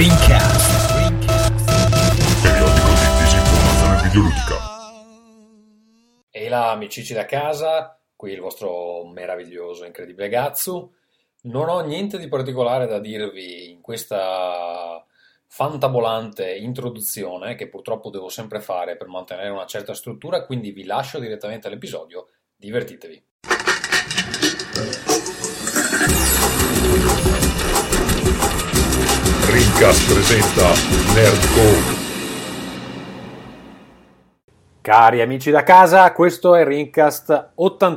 Rincast. Periodico di disinformazione videoludica. E là, amicici da casa, qui il vostro meraviglioso, incredibile Gatsu. Non ho niente di particolare da dirvi in questa fantabolante introduzione che purtroppo devo sempre fare per mantenere una certa struttura, quindi vi lascio direttamente all'episodio. Divertitevi. Rincast presenta Nerdcore. Cari amici da casa, questo è Rincast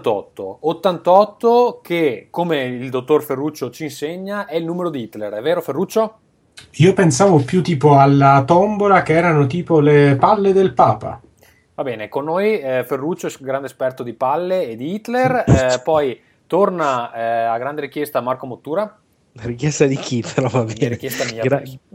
88 che, come il dottor Ferruccio ci insegna, è il numero di Hitler, è vero Ferruccio? Io pensavo più tipo alla tombola, che erano tipo le palle del Papa. Va bene, con noi Ferruccio, grande esperto di palle e di Hitler, poi torna a grande richiesta Marco Mottura. La richiesta di chi però va bene. Richiesta mia.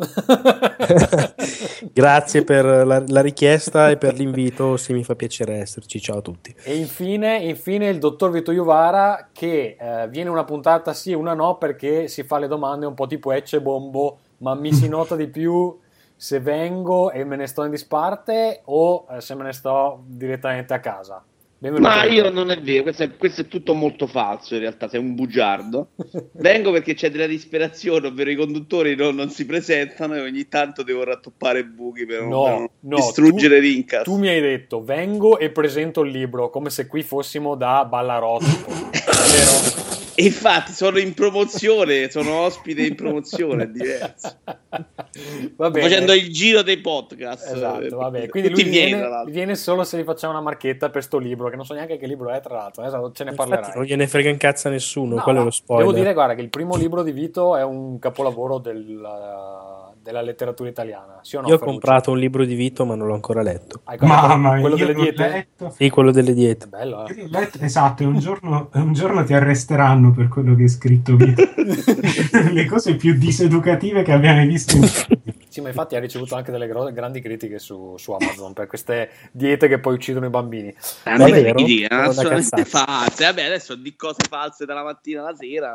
Grazie per la richiesta e per l'invito, se mi fa piacere esserci. Ciao a tutti. E infine il dottor Vito Iuvara, che viene una puntata sì, una no, perché si fa le domande un po' tipo Ecce Bombo, ma mi si nota di più se vengo e me ne sto in disparte o se me ne sto direttamente a casa. Benvenuto. Ma io non è vero, questo è tutto molto falso in realtà, sei un bugiardo. Vengo perché c'è della disperazione, ovvero i conduttori non si presentano e ogni tanto devo rattoppare buchi per non distruggere Rincast. Tu mi hai detto vengo e presento il libro come se qui fossimo da Ballarotto. Vero? E infatti sono in promozione, sono ospite in promozione, è diverso. Va bene. Sto facendo il giro dei podcast. Esatto, va bene. Quindi lui viene solo se gli facciamo una marchetta per sto libro, che non so neanche che libro è, tra l'altro. Esatto, ce ne parlerai. Non gliene frega in cazzo a nessuno, No, quello è lo spoiler. Devo dire, guarda, che il primo libro di Vito è un capolavoro della letteratura italiana. Sì o no, io ho Ferruccio? comprato un libro di Vito, ma non l'ho ancora letto. Mamma, quello io delle l'ho diete? letto. Sì, quello delle diete. Bello, Io l'ho letto, esatto, e un giorno ti arresteranno per quello che hai scritto Vito. Le cose più diseducative che abbiamo visto in Sì, ma infatti ha ricevuto anche delle grandi critiche su Amazon per queste diete che poi uccidono i bambini. Assolutamente false. Vabbè, adesso di cose false dalla mattina alla sera.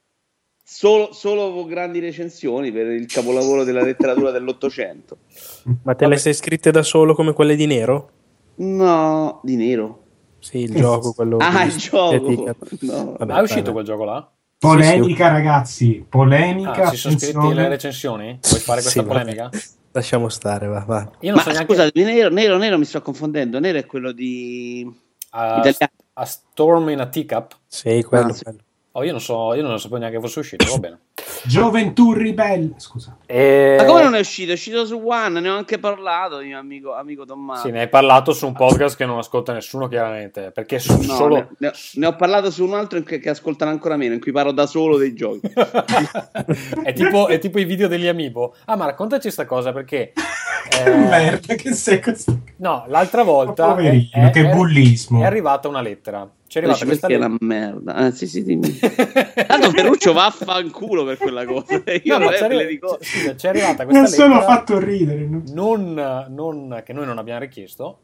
Solo grandi recensioni per il capolavoro della letteratura dell'Ottocento. Ma te le sei scritte da solo come quelle di Nero? No, di Nero. Sì, il gioco, quello. Il gioco. No. Vabbè, è uscito quel gioco là? polemica, ragazzi, polemica. Si sono scritti le recensioni? Vuoi fare questa polemica? Lasciamo stare, va. Io non so neanche... Scusate, Nero mi sto confondendo. Nero è quello di A Storm in a Teacup? Sì, quello. Sì. Io non sapevo neanche che fosse uscito, va bene. Gioventù ribelle, scusa. Ma come non è uscito? È uscito su One, ne ho anche parlato, mio amico Tommaso. Sì, ne hai parlato su un podcast che non ascolta nessuno, chiaramente, perché solo... ne ho parlato su un altro che ascoltano ancora meno, in cui parlo da solo dei giochi. è tipo i video degli Amiibo. Ah, ma raccontaci sta cosa, perché... Merda, che sei questo? No, l'altra volta che bullismo. È arrivata una lettera. C'è arrivata questa lettera. È una merda. Sì, dimmi. Tanto Ferruccio vaffanculo per quella cosa. Io no, c'è arrivata questa non lettera. Sono fatto ridere. Non che noi non abbiamo richiesto.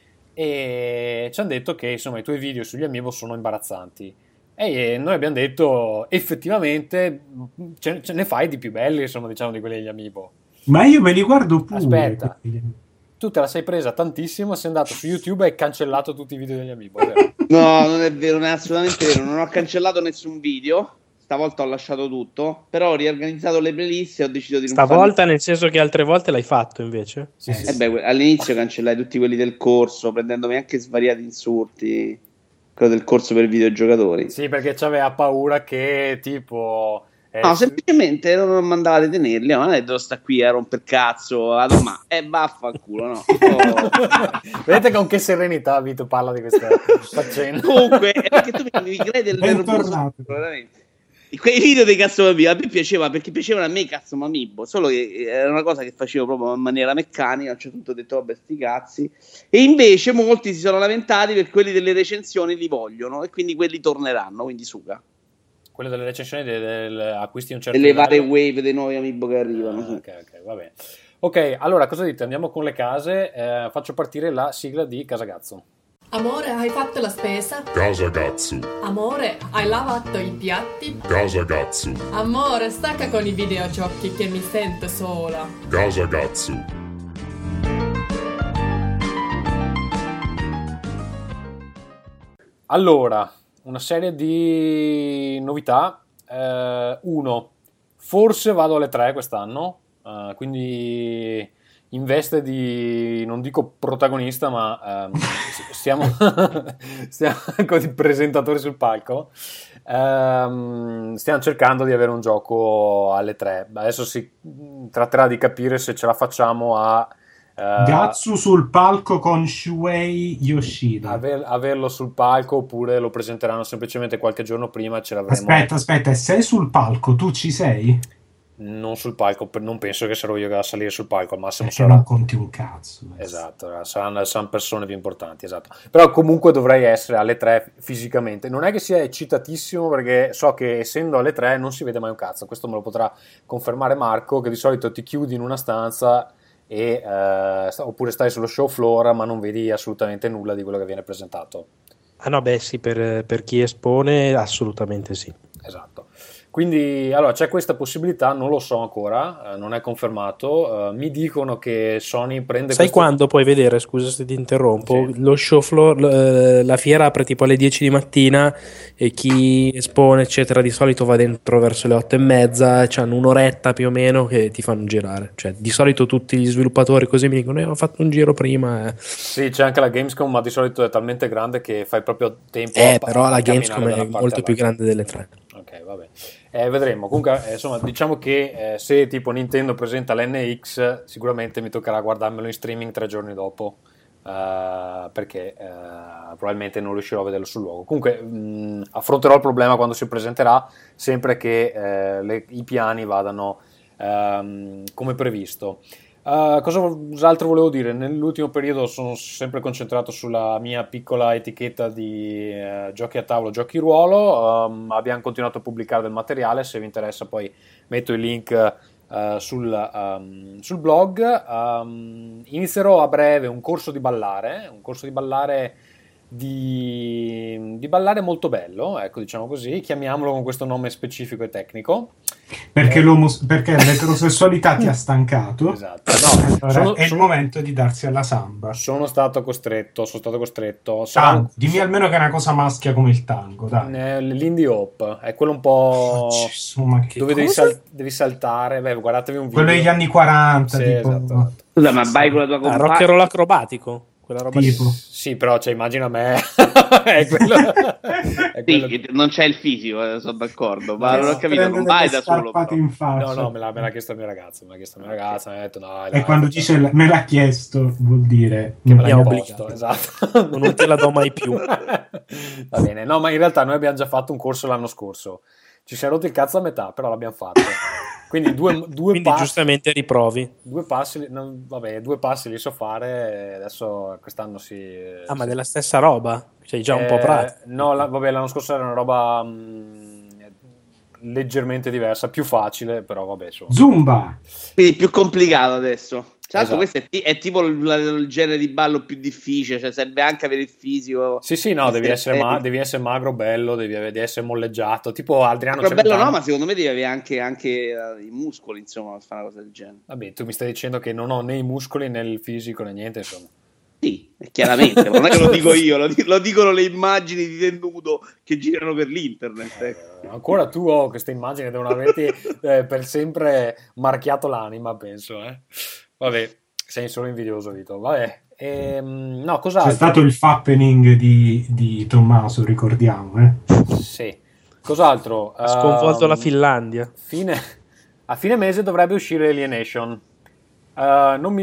E ci hanno detto che insomma i tuoi video sugli Amiibo sono imbarazzanti. E noi abbiamo detto effettivamente ce ne fai di più belli, insomma, diciamo, di quelli degli Amiibo. Ma io me li guardo pure. Aspetta, tu te la sei presa tantissimo, sei andato su YouTube e hai cancellato tutti i video degli Amiibo, è vero? No, non è vero, non è assolutamente vero. Non ho cancellato nessun video. Stavolta ho lasciato tutto. Però ho riorganizzato le playlist e ho deciso di non Stavolta nel senso che altre volte l'hai fatto invece? Sì. All'inizio cancellai tutti quelli del corso, prendendomi anche svariati insulti. Quello del corso per videogiocatori. Sì, perché c'aveva paura che tipo... No, semplicemente non mandava di tenerli, ma non è devo sta qui a romper cazzo a domani. Vaffanculo, no. Vedete con che serenità Vito parla di questa faccenda. Comunque, è perché tu mi credi del nervoso, veramente. Quei video dei cazzo Amiibo a me piaceva, perché piacevano a me i cazzo Amiibo, solo che era una cosa che facevo proprio in maniera meccanica. A un certo punto ho detto vabbè sti cazzi, e invece molti si sono lamentati per quelli delle recensioni li vogliono e quindi quelli torneranno, quindi suga. Quello delle recensioni acquisti un certo delle livello. varie wave dei nuovi Amiibo che arrivano. Ok, va bene. Ok, allora cosa dite? Andiamo con le case. Faccio partire la sigla di Casagazzo. Amore, hai fatto la spesa? Casa Gatsu. Amore, hai lavato i piatti? Casa Gatsu. Amore, stacca con i videogiochi che mi sento sola. Casa Gatsu. Allora, una serie di novità. Uno, forse vado alle 3 quest'anno, quindi in veste di, non dico protagonista, ma stiamo con i presentatori sul palco. Stiamo cercando di avere un gioco alle 3. Adesso si tratterà di capire se ce la facciamo a Gatsu sul palco con Shuei Yoshida. averlo sul palco, oppure lo presenteranno semplicemente qualche giorno prima e ce l'avremo. Aspetta, sei sul palco, tu ci sei? Non sul palco, non penso che sarò io a salire sul palco, al massimo Perché sarà... non conti un cazzo. Esatto, saranno persone più importanti, esatto. Però comunque dovrei essere alle 3 fisicamente. Non è che sia eccitatissimo, perché so che essendo alle 3 non si vede mai un cazzo. Questo me lo potrà confermare Marco, che di solito ti chiudi in una stanza oppure stai sullo show floor, ma non vedi assolutamente nulla di quello che viene presentato. Ah no, beh sì, per chi espone assolutamente sì. Esatto. Quindi allora c'è questa possibilità, non lo so ancora, non è confermato. Mi dicono che Sony prende. Sai quando puoi vedere, scusa se ti interrompo, Sì. lo show floor, la fiera apre tipo alle 10 di mattina e chi espone eccetera di solito va dentro verso le 8:30, c'hanno un'oretta più o meno che ti fanno girare. Cioè di solito tutti gli sviluppatori così mi dicono ho fatto un giro prima. Sì, c'è anche la Gamescom, ma di solito è talmente grande che fai proprio tempo Però la camminare Gamescom da è una parte molto più all'altra. grande delle 3. Ok, vabbè. Vedremo. Comunque, insomma, diciamo che se tipo Nintendo presenta l'NX, sicuramente mi toccherà guardarmelo in streaming 3 giorni dopo, perché probabilmente non riuscirò a vederlo sul luogo. Comunque, affronterò il problema quando si presenterà, sempre che i piani vadano come previsto. Cos'altro volevo dire? Nell'ultimo periodo sono sempre concentrato sulla mia piccola etichetta di giochi a tavolo, giochi ruolo. Abbiamo continuato a pubblicare del materiale, se vi interessa poi metto il link sul blog. Inizierò a breve un corso di ballare di ballare molto bello, ecco, diciamo così, chiamiamolo con questo nome specifico e tecnico. Perché l'eterosessualità ti ha stancato. Esatto. No, allora è il momento di darsi alla samba. sono stato costretto. Tango. Dimmi almeno che è una cosa maschia come il tango, dai. L'indie hop è quello un po' Insomma, che dove cosa? devi saltare. Beh, guardatevi un video. Quello degli anni 40, Sì, tipo. esatto. Scusa, ma vai con la tua compagna? Rock and roll acrobatico, quella roba lì. Tipo. Sì, però immagina me. è quello, è quello Sì, non c'è il fisico, sono d'accordo, ma non ho capito, Prende non vai delle da solo. scarpate Però. in faccia. No, me l'ha chiesto il mio ragazzo. Mi ha detto no, E quando dice me l'ha chiesto, vuol dire che me Mi l'hai ha imposto, obbligato. esatto. Non te la do mai più. Va bene, no, ma in realtà noi abbiamo già fatto un corso l'anno scorso. Ci si è rotto il cazzo a metà, però l'abbiamo fatto. Quindi Quindi giustamente riprovi. due passi li so fare. Adesso quest'anno Ma della stessa roba? Sei già un po' pratico. No, l'anno scorso era una roba leggermente diversa, più facile, però vabbè. Zumba! Quindi più complicato adesso. Tra l'altro Esatto. questo è tipo il genere di ballo più difficile, cioè serve anche avere il fisico. Sì, no, devi essere magro, bello, devi essere molleggiato, tipo Adriano Però bello Celentano. no, ma secondo me devi avere anche i muscoli, insomma, per fare una cosa del genere. Vabbè, tu mi stai dicendo che non ho né i muscoli né il fisico né niente, insomma. Sì, chiaramente, non è che lo dico io, lo dicono le immagini di te nudo che girano per l'internet. Ecco. Ancora tu queste immagini devono averti per sempre marchiato l'anima, penso. Vabbè, sei solo invidioso, Vito. Vabbè. No, cos'altro? C'è stato il fappening di Tommaso, ricordiamo. Sì. Cos'altro? Ha sconvolto la Finlandia. A fine mese dovrebbe uscire Alienation. Non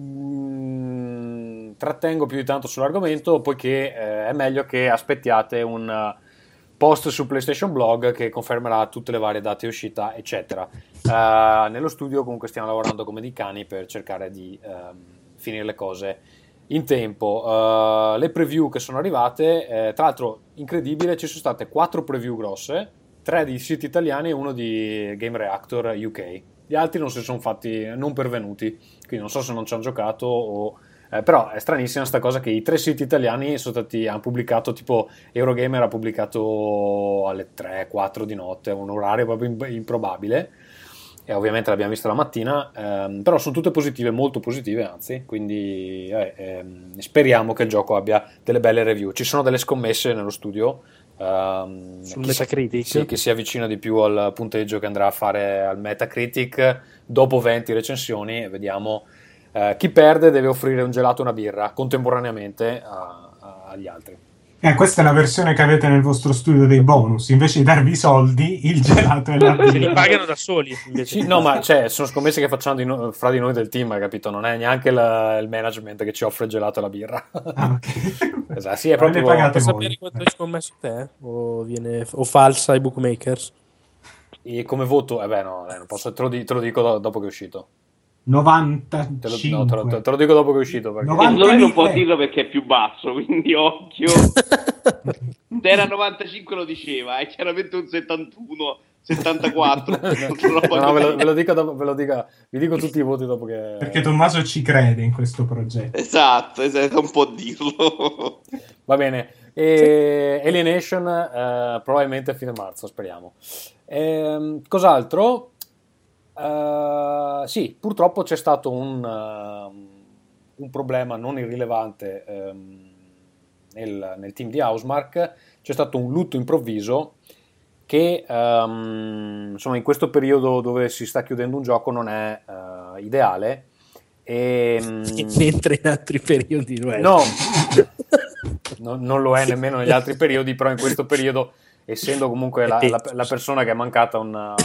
mi trattengo più di tanto sull'argomento, poiché è meglio che aspettiate un post su PlayStation Blog che confermerà tutte le varie date di uscita, eccetera. Nello studio comunque stiamo lavorando come dei cani per cercare di finire le cose in tempo. Le preview che sono arrivate, tra l'altro incredibile, ci sono state 4 preview grosse, 3 di siti italiani e 1 di Game Reactor UK. Gli altri non si sono non pervenuti, quindi non so se non ci hanno giocato o Però è stranissima sta cosa che i 3 siti italiani hanno pubblicato, tipo Eurogamer ha pubblicato alle 3-4 di notte, un orario proprio improbabile, e ovviamente l'abbiamo vista la mattina, però sono tutte positive, molto positive anzi, quindi speriamo che il gioco abbia delle belle review. Ci sono delle scommesse nello studio, sul Metacritic? Sì, che si avvicina di più al punteggio che andrà a fare al Metacritic dopo 20 recensioni, e vediamo. Chi perde deve offrire un gelato e una birra contemporaneamente agli altri. Questa è la versione che avete nel vostro studio dei bonus. Invece di darvi i soldi, il gelato e la birra. Se li pagano da soli. Sì, no, ma sono scommesse che facciamo fra di noi del team, capito? Non è neanche il management che ci offre il gelato e la birra. Okay. Esatto, sì, è proprio. Pagate Vuoi voi. sapere quanto hai scommesso te? O falsa ai bookmakers? E come voto? No, non posso, te lo dico dopo che è uscito. 95. Te lo dico dopo che è uscito. Perché... 90 non può dirlo perché è più basso, quindi occhio. Se era 95 lo diceva, è chiaramente un 71, 74. No, ve lo dico dopo, vi dico tutti i voti dopo che... Perché Tommaso ci crede in questo progetto. Esatto, non può dirlo. Va bene. Alienation probabilmente a fine marzo, speriamo. Cos'altro? Sì, purtroppo c'è stato un problema non irrilevante nel team di Housemarque. C'è stato un lutto improvviso che insomma in questo periodo dove si sta chiudendo un gioco non è ideale, mentre in altri periodi lo è. No, non lo è nemmeno negli altri periodi, però in questo periodo, essendo comunque la persona che è mancata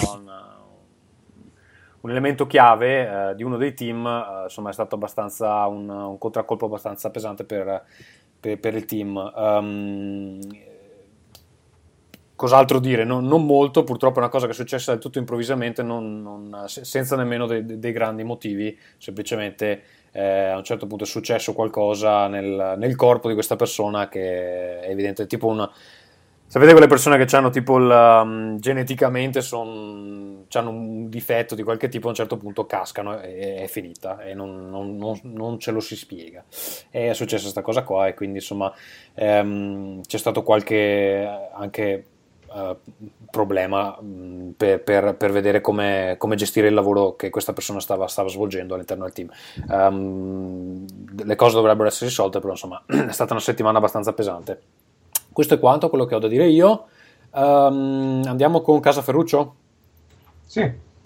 un elemento chiave di uno dei team, insomma è stato abbastanza un contraccolpo abbastanza pesante per il team. Cos'altro dire? Non molto, purtroppo è una cosa che è successa del tutto improvvisamente, senza nemmeno dei grandi motivi, semplicemente a un certo punto è successo qualcosa nel corpo di questa persona che è evidente, tipo sapete quelle persone che hanno tipo geneticamente hanno un difetto di qualche tipo, a un certo punto cascano e è finita e non ce lo si spiega. È successa questa cosa qua e quindi insomma c'è stato qualche anche problema per vedere come gestire il lavoro che questa persona stava svolgendo all'interno del team. Le cose dovrebbero essere risolte, però insomma è stata una settimana abbastanza pesante. Questo è quanto quello che ho da dire io. Andiamo con Casa Ferruccio? Sì.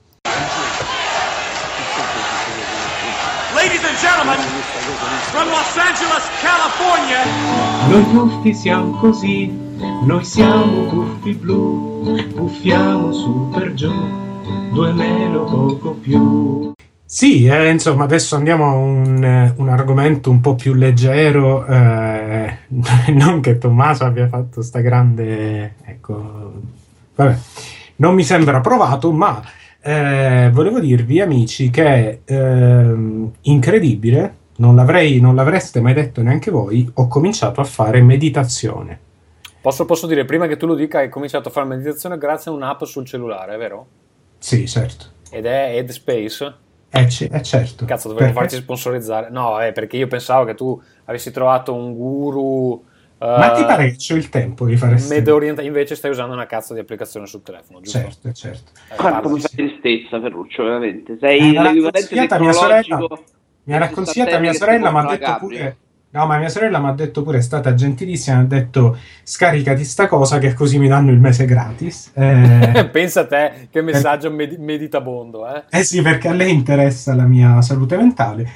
Ladies and gentlemen, from Los Angeles, California. Noi tuffi siamo così, noi siamo tuffi blu, puffiamo su per giù, 2 meno poco più. Sì, insomma, adesso andiamo a un argomento un po' più leggero, non che Tommaso abbia fatto sta grande, ecco, vabbè, non mi sembra provato, ma volevo dirvi, amici, che incredibile, non l'avreste mai detto neanche voi, ho cominciato a fare meditazione. Posso dire, prima che tu lo dica, hai cominciato a fare meditazione grazie a un'app sul cellulare, è vero? Sì, certo. Ed è Headspace? Certo. Cazzo, dovevo farci sponsorizzare. No, perché io pensavo che tu avessi trovato un guru. Ma ti pare che c'ho il tempo di fare invece stai usando una cazzo di applicazione sul telefono, giusto? Certo. Quanto mi fai tristezza, Ferruccio, veramente. Sei l'equivalente tecnologico. Mi ha raccontato mia sorella, mi ha detto pure. No, ma mia sorella mi ha detto pure, è stata gentilissima, mi ha detto scaricati sta cosa che così mi danno il mese gratis. Pensa a te, che messaggio meditabondo, eh? Sì, perché a lei interessa la mia salute mentale.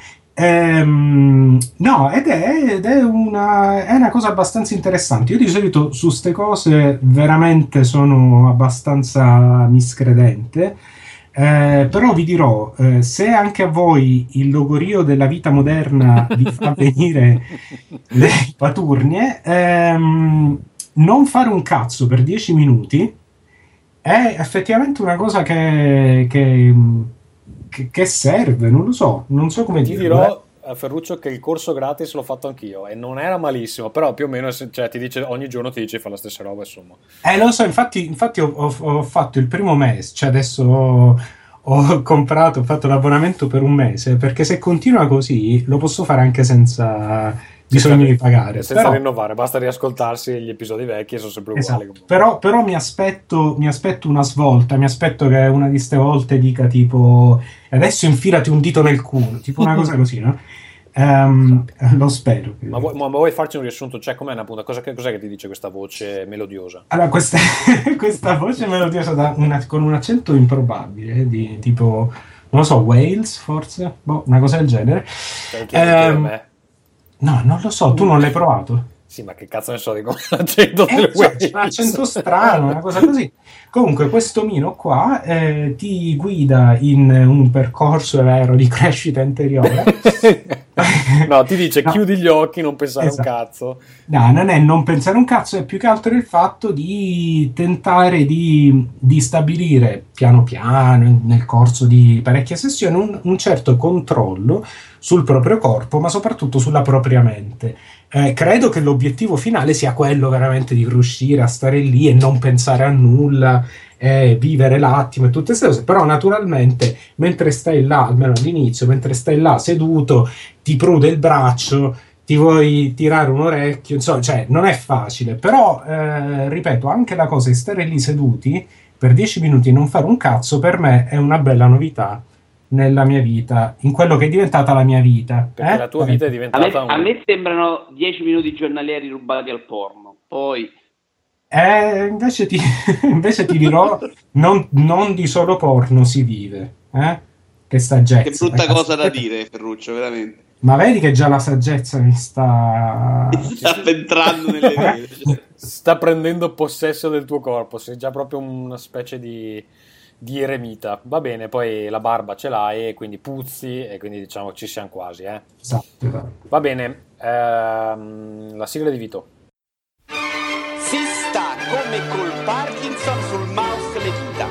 No, ed è una cosa abbastanza interessante. Io di solito su ste cose veramente sono abbastanza miscredente. Però vi dirò, se anche a voi il logorio della vita moderna vi fa venire le paturnie, non fare un cazzo per 10 minuti è effettivamente una cosa che serve, non so come ti dirò a Ferruccio che il corso gratis l'ho fatto anch'io e non era malissimo, però più o meno, cioè, ti dice ogni giorno ti dice fa la stessa roba, insomma. Lo so, infatti ho fatto il primo mese, cioè adesso ho fatto l'abbonamento per un mese, perché se continua così lo posso fare anche senza bisogno di pagare. Senza rinnovare, basta riascoltarsi gli episodi vecchi e sono sempre uguali. Esatto. Però mi aspetto una svolta, mi aspetto che una di ste volte dica tipo adesso infilati un dito nel culo, tipo una cosa così, no? Lo spero. Ma vuoi farci un riassunto? Cioè, com'è una punta? Cos'è che ti dice questa voce melodiosa? Allora, questa voce melodiosa con un accento improbabile, di tipo, non lo so, Wales forse? Boh, una cosa del genere. No, non lo so, tu non l'hai provato? Sì, ma che cazzo ne so di come l'accento del Wales? C'è un accento strano, una cosa così. Comunque questo Mino qua ti guida in un percorso vero di crescita interiore. No, ti dice no. Chiudi gli occhi, non pensare esatto. un cazzo. No, non è non pensare un cazzo, è più che altro il fatto di tentare di stabilire piano piano nel corso di parecchie sessioni un certo controllo sul proprio corpo, ma soprattutto sulla propria mente. Credo che l'obiettivo finale sia quello veramente di riuscire a stare lì e non pensare a nulla, vivere l'attimo e tutte queste cose. Però naturalmente mentre stai là, almeno all'inizio, mentre stai là seduto, ti prude il braccio, ti vuoi tirare un orecchio, insomma, cioè non è facile. Però ripeto, anche la cosa di stare lì seduti per 10 minuti e non fare un cazzo, per me è una bella novità nella mia vita, in quello che è diventata la mia vita. Perché la tua vita è diventata a me sembrano 10 minuti giornalieri rubati al porno. Poi invece ti dirò non di solo porno si vive, che saggezza. Che brutta cosa da dire, Ferruccio, veramente. Ma vedi che già la saggezza mi sta entrando nelle vene. Sta prendendo possesso del tuo corpo, sei già proprio una specie di eremita. Va bene, poi la barba ce l'hai e quindi puzzi e quindi diciamo ci siamo quasi, Esatto. Va bene, la sigla di Vito. Si sta come col Parkinson sul mouse le dita.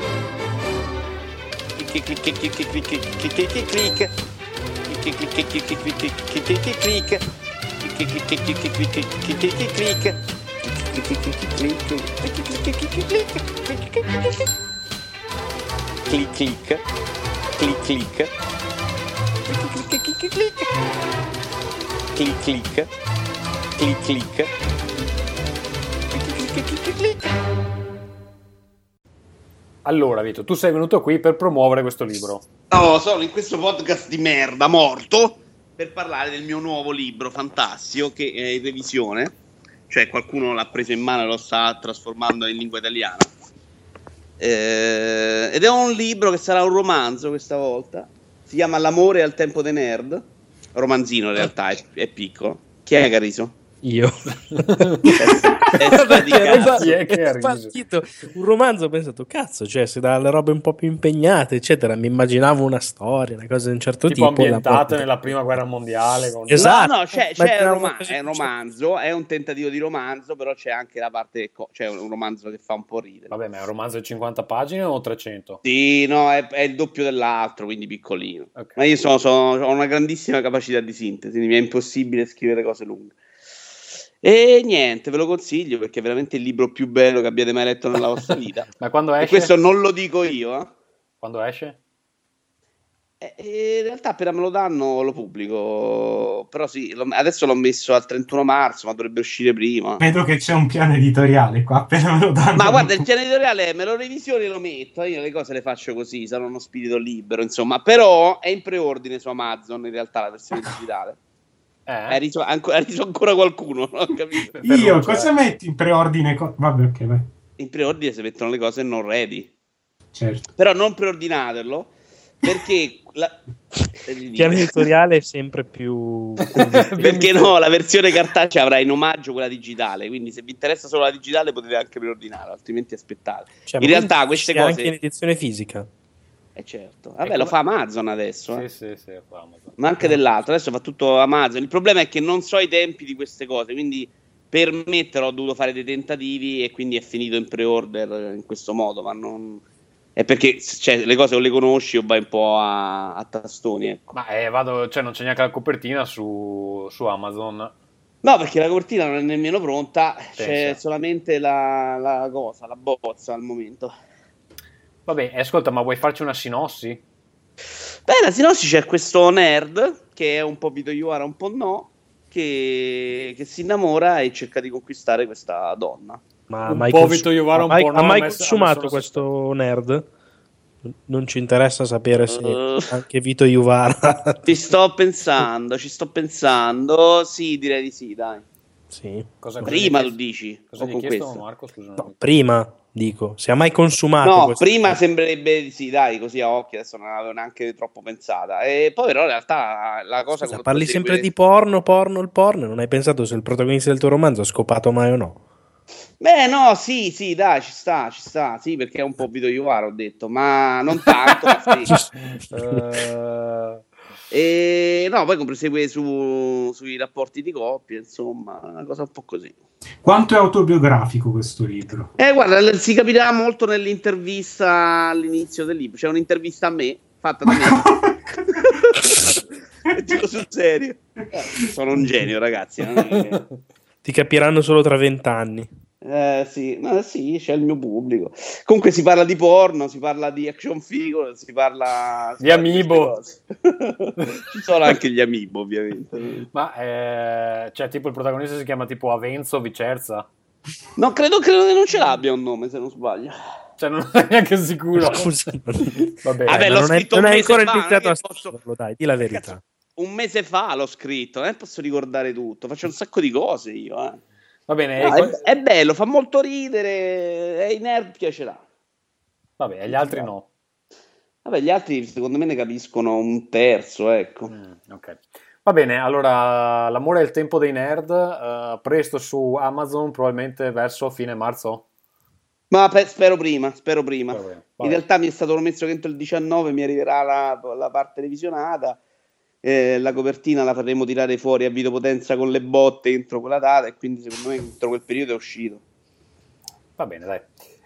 Clic clic clic clic clic clic clic clic clic Allora, Vito, tu sei venuto qui per promuovere questo libro. No, sono in questo podcast di merda morto per parlare del mio nuovo libro fantastico che è in revisione, cioè qualcuno l'ha preso in mano e lo sta trasformando in lingua italiana, ed è un libro che sarà un romanzo questa volta, si chiama L'amore al tempo dei nerd, romanzino in realtà, è piccolo. Chi è che ha riso? Io. È partito un romanzo, ho pensato cazzo, cioè se dalle robe un po' più impegnate eccetera, mi immaginavo una storia, una cosa di un certo tipo ambientate nella prima guerra mondiale con... esatto. No, c'è è un romanzo, è un tentativo di romanzo, però c'è anche la parte c'è un romanzo che fa un po' ridere. Vabbè, ma è un romanzo di 50 pagine o 300? Sì, no, è il doppio dell'altro, quindi piccolino. Okay. Ma io ho una grandissima capacità di sintesi, quindi mi è impossibile scrivere cose lunghe. E niente, ve lo consiglio perché è veramente il libro più bello che abbiate mai letto nella vostra vita. Ma quando esce? E questo non lo dico io. Quando esce? In realtà appena me lo danno lo pubblico. Però sì, adesso l'ho messo al 31 marzo, ma dovrebbe uscire prima. Vedo che c'è un piano editoriale qua, appena me lo danno. Ma guarda, il piano editoriale me lo revisione e lo metto. Io le cose le faccio così, sarò uno spirito libero, insomma. Però è in preordine su Amazon, in realtà la versione digitale. Ha riso ancora qualcuno, non ho capito. Io cosa metti in preordine? Vabbè, ok, vai. In preordine si mettono le cose non ready. Certo. Però non preordinatelo perché il piano editoriale è sempre più perché no, la versione cartacea avrà in omaggio quella digitale, quindi se vi interessa solo la digitale potete anche preordinarla, altrimenti aspettate. Cioè, in realtà queste cose anche in edizione fisica. Certo. Vabbè, lo fa Amazon adesso. Sì, fa Amazon. Ma anche dell'altro, adesso fa tutto Amazon. Il problema è che non so i tempi di queste cose, quindi per metterlo ho dovuto fare dei tentativi e quindi è finito in pre-order in questo modo, ma non è perché le cose o le conosci o vai un po' a tastoni, ecco. Ma non c'è neanche la copertina su Amazon. No, perché la copertina non è nemmeno pronta, c'è solamente la bozza al momento. Vabbè, ascolta, ma vuoi farci una sinossi? Beh, la sinossi c'è questo nerd, che è un po' Vito Iuvara, un po' no, che si innamora e cerca di conquistare questa donna. Ma un po' Vito Iuvara, un po' no. Ha mai consumato questo nerd? Non ci interessa sapere se anche Vito Iuvara. Ci sto pensando. Sì, direi di sì, dai. Sì. Prima lo dici? Cosa gli hai chiesto, Marco? Scusa. No, prima, dico. Se ha mai consumato no, prima sembrerebbe di sì, dai, così a occhio, adesso non avevo neanche troppo pensata. E poi però in realtà la cosa... Scusa, parli sempre di porno, non hai pensato se il protagonista del tuo romanzo ha scopato mai o no? Beh, no, sì, dai, ci sta, sì, perché è un po' Vito Iuvara, ho detto, ma non tanto, ma sì. E no, poi prosegue sui rapporti di coppia, insomma, una cosa un po' così. Quanto è autobiografico questo libro? Guarda, si capirà molto nell'intervista all'inizio del libro, c'è un'intervista a me, fatta da me. Dico sul serio. Sono un genio, ragazzi. Ti capiranno solo tra 20 anni. Sì, c'è il mio pubblico. Comunque si parla di porno, si parla di action figure, si parla di Amiibo. Ci sono anche gli Amiibo, ovviamente. Ma cioè, tipo il protagonista si chiama tipo Avenzo Vicerza? No, credo che non ce l'abbia un nome, se non sbaglio. Cioè, non è neanche sicuro. Scusa. Vabbè, non hai ancora iniziato a scriverlo, dai, di la verità. Cazzo, un mese fa l'ho scritto, non posso ricordare tutto, faccio un sacco di cose io. Va bene, no, è bello, fa molto ridere, ai nerd piacerà. Vabbè, agli altri no. Vabbè, gli altri secondo me ne capiscono un terzo, ecco. Ok. Va bene, allora L'amore è il tempo dei nerd, presto su Amazon, probabilmente verso fine marzo. Ma spero prima. In realtà mi è stato promesso che entro il 19 mi arriverà la parte revisionata. La copertina la faremo tirare fuori a videopotenza con le botte entro quella data e quindi secondo me entro quel periodo è uscito. Va bene, dai.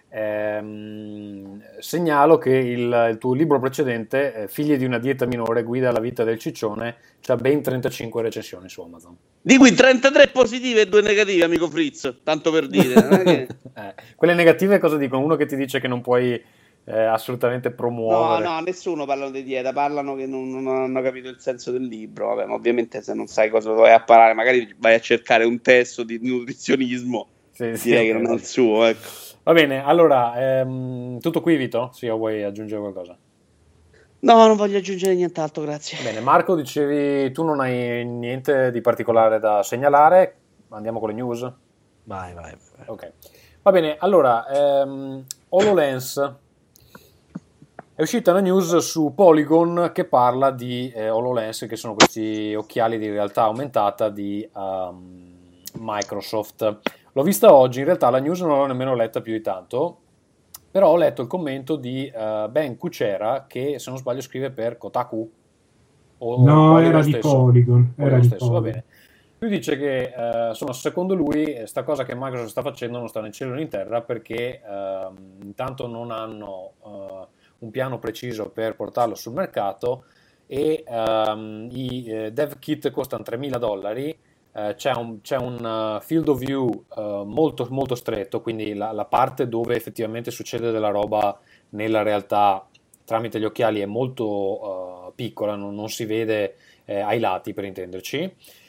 Segnalo che il tuo libro precedente, Figli di una dieta minore, guida alla vita del ciccione, c'ha ben 35 recensioni su Amazon. Di cui 33 positive e 2 negative, amico Fritz, tanto per dire. Non è che... Quelle negative cosa dicono? Uno che ti dice che non puoi assolutamente promuovere. No, nessuno parlano di dieta, parlano che non hanno capito il senso del libro. Vabbè, ma ovviamente se non sai cosa vai a parlare, magari vai a cercare un testo di nutrizionismo. Direi che non è il suo, ecco. Va bene, allora, tutto qui, Vito? Sì, o vuoi aggiungere qualcosa? No, non voglio aggiungere nient'altro, grazie. Bene, Marco, dicevi tu non hai niente di particolare da segnalare, andiamo con le news? Vai. Ok, va bene, allora, HoloLens. È uscita una news su Polygon che parla di HoloLens, che sono questi occhiali di realtà aumentata di Microsoft. L'ho vista oggi, in realtà la news non l'ho nemmeno letta più di tanto, però ho letto il commento di Ben Kuchera, che se non sbaglio scrive per Kotaku. No, era di Polygon. Va bene. Lui dice che secondo lui sta cosa che Microsoft sta facendo non sta né in cielo né in terra, perché intanto non hanno un piano preciso per portarlo sul mercato e i dev kit costano $3.000. C'è un field of view molto, molto stretto, quindi la parte dove effettivamente succede della roba nella realtà tramite gli occhiali è molto piccola, non si vede ai lati, per intenderci.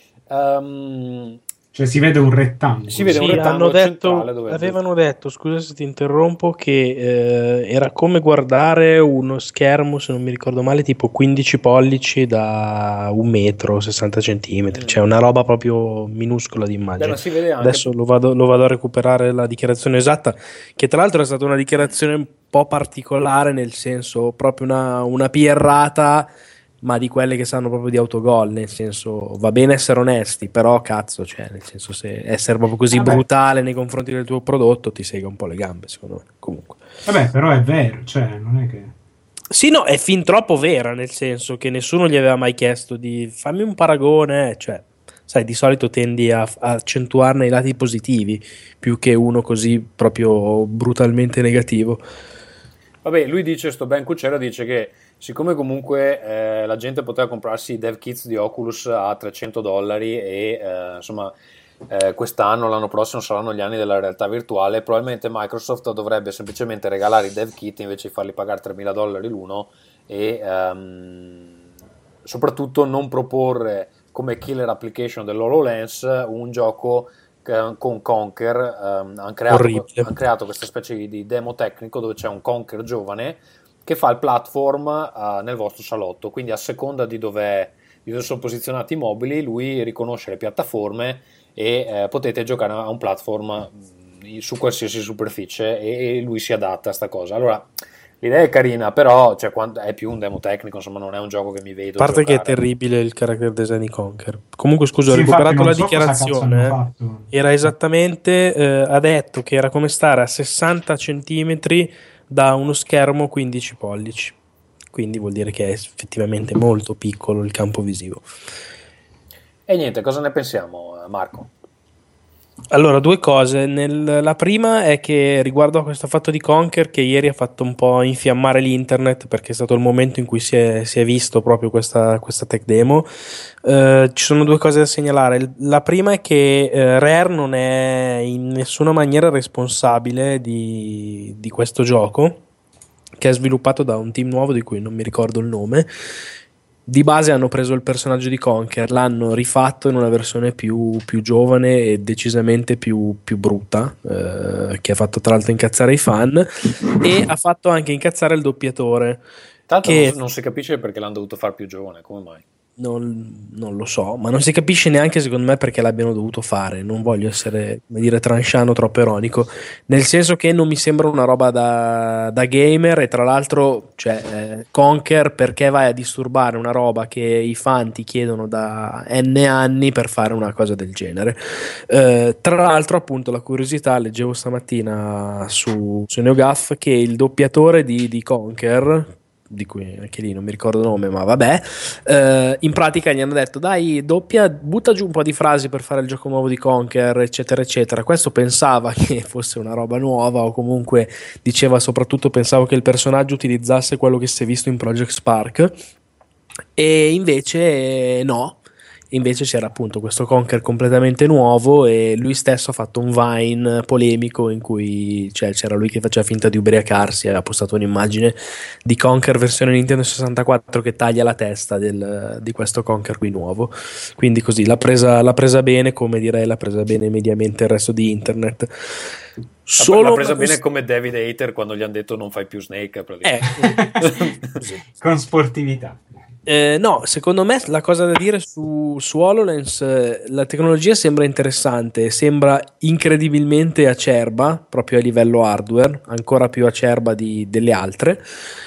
Cioè si vede un rettangolo. Sì, avevano detto, scusa se ti interrompo, che era come guardare uno schermo, se non mi ricordo male, tipo 15 pollici da 1 metro, 60 centimetri, cioè una roba proprio minuscola di immagine. Ma si vede anche... Adesso lo vado a recuperare la dichiarazione esatta, che tra l'altro è stata una dichiarazione un po' particolare, nel senso proprio una pierrata, ma di quelle che sanno proprio di autogol, nel senso va bene essere onesti, però cazzo, cioè nel senso, se essere proprio così brutale nei confronti del tuo prodotto ti sega un po' le gambe, secondo me. Comunque vabbè, però è vero, cioè non è che sì, no, è fin troppo vera, nel senso che nessuno gli aveva mai chiesto di fammi un paragone, cioè sai, di solito tendi a accentuarne i lati positivi più che uno così proprio brutalmente negativo. Vabbè, lui dice, sto Ben Kuchera dice che siccome comunque la gente poteva comprarsi i dev kits di Oculus a $300 e insomma quest'anno, l'anno prossimo saranno gli anni della realtà virtuale. Probabilmente Microsoft dovrebbe semplicemente regalare i dev kit invece di farli pagare $3.000 l'uno e soprattutto non proporre come killer application dell'HoloLens un gioco con Conker. Hanno creato questa specie di demo tecnico dove c'è un Conker giovane che fa il platform nel vostro salotto, quindi a seconda di dove sono posizionati i mobili lui riconosce le piattaforme e potete giocare a un platform su qualsiasi superficie e lui si adatta a sta cosa. Allora l'idea è carina, però è più un demo tecnico, insomma non è un gioco che mi vedo a parte giocare. che è terribile il character design di Conker. Comunque scusa, ho recuperato la dichiarazione, era esattamente ha detto che era come stare a 60 centimetri da uno schermo 15 pollici, quindi vuol dire che è effettivamente molto piccolo il campo visivo. E niente, cosa ne pensiamo, Marco? Allora, due cose. La prima è che riguardo a questo fatto di Conker, che ieri ha fatto un po' infiammare l'internet, perché è stato il momento in cui si è visto proprio questa tech demo. Ci sono due cose da segnalare. La prima è che Rare non è in nessuna maniera responsabile di questo gioco, che è sviluppato da un team nuovo di cui non mi ricordo il nome. Di base hanno preso il personaggio di Conker, l'hanno rifatto in una versione più giovane e decisamente più brutta, che ha fatto tra l'altro incazzare i fan e ha fatto anche incazzare il doppiatore. Tanto non si capisce perché l'hanno dovuto fare più giovane, come mai? Non lo so, ma non si capisce neanche secondo me perché l'abbiano dovuto fare. Non voglio essere, come dire, tranchano troppo ironico, nel senso che non mi sembra una roba da gamer. E tra l'altro, Conker, perché vai a disturbare una roba che i fan ti chiedono da N anni per fare una cosa del genere? Tra l'altro, appunto, la curiosità, leggevo stamattina su NeoGAF che il doppiatore di Conker, di cui anche lì non mi ricordo il nome, ma vabbè, in pratica gli hanno detto dai, butta giù un po' di frasi per fare il gioco nuovo di Conker, eccetera eccetera. Questo pensava che fosse una roba nuova, o comunque diceva soprattutto pensavo che il personaggio utilizzasse quello che si è visto in Project Spark, e invece no. Invece c'era appunto questo Conker completamente nuovo e lui stesso ha fatto un Vine polemico in cui c'era lui che faceva finta di ubriacarsi e aveva postato un'immagine di Conker versione Nintendo 64 che taglia la testa di questo Conker qui nuovo. Quindi così l'ha presa bene, come direi l'ha presa bene mediamente il resto di internet. L'ha presa bene come David Hater quando gli hanno detto non fai più Snake con sportività. No, secondo me la cosa da dire su HoloLens, la tecnologia sembra interessante, sembra incredibilmente acerba proprio a livello hardware, ancora più acerba delle altre,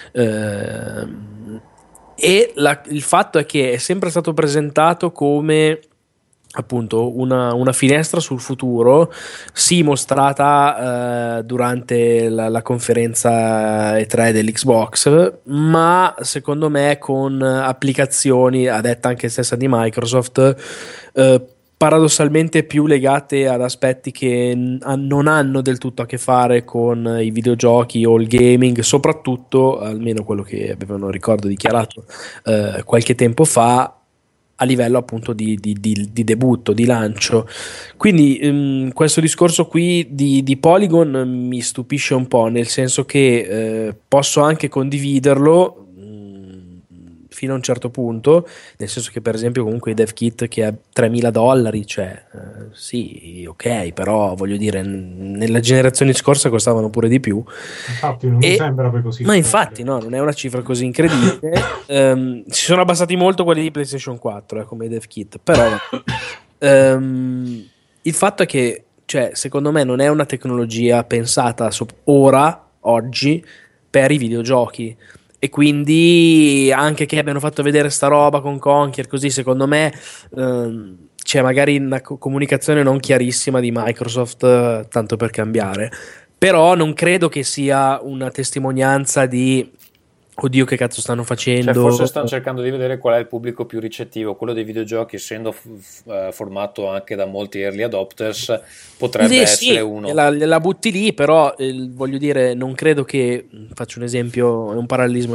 e il fatto è che è sempre stato presentato come appunto una finestra sul futuro, sì, mostrata durante la conferenza E3 dell'Xbox, ma secondo me con applicazioni, a detta anche stessa di Microsoft, paradossalmente più legate ad aspetti che non hanno del tutto a che fare con i videogiochi o il gaming, soprattutto, almeno quello che avevano, ricordo, dichiarato qualche tempo fa, a livello appunto di debutto, di lancio. Quindi questo discorso qui di Polygon mi stupisce un po', nel senso che posso anche condividerlo fino a un certo punto, nel senso che per esempio comunque i dev kit che a $3.000, sì, ok, però voglio dire, nella generazione scorsa costavano pure di più. Infatti non mi sembra poi così. Ma infatti no, non è una cifra così incredibile. Si sono abbassati molto quelli di PlayStation 4 come dev kit, però il fatto è che, secondo me non è una tecnologia pensata oggi per i videogiochi. E quindi anche che abbiano fatto vedere sta roba con Conker così, secondo me c'è magari una comunicazione non chiarissima di Microsoft, tanto per cambiare. Però non credo che sia una testimonianza di oddio che cazzo stanno facendo. Forse stanno cercando di vedere qual è il pubblico più ricettivo. Quello dei videogiochi, essendo formato anche da molti early adopters, potrebbe essere uno. La butti lì, però voglio dire, non credo che, faccio un esempio, un parallelismo,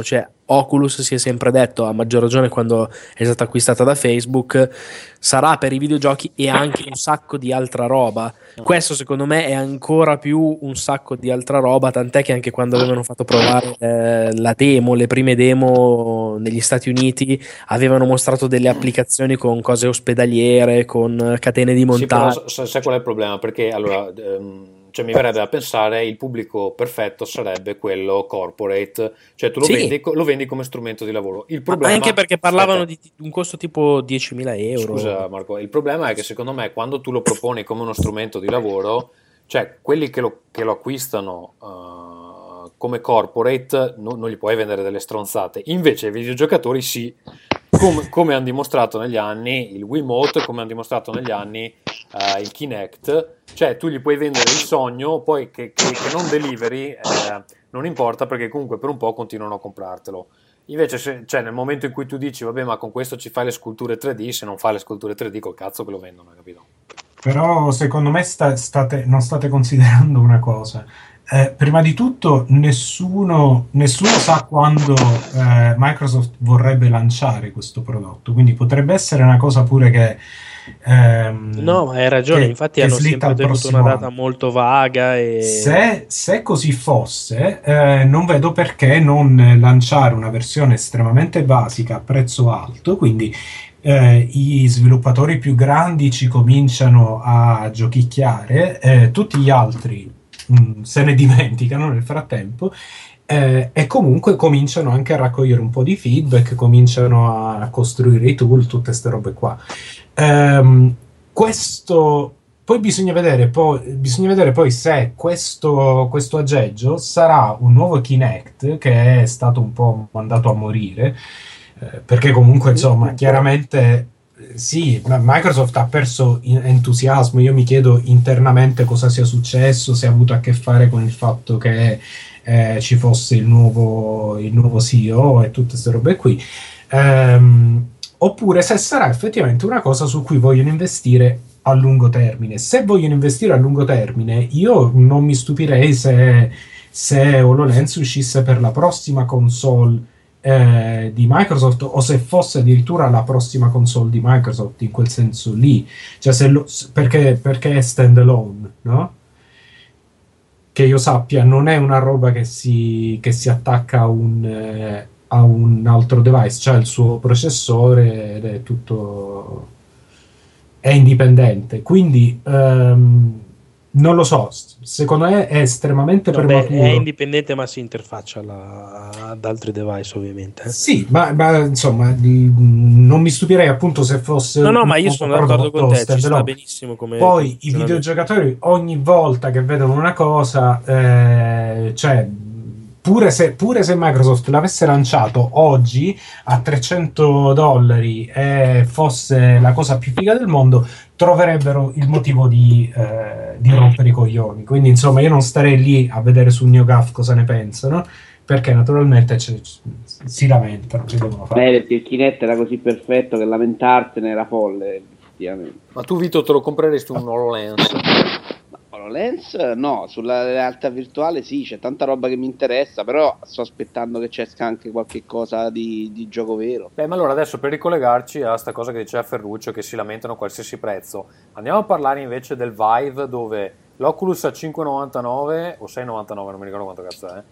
Oculus si è sempre detto, a maggior ragione quando è stata acquistata da Facebook, sarà per i videogiochi e anche un sacco di altra roba. Questo secondo me è ancora più un sacco di altra roba, tant'è che anche quando avevano fatto provare la demo, le prime demo negli Stati Uniti, avevano mostrato delle applicazioni con cose ospedaliere, con catene di montaggio. Sì, però sai qual è il problema? Perché allora cioè mi verrebbe da pensare il pubblico perfetto sarebbe quello corporate, cioè tu lo vendi come strumento di lavoro. Il problema, anche perché parlavano di un costo tipo 10.000 euro. Scusa Marco, il problema è che secondo me quando tu lo proponi come uno strumento di lavoro, cioè quelli che lo acquistano come corporate non gli puoi vendere delle stronzate, invece i videogiocatori sì, come hanno dimostrato negli anni il Wiimote, come hanno dimostrato negli anni il Kinect, cioè tu gli puoi vendere il sogno, poi che non deliveri non importa, perché comunque per un po' continuano a comprartelo. Invece cioè, nel momento in cui tu dici vabbè, ma con questo ci fai le sculture 3D, se non fai le sculture 3D col cazzo che lo vendono, capito? Però secondo me non state considerando una cosa. Prima di tutto nessuno sa quando Microsoft vorrebbe lanciare questo prodotto, quindi potrebbe essere una cosa pure che no, ma hai ragione, infatti hanno sempre tenuto una data molto vaga e... se così fosse, non vedo perché non lanciare una versione estremamente basica a prezzo alto, quindi i sviluppatori più grandi ci cominciano a giochicchiare, tutti gli altri se ne dimenticano nel frattempo, e comunque cominciano anche a raccogliere un po' di feedback, cominciano a costruire i tool, tutte queste robe qua. Questo poi bisogna vedere poi se questo aggeggio sarà un nuovo Kinect che è stato un po' mandato a morire, perché comunque insomma chiaramente sì, Microsoft ha perso entusiasmo. Io mi chiedo internamente cosa sia successo, se ha avuto a che fare con il fatto che ci fosse il nuovo CEO e tutte queste robe qui, oppure se sarà effettivamente una cosa su cui vogliono investire a lungo termine. Se vogliono investire a lungo termine, io non mi stupirei se HoloLens uscisse per la prossima console di Microsoft, o se fosse addirittura la prossima console di Microsoft, in quel senso lì, cioè perché è stand alone, no? Che io sappia non è una roba che si attacca a un altro device, cioè il suo processore ed è tutto, è indipendente, quindi non lo so, secondo me è estremamente prematuro. È indipendente, ma si interfaccia ad altri device, ovviamente. Sì, ma insomma, non mi stupirei appunto se fosse no, ma io sono d'accordo con te, ci sta benissimo come. Poi i videogiocatori ogni volta che vedono una cosa, cioè pure se Microsoft l'avesse lanciato oggi a $300 e fosse la cosa più figa del mondo, troverebbero il motivo di rompere i coglioni. Quindi insomma io non starei lì a vedere su NeoGAF cosa ne pensano, perché naturalmente si lamentano, ci devono fare. Perché il Kinect era così perfetto che lamentarsene era folle, effettivamente. Ma tu Vito te lo compreresti un HoloLens? HoloLens no, sulla realtà virtuale sì, c'è tanta roba che mi interessa, però sto aspettando che c'esca anche qualche cosa di gioco vero. Beh, ma allora adesso per ricollegarci a sta cosa che diceva Ferruccio, che si lamentano a qualsiasi prezzo, andiamo a parlare invece del Vive, dove l'Oculus a 5,99 o 6,99, non mi ricordo quanto cazzo è.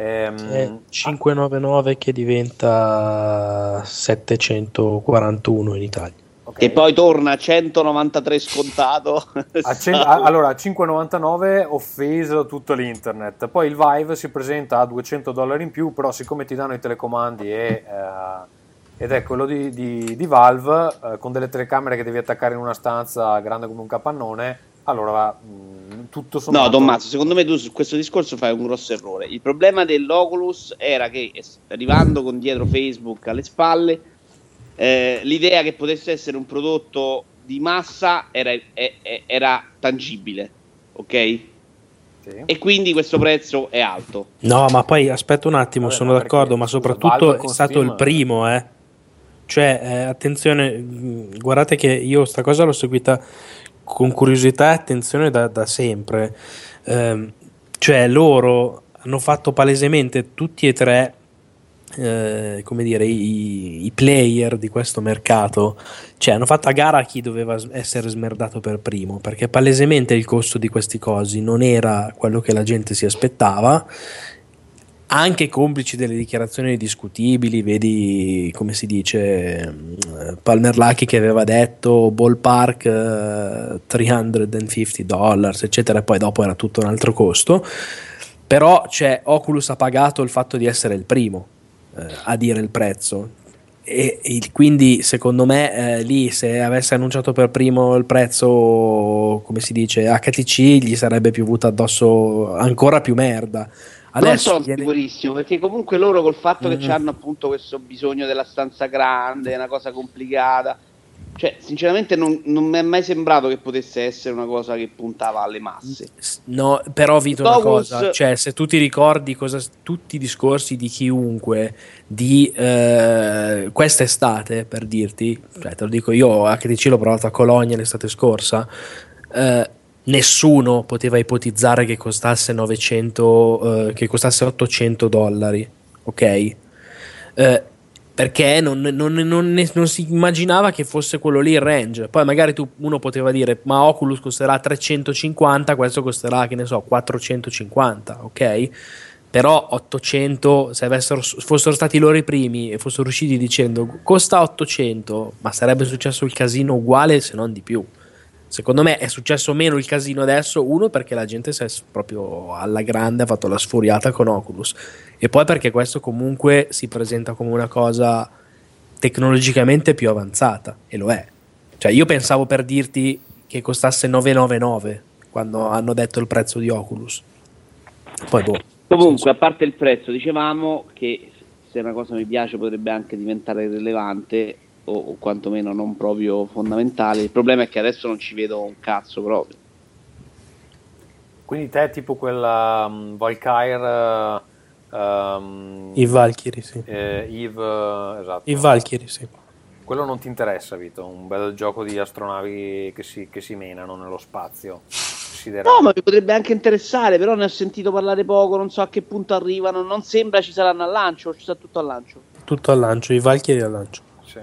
599 che diventa 741 in Italia. Okay. E poi torna a 193 scontato. Allora a 5,99 offeso tutto l'internet. Poi il Vive si presenta a $200 in più, però siccome ti danno i telecomandi ed è quello di Valve, con delle telecamere che devi attaccare in una stanza grande come un capannone, allora tutto sommato... No, Tommaso, secondo me tu su questo discorso fai un grosso errore. Il problema dell'Oculus era che, arrivando con dietro Facebook alle spalle, l'idea che potesse essere un prodotto di massa era tangibile, ok? Sì. E quindi questo prezzo è alto. No, ma poi aspetta un attimo, sono d'accordo, ma soprattutto è stato il primo, cioè attenzione, guardate che io sta cosa l'ho seguita con curiosità e attenzione da sempre, cioè loro hanno fatto palesemente tutti e tre come dire, i player di questo mercato, cioè hanno fatto a gara a chi doveva essere smerdato per primo, perché palesemente il costo di questi cosi non era quello che la gente si aspettava, anche complici delle dichiarazioni discutibili. Vedi, come si dice, Palmer Luckey che aveva detto ballpark $350, eccetera, e poi dopo era tutto un altro costo. Però Oculus ha pagato il fatto di essere il primo a dire il prezzo, e quindi secondo me lì, se avesse annunciato per primo il prezzo, come si dice, HTC, gli sarebbe piovuta addosso ancora più merda. Adesso non sono sicurissimo, perché comunque loro col fatto che hanno appunto questo bisogno della stanza grande, è una cosa complicata, cioè sinceramente non mi è mai sembrato che potesse essere una cosa che puntava alle masse. No, però Vito, una cosa, cioè se tu ti ricordi tutti i discorsi di chiunque di quest'estate, per dirti, cioè te lo dico io, HTC l'ho provato a Cologna l'estate scorsa, nessuno poteva ipotizzare che costasse $800, ok? Perché non si immaginava che fosse quello lì il range. Poi magari uno poteva dire ma Oculus costerà 350, questo costerà, che ne so, 450, ok? Però 800, se fossero stati loro i primi e fossero usciti dicendo costa 800, ma sarebbe successo il casino uguale, se non di più. Secondo me è successo meno il casino adesso, uno perché la gente si è proprio alla grande, ha fatto la sfuriata con Oculus, e poi perché questo comunque si presenta come una cosa tecnologicamente più avanzata, e lo è. Cioè io pensavo, per dirti, che costasse 999 quando hanno detto il prezzo di Oculus. Poi comunque, a parte il prezzo, dicevamo che se una cosa mi piace potrebbe anche diventare rilevante, o quantomeno non proprio fondamentale. Il problema è che adesso non ci vedo un cazzo proprio. Quindi te tipo quella Valkyrie, i Valkyrie, sì. Eve, esatto. I Valkyrie, sì. Quello non ti interessa, Vito? Un bel gioco di astronavi che si menano nello spazio? No, ma mi potrebbe anche interessare, però ne ho sentito parlare poco, non so a che punto arrivano, non sembra ci saranno al lancio, o ci sarà tutto al lancio? Tutto al lancio, i Valkyrie al lancio. Sì.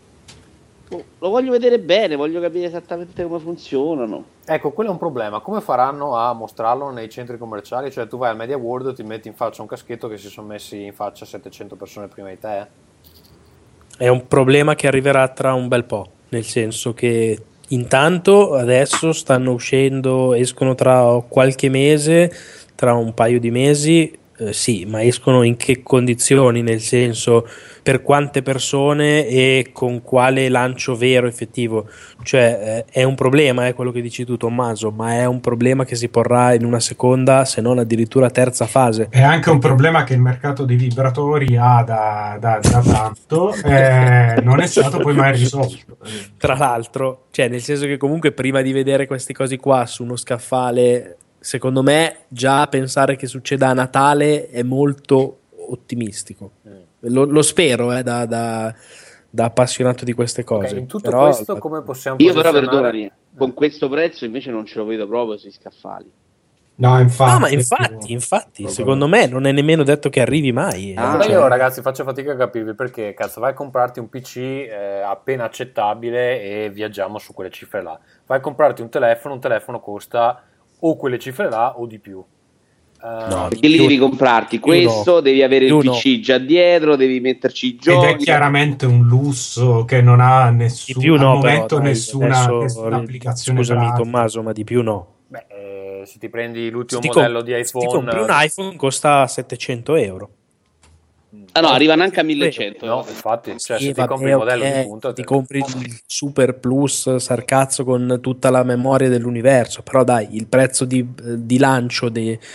Lo voglio vedere bene, voglio capire esattamente come funzionano. Ecco, quello è un problema. Come faranno a mostrarlo nei centri commerciali? Cioè tu vai al Media World, ti metti in faccia un caschetto che si sono messi in faccia 700 persone prima di te? È un problema che arriverà tra un bel po', nel senso che intanto adesso escono tra qualche mese, tra un paio di mesi, sì, ma escono in che condizioni? Nel senso, per quante persone e con quale lancio vero effettivo? Cioè è un problema, è quello che dici tu, Tommaso, ma è un problema che si porrà in una seconda, se non addirittura terza fase. È anche un problema che il mercato dei vibratori ha da tanto, non è stato poi mai risolto. Tra l'altro, cioè nel senso che comunque prima di vedere queste cose qua su uno scaffale, secondo me già pensare che succeda a Natale è molto ottimistico. Lo spero, da appassionato di queste cose. Okay, in tutto questo come possiamo io però, perdonami, con questo prezzo invece non ce lo vedo proprio sui scaffali. No, infatti. No, ma infatti secondo me non è nemmeno detto che arrivi mai. Io ragazzi faccio fatica a capirvi perché cazzo vai a comprarti un PC appena accettabile e viaggiamo su quelle cifre là. Vai a comprarti un telefono costa o quelle cifre là o di più. No, perché lì devi comprarti questo, no. Devi avere il PC già dietro, devi metterci i giochi. Ed è chiaramente un lusso che non ha al momento però, nessuna applicazione. Scusami pratica. Tommaso, ma di più no. Beh, se ti prendi l'ultimo modello di iPhone, se ti compri un iPhone costa €700. Ah no, arrivano anche a 1100. No, infatti, cioè, se ti compri il modello di punta, ti compri il Super Plus sarcazzo con tutta la memoria dell'universo, però dai, il prezzo di lancio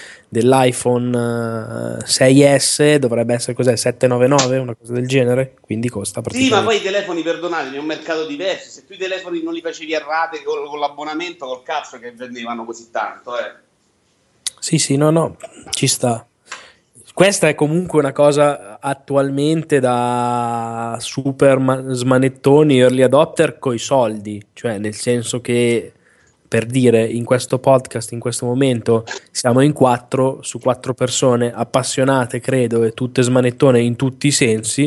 dell'iPhone 6S dovrebbe essere cos'è? 799, una cosa del genere, quindi costa praticamente. Sì, ma poi i telefoni, perdonatemi, è un mercato diverso. Se tu i telefoni non li facevi a rate con l'abbonamento, col cazzo che vendevano così tanto, Sì, no, ci sta. Questa è comunque una cosa attualmente da super smanettoni early adopter coi soldi, cioè nel senso che per dire, in questo podcast, in questo momento, siamo in 4 su 4 persone appassionate, credo, e tutte smanettone in tutti i sensi.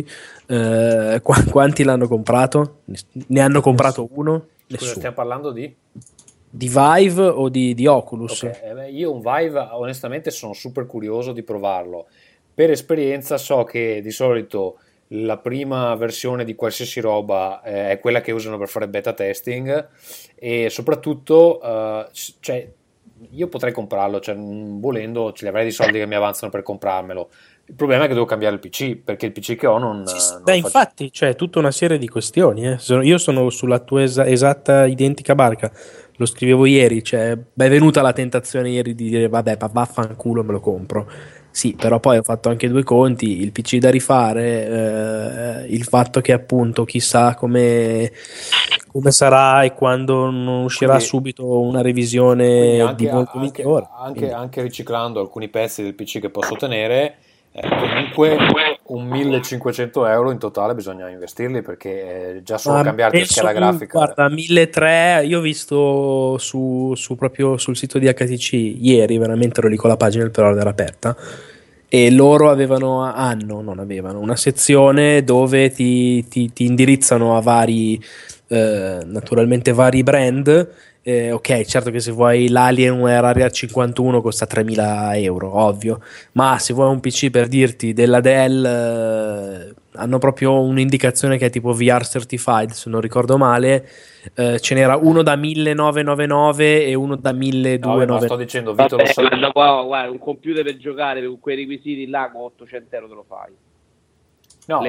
Quanti l'hanno comprato? Ne hanno comprato uno? Scusa, stiamo parlando di Vive o di Oculus? Okay. Io un Vive onestamente sono super curioso di provarlo. Per esperienza so che di solito la prima versione di qualsiasi roba è quella che usano per fare beta testing, e soprattutto cioè, io potrei comprarlo, cioè, volendo ce li avrei di soldi che mi avanzano per comprarmelo. Il problema è che devo cambiare il PC, perché il PC che ho non infatti c'è tutta una serie di questioni. Io sono sulla tua esatta identica barca, lo scrivevo ieri, cioè è venuta la tentazione ieri di dire vabbè, vaffanculo, me lo compro. Sì, però poi ho fatto anche 2 conti, il PC da rifare, il fatto che appunto chissà come sarà e quando non uscirà Quindi, subito una revisione anche, di molto migliore. Anche riciclando alcuni pezzi del PC che posso tenere, comunque un 1.500 € in totale bisogna investirli, perché già solo cambiarti la scheda grafica. Guarda, 1.300 io ho visto proprio sul sito di HTC ieri, veramente ero lì con la pagina del pre-order aperta, e loro non avevano una sezione dove ti indirizzano a naturalmente vari brand. Ok, certo che se vuoi l'Alienware Area 51 costa 3.000 €, ovvio, ma se vuoi un PC, per dirti, della Dell, hanno proprio un'indicazione che è tipo VR Certified, se non ricordo male. Ce n'era uno da 1.999 e uno da 1.299. No, sto dicendo, Vito, lo sa. Guarda, un computer per giocare con quei requisiti là con 800 € te lo fai. No,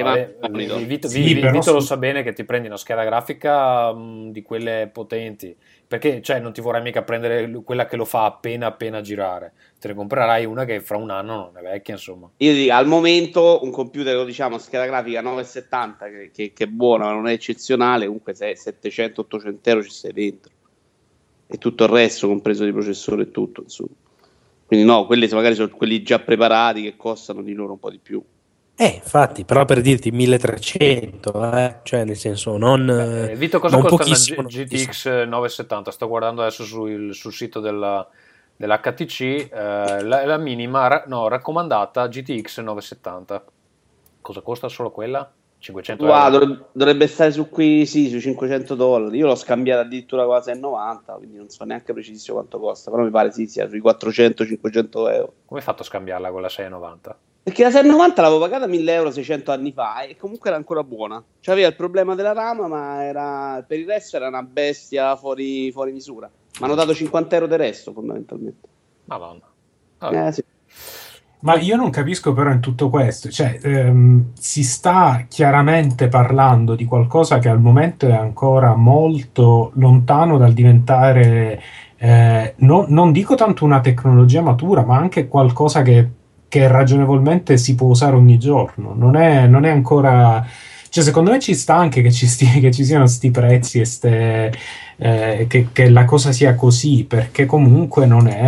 Vito lo sa bene che ti prendi una scheda grafica di quelle potenti, perché cioè, non ti vorrai mica prendere quella che lo fa appena girare, te ne comprerai una che fra un anno non è vecchia, insomma. Io dico, al momento un computer, diciamo, scheda grafica 970 che è buona, ma non è eccezionale, comunque 700-800 € ci stai dentro, e tutto il resto, compreso di processore e tutto, insomma. Quindi no, quelli magari sono quelli già preparati che costano di loro un po' di più. Infatti, però per dirti 1.300, cioè nel senso non... Vito, cosa non costa pochissimo, una GTX 970? Sto guardando adesso sul sito dell'HTC, la minima, raccomandata GTX 970. Cosa costa solo quella? 500 €? Dovrebbe stare sui $500. Io l'ho scambiata addirittura con la 690, quindi non so neanche precisissimo quanto costa, però mi pare sia sui 400-500 €. Come hai fatto a scambiarla con la 690? Perché la 690 l'avevo pagata 1.000 € 600 anni fa e comunque era ancora buona. C'aveva il problema della RAM, ma per il resto era una bestia fuori misura. Mi hanno dato 50 € del resto, fondamentalmente. Madonna. Sì. Ma io non capisco però in tutto questo, cioè si sta chiaramente parlando di qualcosa che al momento è ancora molto lontano dal diventare, non dico tanto una tecnologia matura, ma anche qualcosa che ragionevolmente si può usare ogni giorno. Non è ancora, cioè secondo me ci sta anche che ci siano sti prezzi e che la cosa sia così, perché comunque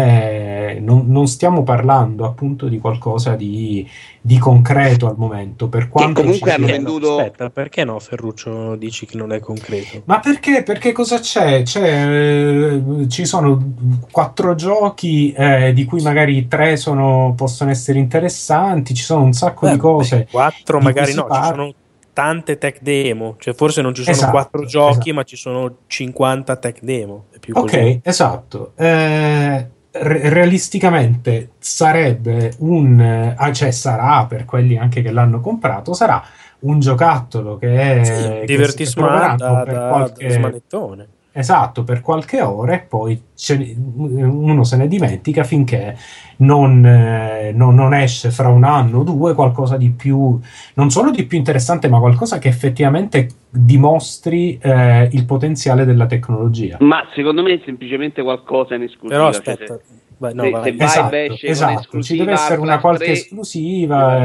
non stiamo parlando appunto di qualcosa di concreto al momento, per quanto che comunque hanno venduto. Aspetta, perché no, Ferruccio, dici che non è concreto? Ma perché cosa c'è? Ci sono 4 giochi di cui magari 3 possono essere interessanti, ci sono un sacco di cose. 4 magari no, ci sono tante tech demo, cioè forse non ci sono 4 giochi, ma ci sono 50 tech demo. È più così. Ok, esatto. Realisticamente sarebbe cioè sarà, per quelli anche che l'hanno comprato, sarà un giocattolo che è divertismento da smanettone. Esatto, per qualche ora, e poi uno se ne dimentica finché non esce fra un anno o 2 qualcosa di più, non solo di più interessante, ma qualcosa che effettivamente dimostri il potenziale della tecnologia. Ma secondo me è semplicemente qualcosa in esclusiva. Però aspetta, esatto, ci deve essere una qualche esclusiva.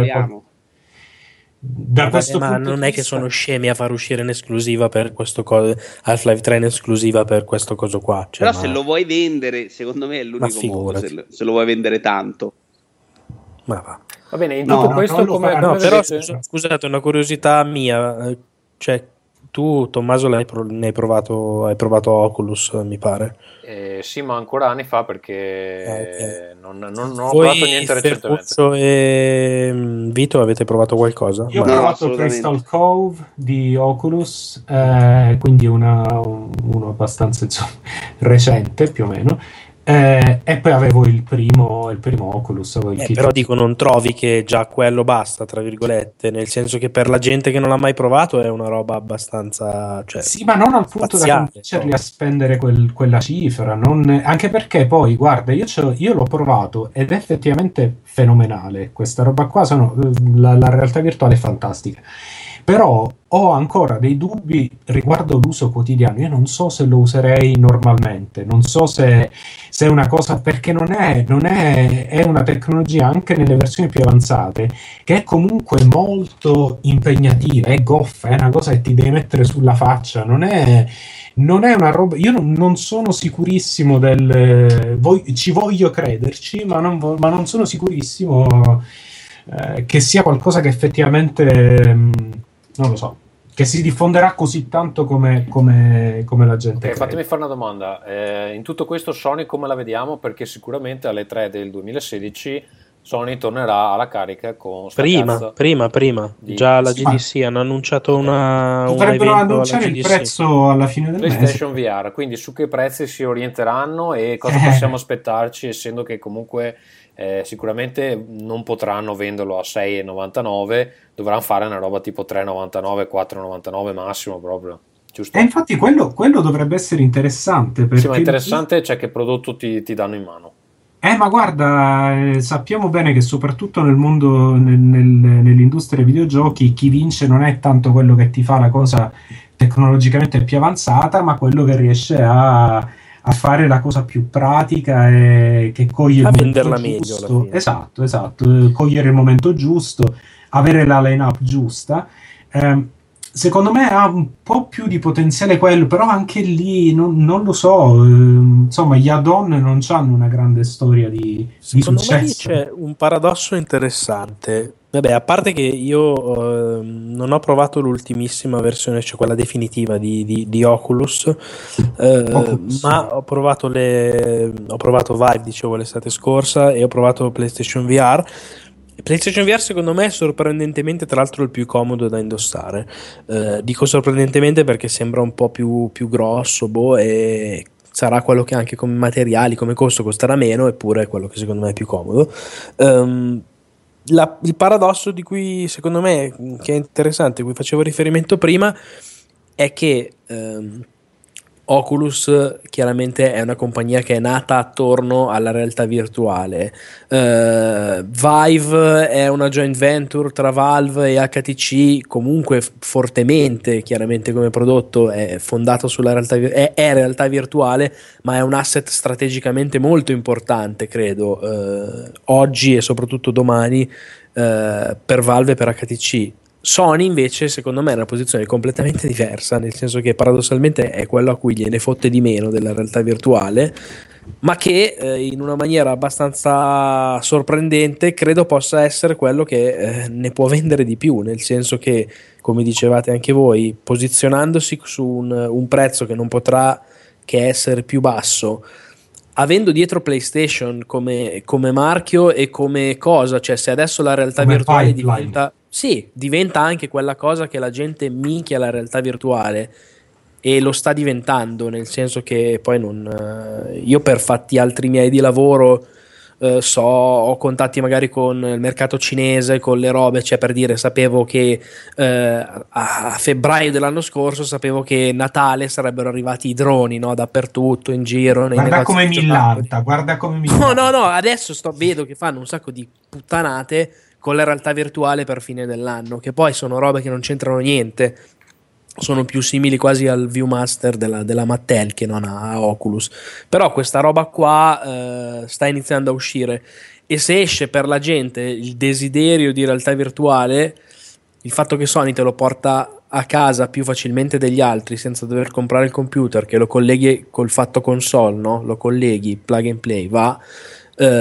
Da questo ma punto non di è che vista... sono scemi a far uscire in esclusiva per questo Half-Life 3 in esclusiva per questo coso qua, cioè, però se lo vuoi vendere, secondo me è l'unico modo, se lo vuoi vendere tanto. Ma va bene, in tutto questo però scusate, una curiosità mia, cioè Tu, Tommaso, ne hai provato Oculus, mi pare. Sì, ma ancora anni fa, perché Okay. non ho provato niente recentemente. Ferruccio e Vito, avete provato qualcosa? Io ho No, provato assolutamente. Crystal Cove di Oculus, quindi uno abbastanza insomma, recente più o meno, e poi avevo il primo Oculus, avevo il kit. Però dico, non trovi che già quello basta, tra virgolette, nel senso che per la gente che non l'ha mai provato è una roba abbastanza, cioè, Sì, ma non al punto da spaziale, convincerli no? a spendere quella cifra, anche perché poi, guarda, io l'ho provato ed è effettivamente fenomenale. Questa roba qua, la realtà virtuale è fantastica. Però ho ancora dei dubbi riguardo l'uso quotidiano. Io non so se lo userei normalmente, non so se è una cosa, perché è una tecnologia anche nelle versioni più avanzate che è comunque molto impegnativa, è goffa, è una cosa che ti devi mettere sulla faccia, non è una roba. Io non sono sicurissimo ci voglio crederci, ma non sono sicurissimo che sia qualcosa che effettivamente non lo so, che si diffonderà così tanto come la gente crede. Fatemi fare una domanda. In tutto questo Sony come la vediamo? Perché sicuramente alle 3 del 2016 Sony tornerà alla carica con Prima. Già la GDC hanno annunciato un dovrebbero evento annunciare alla il GDC. prezzo alla fine del PlayStation mese. VR, quindi su che prezzi si orienteranno e cosa possiamo aspettarci, essendo che comunque sicuramente non potranno venderlo a 6,99, dovranno fare una roba tipo 3,99, 4,99 massimo proprio, giusto? E infatti quello dovrebbe essere interessante, Sì, perché ma interessante, cioè che prodotto ti danno in mano. ma guarda, sappiamo bene che soprattutto nel mondo, nell'industria dei videogiochi, chi vince non è tanto quello che ti fa la cosa tecnologicamente più avanzata, ma quello che riesce a fare la cosa più pratica e che coglie il momento venderla meglio alla giusto. fine. Esatto, cogliere il momento giusto, avere la line-up giusta. Secondo me ha un po' più di potenziale quello, però anche lì non lo so. Insomma, gli add-on non hanno una grande storia di Secondo me lì successo. c'è un paradosso interessante. Vabbè, a parte che io non ho provato l'ultimissima versione, cioè quella definitiva di Oculus, ma ho provato Vive, dicevo, l'estate scorsa, e ho provato PlayStation VR. PlayStation VR secondo me è sorprendentemente, tra l'altro, il più comodo da indossare. Dico sorprendentemente perché sembra un po' più grosso, e sarà quello che anche come materiali, come costo costerà meno, eppure è quello che secondo me è più comodo. Il paradosso di cui secondo me che è interessante, cui facevo riferimento prima, è che Oculus chiaramente è una compagnia che è nata attorno alla realtà virtuale. Vive è una joint venture tra Valve e HTC, comunque fortemente, chiaramente come prodotto è fondato sulla realtà, è realtà virtuale, ma è un asset strategicamente molto importante, credo, oggi e soprattutto domani, per Valve e per HTC. Sony invece secondo me è una posizione completamente diversa, nel senso che paradossalmente è quello a cui gliene fotte di meno della realtà virtuale, ma che in una maniera abbastanza sorprendente credo possa essere quello che ne può vendere di più, nel senso che, come dicevate anche voi, posizionandosi su un prezzo che non potrà che essere più basso, avendo dietro PlayStation come marchio e come cosa, cioè se adesso la realtà Come virtuale pipeline. diventa anche quella cosa che la gente minchia la realtà virtuale, e lo sta diventando, nel senso che poi io per fatti altri miei di lavoro ho contatti magari con il mercato cinese, con le robe, cioè per dire, sapevo che a febbraio dell'anno scorso sapevo che Natale sarebbero arrivati i droni, no, dappertutto in giro nei Guarda negozi come di giocattoli. guarda come millanta. No, adesso vedo che fanno un sacco di puttanate con la realtà virtuale per fine dell'anno, che poi sono robe che non c'entrano niente, sono più simili quasi al Viewmaster della Mattel che non a Oculus. Però questa roba qua sta iniziando a uscire, e se esce per la gente il desiderio di realtà virtuale, il fatto che Sony te lo porta a casa più facilmente degli altri senza dover comprare il computer, che lo colleghi col fatto console, no? Lo colleghi, plug and play, va,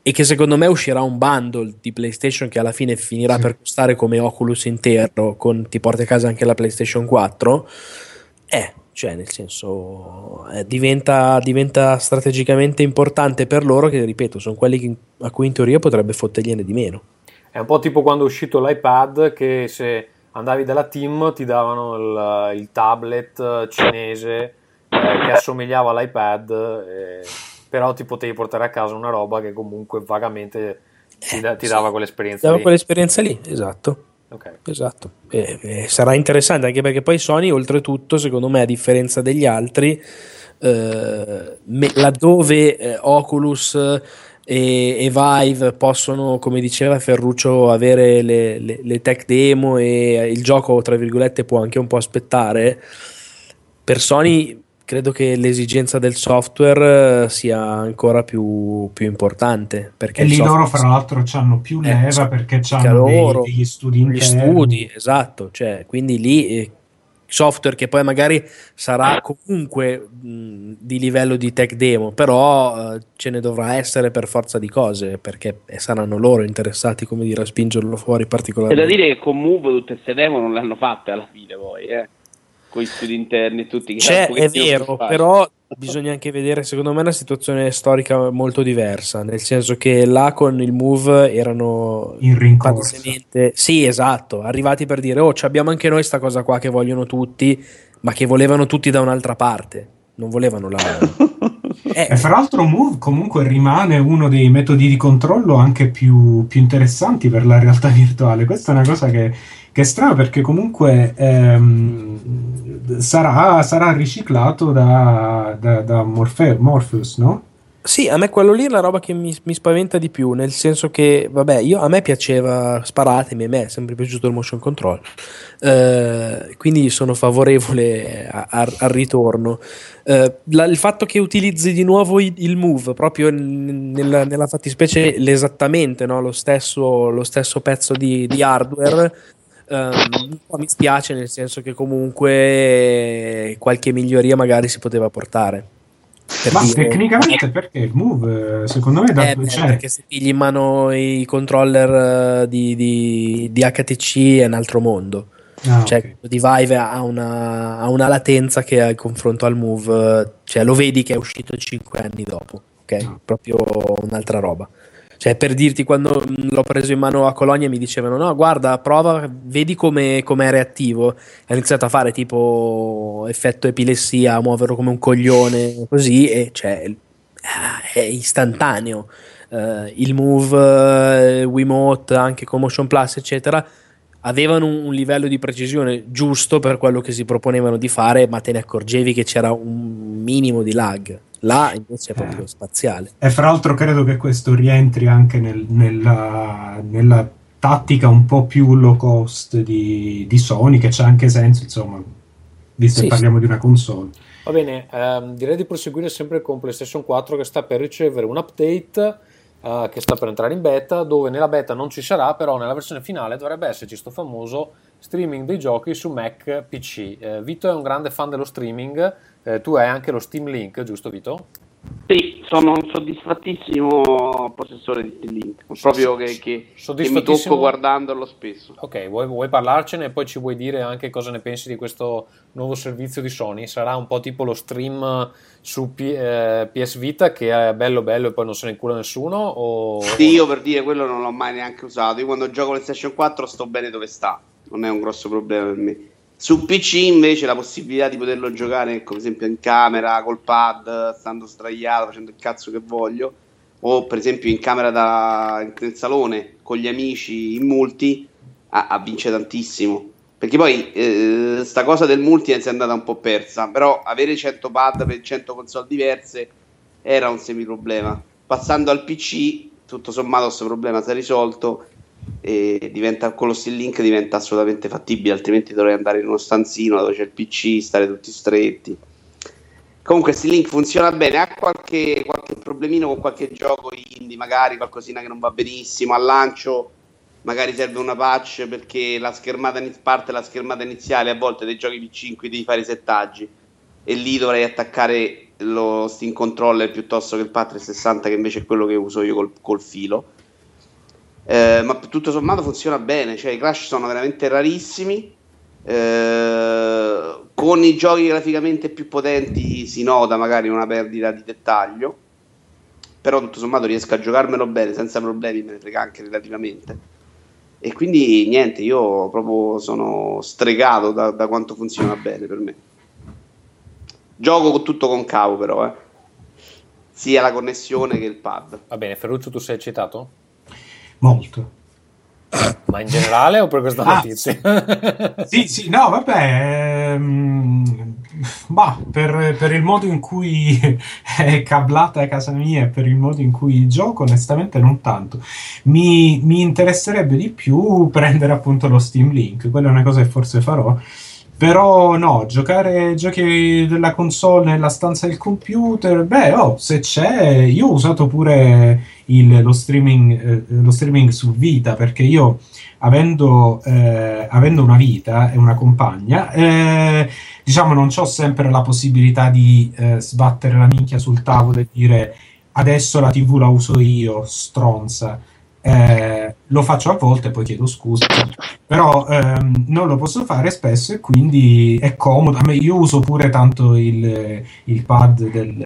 e che secondo me uscirà un bundle di PlayStation che alla fine finirà per costare come Oculus intero, ti porta a casa anche la PlayStation 4, cioè nel senso diventa strategicamente importante per loro, che ripeto sono quelli a cui in teoria potrebbe fottergliene di meno. È un po' tipo quando è uscito l'iPad, che se andavi dalla team ti davano il tablet cinese che assomigliava all'iPad, però ti potevi portare a casa una roba che comunque vagamente ti dava quell'esperienza lì. Quell'esperienza lì, esatto. Okay. Esatto. Sarà interessante anche perché poi Sony, oltretutto, secondo me, a differenza degli altri, laddove Oculus e Vive possono, come diceva Ferruccio, avere le tech demo e il gioco, tra virgolette, può anche un po' aspettare, per Sony credo che l'esigenza del software sia ancora più importante, perché e lì loro fra l'altro hanno più leva perché hanno degli studi interni. Gli studi, esatto, cioè, quindi lì software che poi magari sarà comunque di livello di tech demo, però ce ne dovrà essere per forza di cose, perché saranno loro interessati, come dire, a spingerlo fuori particolarmente. C'è da dire che con Move tutte queste demo non le hanno fatte alla fine poi, con gli studi interni e tutti. È vero, però bisogna anche vedere, secondo me, una situazione storica molto diversa, nel senso che là con il Move erano in rincorsa. Sì, esatto, arrivati per dire abbiamo anche noi sta cosa qua che vogliono tutti, ma che volevano tutti da un'altra parte, non volevano la E fra l'altro Move comunque rimane uno dei metodi di controllo anche più interessanti per la realtà virtuale. Questa è una cosa che è strana, perché comunque sarà riciclato da Morpheus, no? Sì, a me quello lì è la roba che mi spaventa di più, nel senso che, vabbè, a me piaceva, sparatemi, a me è sempre piaciuto il motion control, quindi sono favorevole al ritorno. Il fatto che utilizzi di nuovo il Move proprio nella fattispecie esattamente, no? lo stesso pezzo di hardware, un po' mi spiace, nel senso che comunque qualche miglioria magari si poteva portare. Ma tecnicamente perché il Move secondo me perché se pigli in mano i controller di HTC è un altro mondo. Cioè, di Vive ha una latenza che al confronto al Move, cioè lo vedi che è uscito 5 anni dopo, ok? Proprio un'altra roba. Cioè, per dirti, quando l'ho preso in mano a Colonia mi dicevano no, guarda, prova, vedi come è reattivo. Ha iniziato a fare tipo effetto epilessia, a muoverlo come un coglione, così, e cioè è istantaneo. Il Move, Wiimote, anche con Motion Plus, eccetera, avevano un livello di precisione giusto per quello che si proponevano di fare, ma te ne accorgevi che c'era un minimo di lag. Là invece è proprio spaziale. E fra l'altro credo che questo rientri anche nella tattica un po' più low cost di Sony, che c'ha anche senso, insomma, visto che parliamo di una console. Va bene, direi di proseguire sempre con PlayStation 4, che sta per ricevere un update che sta per entrare in beta, dove nella beta non ci sarà, però nella versione finale dovrebbe esserci sto famoso streaming dei giochi su Mac PC. Vito è un grande fan dello streaming, tu hai anche lo Steam Link, giusto Vito? Sì, sono un soddisfattissimo possessore di Steam Link, proprio che mi tocco guardandolo spesso. Ok, vuoi parlarcene e poi ci vuoi dire anche cosa ne pensi di questo nuovo servizio di Sony? Sarà un po' tipo lo stream su PS Vita, che è bello e poi non se ne incula nessuno? O... Sì, io per dire quello non l'ho mai neanche usato. Io quando gioco PlayStation 4 sto bene dove sta, non è un grosso problema per me. Su PC invece la possibilità di poterlo giocare, come esempio in camera, col pad, stando sdraiato, facendo il cazzo che voglio, o per esempio in camera nel salone, con gli amici, in multi, vince tantissimo. Perché poi sta cosa del multi è andata un po' persa, però avere 100 pad per 100 console diverse era un semi-problema. Passando al PC, tutto sommato questo problema si è risolto, e con lo Steam Link diventa assolutamente fattibile, altrimenti dovrei andare in uno stanzino dove c'è il PC, stare tutti stretti. Comunque Steam Link funziona bene, ha qualche problemino con qualche gioco indie, magari qualcosina che non va benissimo al lancio, magari serve una patch perché parte la schermata iniziale a volte dei giochi PC in cui devi fare i settaggi, e lì dovrei attaccare lo Steam Controller piuttosto che il Pad 360, che invece è quello che uso io col filo. Ma tutto sommato funziona bene, cioè i crash sono veramente rarissimi. Con i giochi graficamente più potenti si nota magari una perdita di dettaglio, però tutto sommato riesco a giocarmelo bene senza problemi, me ne frega anche relativamente, e quindi niente, io proprio sono stregato da quanto funziona bene per me. Gioco tutto con cavo però, sia la connessione che il pad. Va bene, Ferruccio, tu sei eccitato? Molto. Ma in generale o per questa notizia? Sì, no, vabbè, per il modo in cui è cablata a casa mia e per il modo in cui gioco, onestamente non tanto. Mi interesserebbe di più prendere appunto lo Steam Link, quella è una cosa che forse farò. Però no, giocare giochi della console nella stanza del computer, se c'è, io ho usato pure lo streaming su Vita, perché io avendo una Vita e una compagna, diciamo non c'ho sempre la possibilità di sbattere la minchia sul tavolo e dire adesso la TV la uso io, stronza. Lo faccio a volte, poi chiedo scusa, però non lo posso fare spesso e quindi è comodo. Io uso pure tanto il pad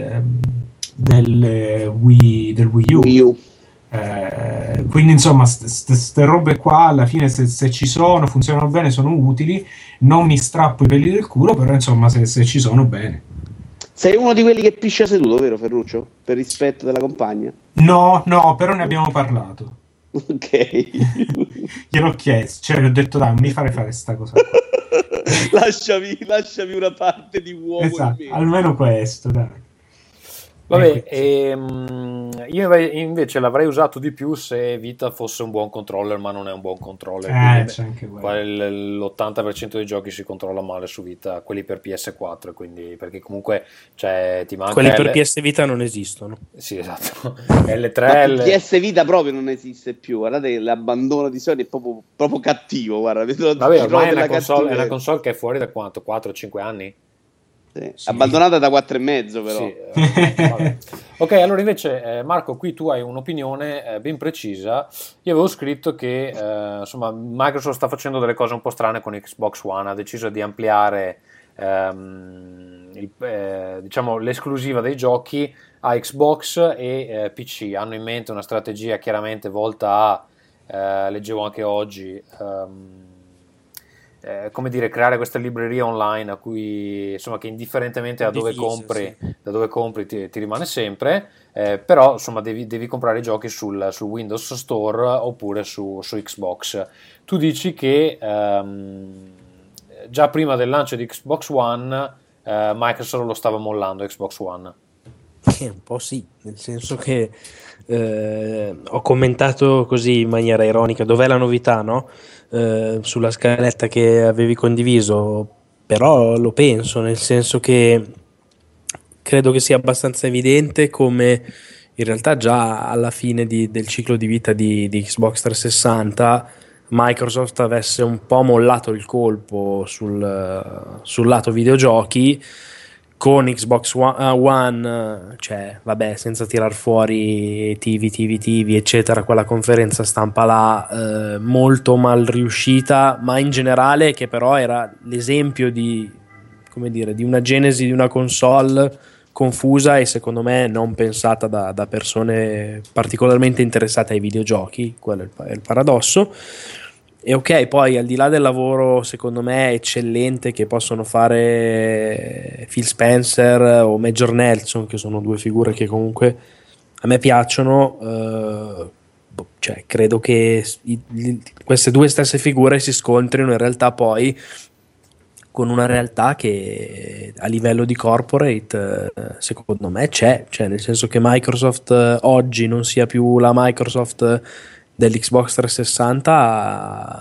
del Wii U. Quindi insomma ste robe qua alla fine se ci sono, funzionano bene, sono utili, non mi strappo i peli del culo, però insomma se ci sono, bene. Sei uno di quelli che piscia seduto, vero Ferruccio? Per rispetto della compagna? No, però ne abbiamo parlato. Ok. Gliel'ho chiesto, cioè gli ho detto dai, non mi fare sta cosa lasciami una parte di uomo. Esatto, almeno questo, dai. Vabbè, io invece l'avrei usato di più se Vita fosse un buon controller, ma non è un buon controller. C'è anche l'80% dei giochi si controlla male su Vita, quelli per PS4, quindi, perché comunque ti manca. Quelli per PS Vita non esistono. Sì, esatto. L3 PS Vita proprio non esiste più. Guardate, l'abbandono di Sony è proprio cattivo. Guarda, vabbè, ormai è una console che è fuori da quanto? 4-5 anni? Sì. Abbandonata da 4,5 però. Sì, ok, allora invece Marco, qui tu hai un'opinione ben precisa. Io avevo scritto che insomma Microsoft sta facendo delle cose un po' strane con Xbox One, ha deciso di ampliare diciamo l'esclusiva dei giochi a Xbox e PC. Hanno in mente una strategia chiaramente volta a leggevo anche oggi come dire, creare questa libreria online a cui, insomma, che indifferentemente da dove compri ti rimane sempre, però insomma devi comprare i giochi sul Windows Store oppure su Xbox. Tu dici che già prima del lancio di Xbox One Microsoft lo stava mollando Xbox One. Un po' sì, nel senso che ho commentato così in maniera ironica dov'è la novità, no? Sulla scaletta che avevi condiviso, però lo penso, nel senso che credo che sia abbastanza evidente come in realtà già alla fine del ciclo di vita di Xbox 360 Microsoft avesse un po' mollato il colpo sul lato videogiochi. Con Xbox One, cioè vabbè, senza tirar fuori TV eccetera, quella conferenza stampa là molto mal riuscita, ma in generale che però era l'esempio di, come dire, di una genesi di una console confusa e secondo me non pensata da persone particolarmente interessate ai videogiochi. Quello è il paradosso. E ok, poi al di là del lavoro secondo me eccellente che possono fare Phil Spencer o Major Nelson, che sono due figure che comunque a me piacciono, cioè credo che queste due stesse figure si scontrino in realtà poi con una realtà che a livello di corporate secondo me c'è, cioè nel senso che Microsoft oggi non sia più la Microsoft dell'Xbox 360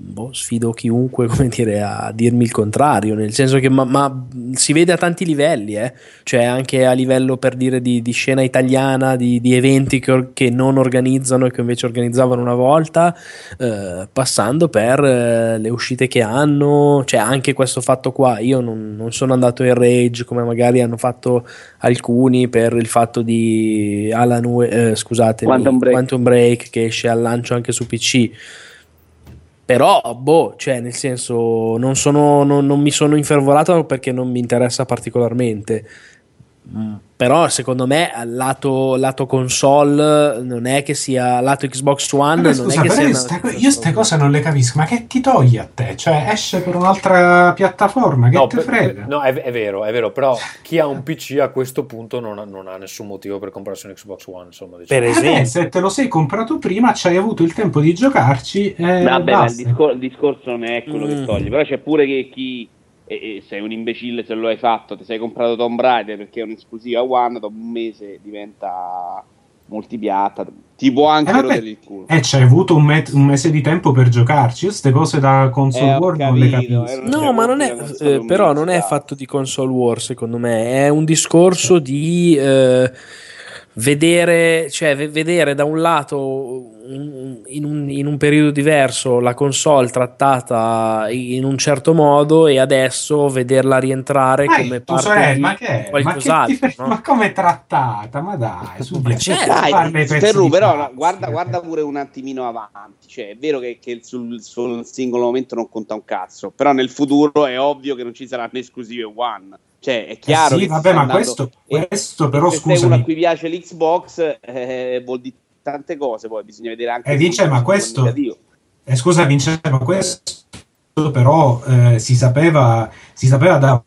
sfido chiunque, come dire, a dirmi il contrario, nel senso che ma si vede a tanti livelli, cioè anche a livello, per dire, di scena italiana, di eventi che non organizzano e che invece organizzavano una volta, passando per le uscite che hanno, cioè anche questo fatto qua. Io non sono andato in Rage come magari hanno fatto alcuni, per il fatto di Quantum Break, che esce al lancio anche su PC. Però, cioè, nel senso, non mi sono infervorato perché non mi interessa particolarmente. Però, secondo me, lato console, non è che sia lato Xbox One. Vabbè, scusa, non è che sia io ste cose non le capisco. Ma che ti toglie a te? Cioè, esce per un'altra piattaforma, che te frega? No, è vero, però chi ha un PC a questo punto non ha nessun motivo per comprarsi un Xbox One, insomma, diciamo. Per esempio, se te lo sei comprato prima, ci hai avuto il tempo di giocarci. Vabbè, ma il discorso non è quello che toglie, però c'è pure che chi. E sei un imbecille se lo hai fatto, ti sei comprato Tomb Raider perché è un'esclusiva One, dopo un mese diventa multipiatta, ti può anche rodere il culo. C'hai avuto un mese di tempo per giocarci. Io queste cose da console war non le capisco. No, ma non è, però non è fatto di console war, secondo me, è un discorso di vedere da un lato in un periodo diverso la console trattata in un certo modo, e adesso vederla rientrare come parte di qualcos'altro. Ma come trattata? Ma dai, però guarda pure un attimino avanti. Cioè, è vero che sul singolo momento non conta un cazzo, però nel futuro è ovvio che non ci saranno esclusive One. Cioè, è chiaro che vabbè, ma questo però, se scusami, sei uno a cui piace l'Xbox, vuol dire tante cose, poi bisogna vedere anche Vince, ma questo scusa Vince, ma questo però si sapeva da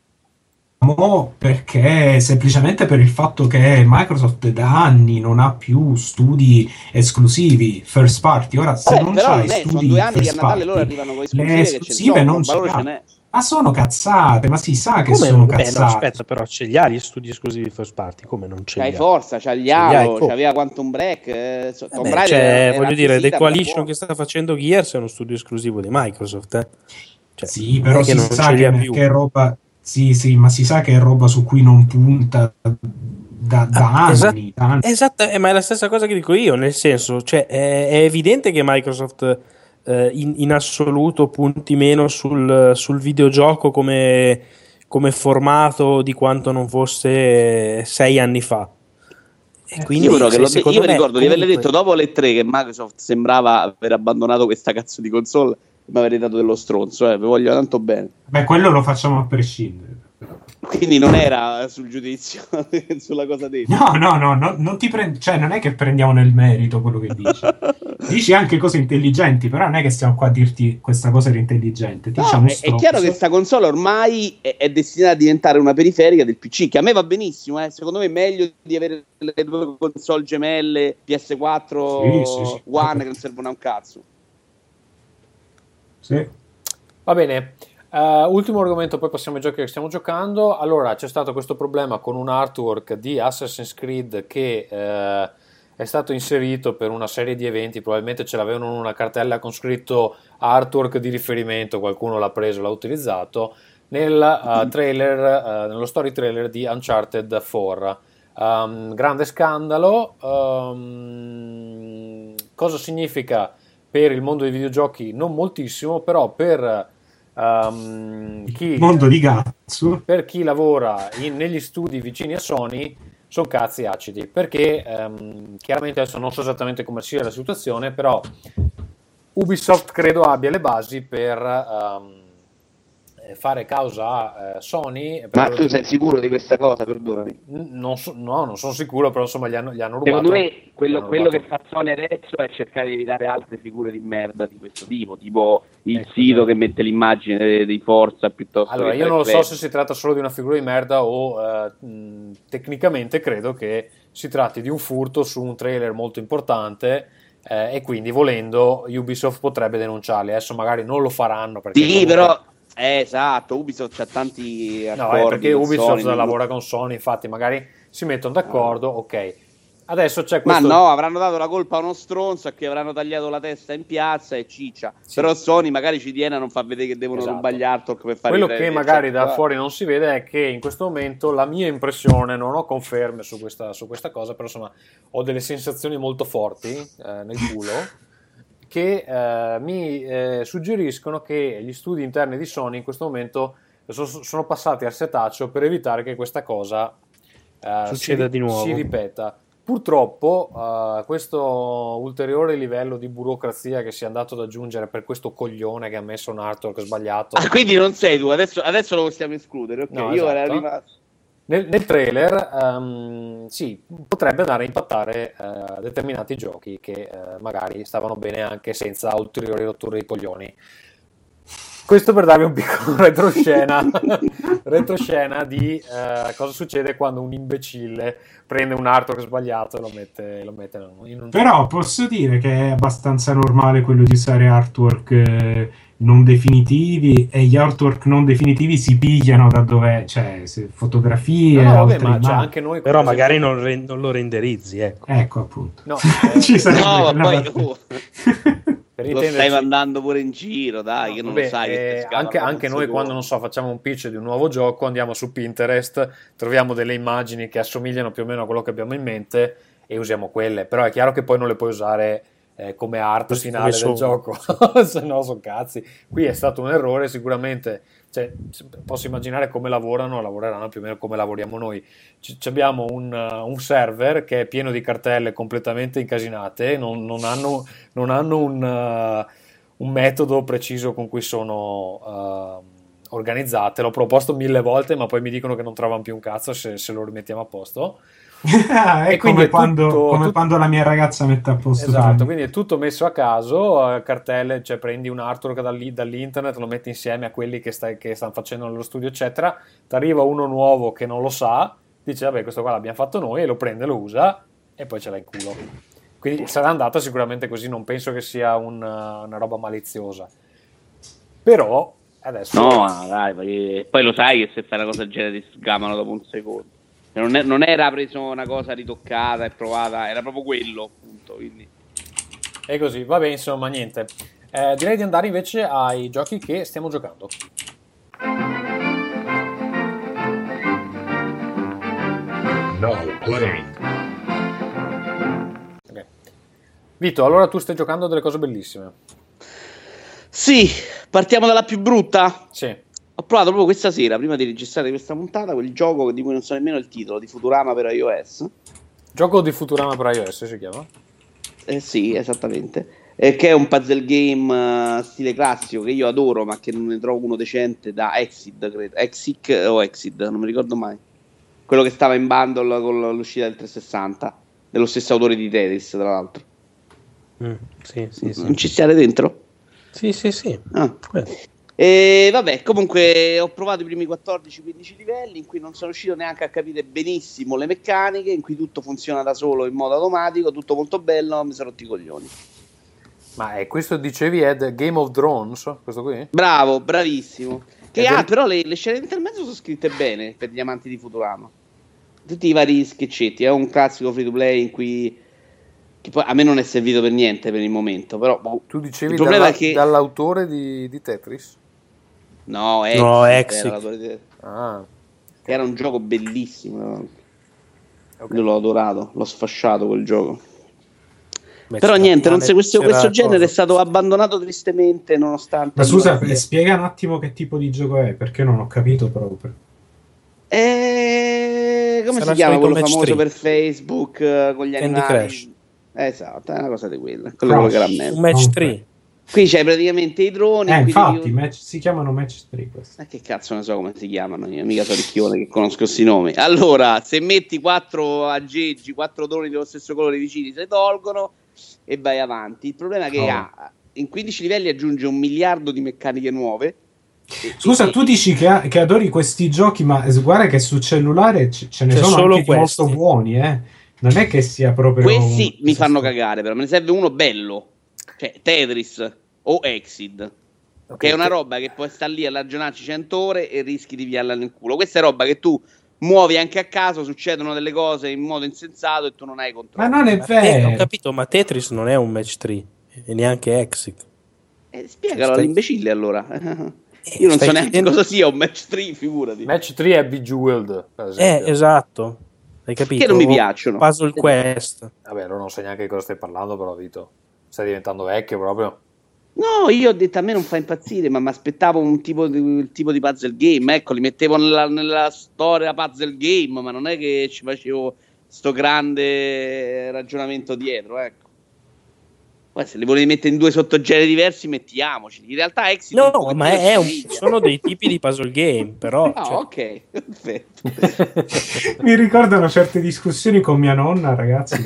perché semplicemente per il fatto che Microsoft da anni non ha più studi esclusivi first party. Ora, se non c'hai studi sono 2 anni che a first Natale party, loro arrivano con le esclusive non ce l'ha. Ma sono cazzate, ma si sa che sono cazzate. No, aspetta, però ce li ha gli studi esclusivi first party, come non ce li ha? C'hai Forza, c'ha gli Halo, c'aveva Quantum Break, Tomb Raider, voglio dire, The Coalition che sta facendo Gears è uno studio esclusivo di Microsoft, Cioè, sì, però si sa che roba, sì, ma si sa che è roba su cui non punta da anni. Esatto, ma è la stessa cosa che dico io, nel senso, cioè è evidente che Microsoft in assoluto punti meno sul videogioco come formato di quanto non fosse 6 anni fa. E quindi, io mi ricordo di averle detto dopo le 3 che Microsoft sembrava aver abbandonato questa cazzo di console, mi avete dato dello stronzo, vi voglio tanto bene. Beh, quello lo facciamo a prescindere. Quindi non era sul giudizio sulla cosa detta. No, non ti cioè non è che prendiamo nel merito quello che dici. Dici anche cose intelligenti, però non è che stiamo qua a dirti questa cosa era intelligente. È chiaro che questa console ormai è destinata a diventare una periferica del PC, che a me va benissimo, secondo me è meglio di avere le 2 console gemelle PS4 sì, One che non servono a un cazzo. Sì. Va bene. Ultimo argomento, poi passiamo ai giochi che stiamo giocando. Allora, c'è stato questo problema con un artwork di Assassin's Creed che è stato inserito per una serie di eventi, probabilmente ce l'avevano in una cartella con scritto artwork di riferimento, qualcuno l'ha preso, l'ha utilizzato nel trailer, nello story trailer di Uncharted 4. Grande scandalo. Cosa significa per il mondo dei videogiochi? Non moltissimo, però per mondo di cazzo, per chi lavora negli studi vicini a Sony sono cazzi acidi, perché chiaramente adesso non so esattamente come sia la situazione, però Ubisoft credo abbia le basi per fare causa a Sony. Ma tu sei sicuro di questa cosa? Perdonami. Non sono sicuro, però insomma gli hanno rubato. Secondo me quello che fa Sony adesso è cercare di evitare altre figure di merda di questo tipo il sito che mette l'immagine di Forza piuttosto. Allora, io non lo so se si tratta solo di una figura di merda o tecnicamente credo che si tratti di un furto su un trailer molto importante. E quindi volendo Ubisoft potrebbe denunciarli. Adesso magari non lo faranno perché comunque... però esatto, Ubisoft c'ha tanti accordi. No, perché Ubisoft lavora con Sony, infatti magari si mettono d'accordo, ok. Adesso c'è Ma questo... no, avranno dato la colpa a uno stronzo a cui avranno tagliato la testa in piazza e ciccia. Sì. Però Sony magari ci tiene a non far vedere che devono rubare gli artwork per fare quello che magari da fuori non si vede è che in questo momento la mia impressione, non ho conferme su questa cosa, però insomma ho delle sensazioni molto forti nel culo che mi suggeriscono che gli studi interni di Sony in questo momento sono passati al setaccio per evitare che questa cosa succeda di nuovo. Si ripeta. Purtroppo questo ulteriore livello di burocrazia che si è andato ad aggiungere per questo coglione che ha messo un artwork sbagliato. Ah, quindi non sei tu, adesso lo possiamo escludere, ok? No, io esatto. ero rimasto. Nel trailer sì, potrebbe andare a impattare determinati giochi che magari stavano bene anche senza ulteriori rotture di coglioni. Questo per darvi un piccolo retroscena di cosa succede quando un imbecille prende un artwork sbagliato e lo mette in un... Però posso dire che è abbastanza normale quello di usare artwork non definitivi, e gli artwork non definitivi si pigliano da dove, cioè fotografie, vabbè, ma cioè, anche noi, però magari non lo renderizzi, ecco appunto. No, ci sarebbe poi lo stai mandando pure in giro, dai, che non lo sai che anche noi quando, non so, facciamo un pitch di un nuovo gioco, andiamo su Pinterest, troviamo delle immagini che assomigliano più o meno a quello che abbiamo in mente e usiamo quelle, però è chiaro che poi non le puoi usare come art finale del gioco, se no sono cazzi. Qui è stato un errore sicuramente, cioè, posso immaginare come lavoreranno più o meno come lavoriamo noi. Abbiamo un server che è pieno di cartelle completamente incasinate, non hanno un metodo preciso con cui sono organizzate. L'ho proposto 1000 volte, ma poi mi dicono che non trovano più un cazzo se lo rimettiamo a posto. È come quando la mia ragazza mette a posto. Esatto, quindi è tutto messo a caso, cartelle, cioè prendi un artwork dall'internet, lo metti insieme a quelli che stanno facendo nello studio, eccetera. Ti arriva uno nuovo che non lo sa, dice vabbè, questo qua l'abbiamo fatto noi, e lo prende, lo usa e poi ce l'ha in culo. Quindi sarà andata sicuramente così, non penso che sia una roba maliziosa. Però adesso... No, dai, poi lo sai che se fai una cosa del genere ti sgamano dopo un secondo. Non era preso una cosa ritoccata e provata, era proprio quello, appunto. Quindi. E così, vabbè, insomma, niente. Direi di andare invece ai giochi che stiamo giocando. Now playing. Okay. Vito, allora tu stai giocando a delle cose bellissime. Sì, partiamo dalla più brutta? Sì. Ho provato proprio questa sera, prima di registrare questa puntata, quel gioco di cui non so nemmeno il titolo, di Futurama per iOS. Gioco di Futurama per iOS si chiama? Sì, esattamente. Che è un puzzle game stile classico che io adoro, ma che non ne trovo uno decente da Exit, credo. Exic o Exit, non mi ricordo mai. Quello che stava in bundle con l'uscita del 360, dello stesso autore di Tetris, tra l'altro. Sì. Non ci stiate dentro? Sì. E vabbè, comunque ho provato i primi 14-15 livelli in cui non sono riuscito neanche a capire benissimo le meccaniche, in cui tutto funziona da solo in modo automatico, tutto molto bello, mi sono rotti i coglioni. Ma questo dicevi è The Game of Thrones, questo qui? Bravo, bravissimo. Però le scene d'intermezzo sono scritte bene per gli amanti di Futurama. Tutti i vari sketchetti, è un classico free to play in cui che poi a me non è servito per niente per il momento, però tu dicevi il problema è che... dall'autore di Tetris? No, Exit. Era l'autore di Tetris. Era un gioco bellissimo. Okay. Io l'ho adorato, l'ho sfasciato quel gioco. Però niente, non so, questo genere è stato abbandonato tristemente nonostante... Ma scusa, spiega un attimo che tipo di gioco è, perché non ho capito proprio. Come si chiama quello famoso per Facebook con gli animali? Crash. Esatto, è una cosa di quella. Quello carammello. Un match 3. Qui c'hai praticamente i droni. Infatti, si chiamano match 3 questi. Che cazzo ne so come si chiamano? Io mica sono ricchione che conosco questi nomi. Allora, se metti 4 aggeggi, 4 droni dello stesso colore vicini, se tolgono e vai avanti. Il problema è che in 15 livelli aggiunge 1 miliardo di meccaniche nuove. Scusa, tu dici che adori questi giochi, ma guarda che su cellulare ce ne sono anche molto buoni, Non è che sia proprio... Questi mi fanno cagare, però me ne serve uno bello. Cioè Tetris o Exit, che è una roba che puoi stare lì a ragionarci 100 ore e rischi di piarla nel culo. Questa è roba che tu muovi anche a caso, succedono delle cose in modo insensato e tu non hai controllo. Ma non è vero. Ho capito, ma Tetris non è un match 3 e neanche Exit. Spiegalo all'imbecille allora. Io non so neanche cosa sia un match 3, figurati. Match 3 è Bejeweled, per esempio. Esatto. Hai capito? Che non mi piacciono. Puzzle Quest. Vabbè, non sai neanche di cosa stai parlando, però Vito. Stai diventando vecchio proprio. No, io ho detto a me non fa impazzire, ma mi aspettavo un tipo di puzzle game. Ecco, li mettevo nella storia puzzle game, ma non è che ci facevo sto grande ragionamento dietro, ecco. Poi se li volevi mettere in 2 sottogeneri diversi, mettiamoci. In realtà Exit no, ma sono dei tipi di puzzle game, però. Ok, perfetto. Mi ricordano certe discussioni con mia nonna, ragazzi.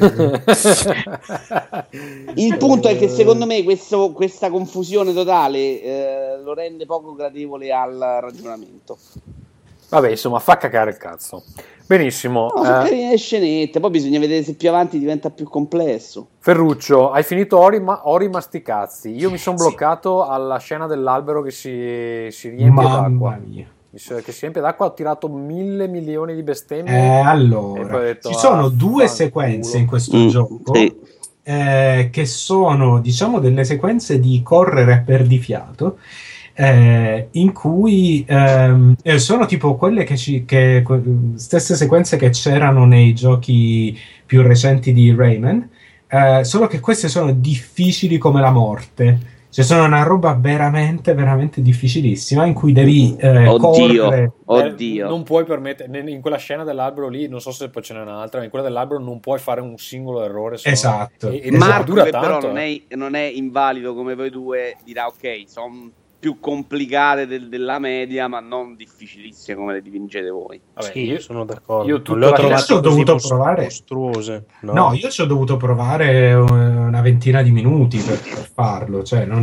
Il punto è che secondo me questa confusione totale lo rende poco gradevole al ragionamento. Vabbè, insomma, fa cacare il cazzo. Benissimo. No, sono carine le scenette, poi bisogna vedere se più avanti diventa più complesso. Ferruccio, hai finito Ori Masticazzi. Io mi sono bloccato alla scena dell'albero che si riempie d'acqua. Mia. Che si riempie d'acqua, ho tirato 1.000 milioni di bestemmie. Allora, detto, ci sono 2 sequenze in questo gioco che sono, diciamo, delle sequenze di correre a perdifiato. In cui sono tipo quelle stesse sequenze che c'erano nei giochi più recenti di Rayman, solo che queste sono difficili come la morte. Cioè sono una roba veramente, veramente difficilissima in cui devi correre. Oddio. Non puoi permettere, in quella scena dell'albero lì, non so se poi ce n'è un'altra, ma in quella dell'albero non puoi fare un singolo errore. Esatto. Marco, dura che però tanto, non è invalido come voi due, dirà ok, sono più complicate della media, ma non difficilissime come le dipingete voi. Vabbè, sì, io sono d'accordo. Io le ho trovate dovuto provare mostruose. No, io ci ho dovuto provare una ventina di minuti per farlo, cioè non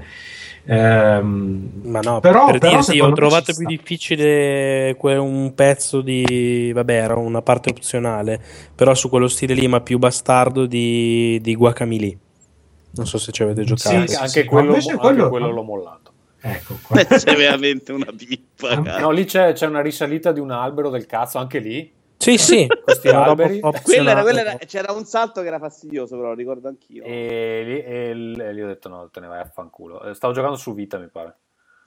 ma no, però dirti, ho trovato più difficile un pezzo di era una parte opzionale, però su quello stile lì, ma più bastardo di Guacamelee. Non so se ci avete giocato. Sì, anche quello l'ho mollato. Ecco qua. C'è veramente una pippa. No, lì c'è una risalita di un albero del cazzo, anche lì. Sì. Questi alberi. C'era un salto che era fastidioso, però lo ricordo anch'io. E gli ho detto no, te ne vai a fanculo. Stavo giocando su Vita, mi pare.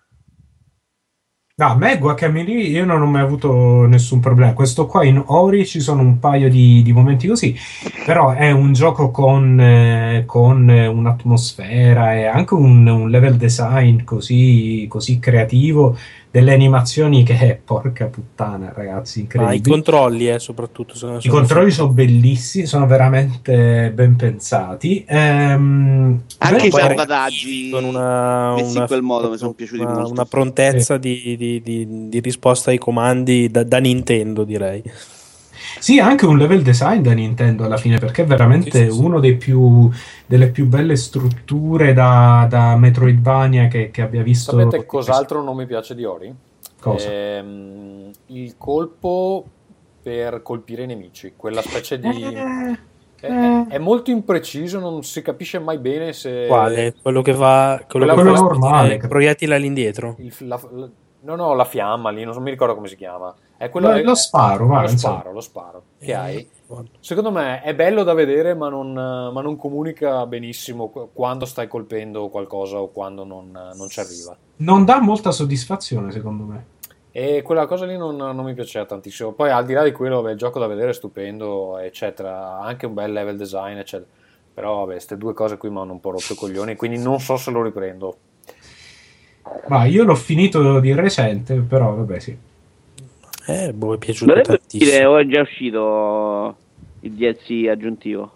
No, a me Guacamelee io non ho mai avuto nessun problema. Questo qua in Ori ci sono un paio di momenti così, però è un gioco con un'atmosfera e anche un level design così creativo, delle animazioni che porca puttana, ragazzi, incredibili. Ma i controlli soprattutto i controlli sono bellissimi, sono veramente ben pensati. Anche i salvataggi con in quel modo mi sono piaciuti molto. Una prontezza di risposta ai comandi da Nintendo, direi. Sì, anche un level design da Nintendo alla fine, perché è veramente uno delle più belle strutture da Metroidvania che abbia visto. Sapete cos'altro non mi piace di Ori? Cosa? Il colpo per colpire i nemici, quella specie di... È molto impreciso, non si capisce mai bene se... Quale? Quello che va... Quello normale. Proiettile all'indietro? No, la fiamma lì, non mi ricordo come si chiama. È lo sparo, lo sparo che hai. Secondo me è bello da vedere, ma non comunica benissimo quando stai colpendo qualcosa o quando non ci arriva. Non dà molta soddisfazione, secondo me. E quella cosa lì non mi piaceva tantissimo. Poi al di là di quello, il gioco da vedere è stupendo, eccetera. Anche un bel level design, eccetera. Però vabbè, queste due cose qui mi hanno un po' rotto i coglioni, quindi non so se lo riprendo. Ma io l'ho finito di recente, però vabbè, sì. È piaciuto tantissimo. O è già uscito il DLC aggiuntivo?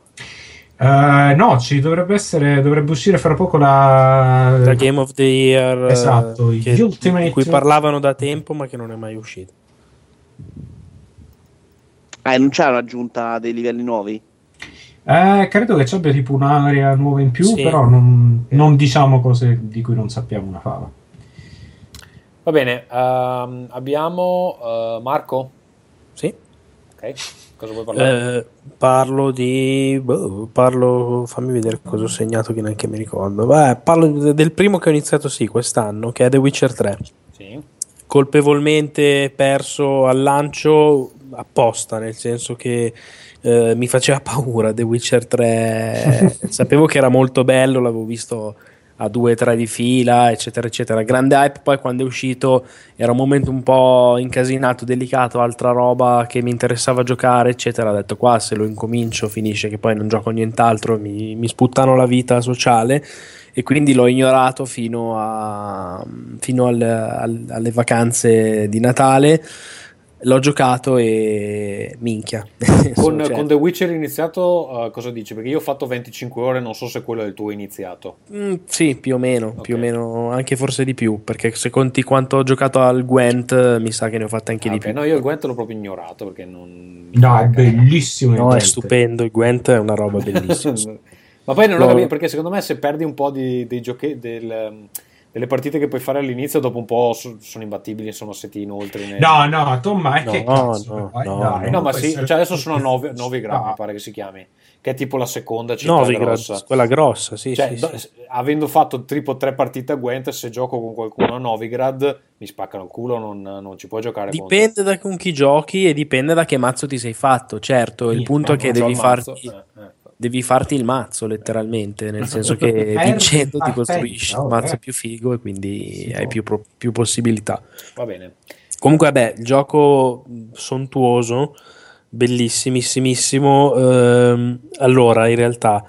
No, dovrebbe uscire fra poco la Game of the Year, esatto, di cui parlavano da tempo ma che non è mai uscito. Non c'è un'aggiunta dei livelli nuovi? Credo che ci abbia tipo un'area nuova in più, però non diciamo cose di cui non sappiamo una fava. Va bene, abbiamo Marco? Sì. Ok, cosa vuoi parlare? Fammi vedere cosa ho segnato che neanche mi ricordo. Parlo del primo che ho iniziato quest'anno, che è The Witcher 3. Sì. colpevolmente perso al lancio apposta, nel senso che mi faceva paura The Witcher 3. Sapevo che era molto bello, l'avevo visto a 2-3 di fila, eccetera eccetera, grande hype. Poi quando è uscito era un momento un po' incasinato, delicato, altra roba che mi interessava giocare, eccetera. Ho detto, qua se lo incomincio finisce che poi non gioco nient'altro, mi sputtano la vita sociale, e quindi l'ho ignorato fino alle vacanze di Natale. L'ho giocato e minchia. Con The Witcher iniziato, cosa dici? Perché io ho fatto 25 ore, non so se quello è il tuo iniziato. Sì, più o meno, anche forse di più, perché se conti quanto ho giocato al Gwent, mi sa che ne ho fatte anche di più. No, io il Gwent l'ho proprio ignorato perché non... No, è bellissimo. No, è stupendo, il Gwent è una roba bellissima. Ma poi non ho capito, perché secondo me se perdi un po' dei giochi delle partite che puoi fare all'inizio, dopo un po' sono imbattibili, insomma, se ti inoltri. No, Tom, ma che cazzo? No, ma sì, cioè adesso sono a Novigrad, mi pare che si chiami, che è tipo la seconda città grossa. Quella grossa, sì, cioè, sì. Avendo fatto tipo 3 partite a Gwent, se gioco con qualcuno a Novigrad mi spaccano il culo, non ci puoi giocare. Dipende da con chi giochi e dipende da che mazzo ti sei fatto, certo. Il punto è che devi farti il mazzo letteralmente, nel senso che vincendo ti costruisci il mazzo più figo e quindi hai più possibilità. Va bene. Comunque vabbè, il gioco sontuoso, bellissimissimo. Allora, in realtà,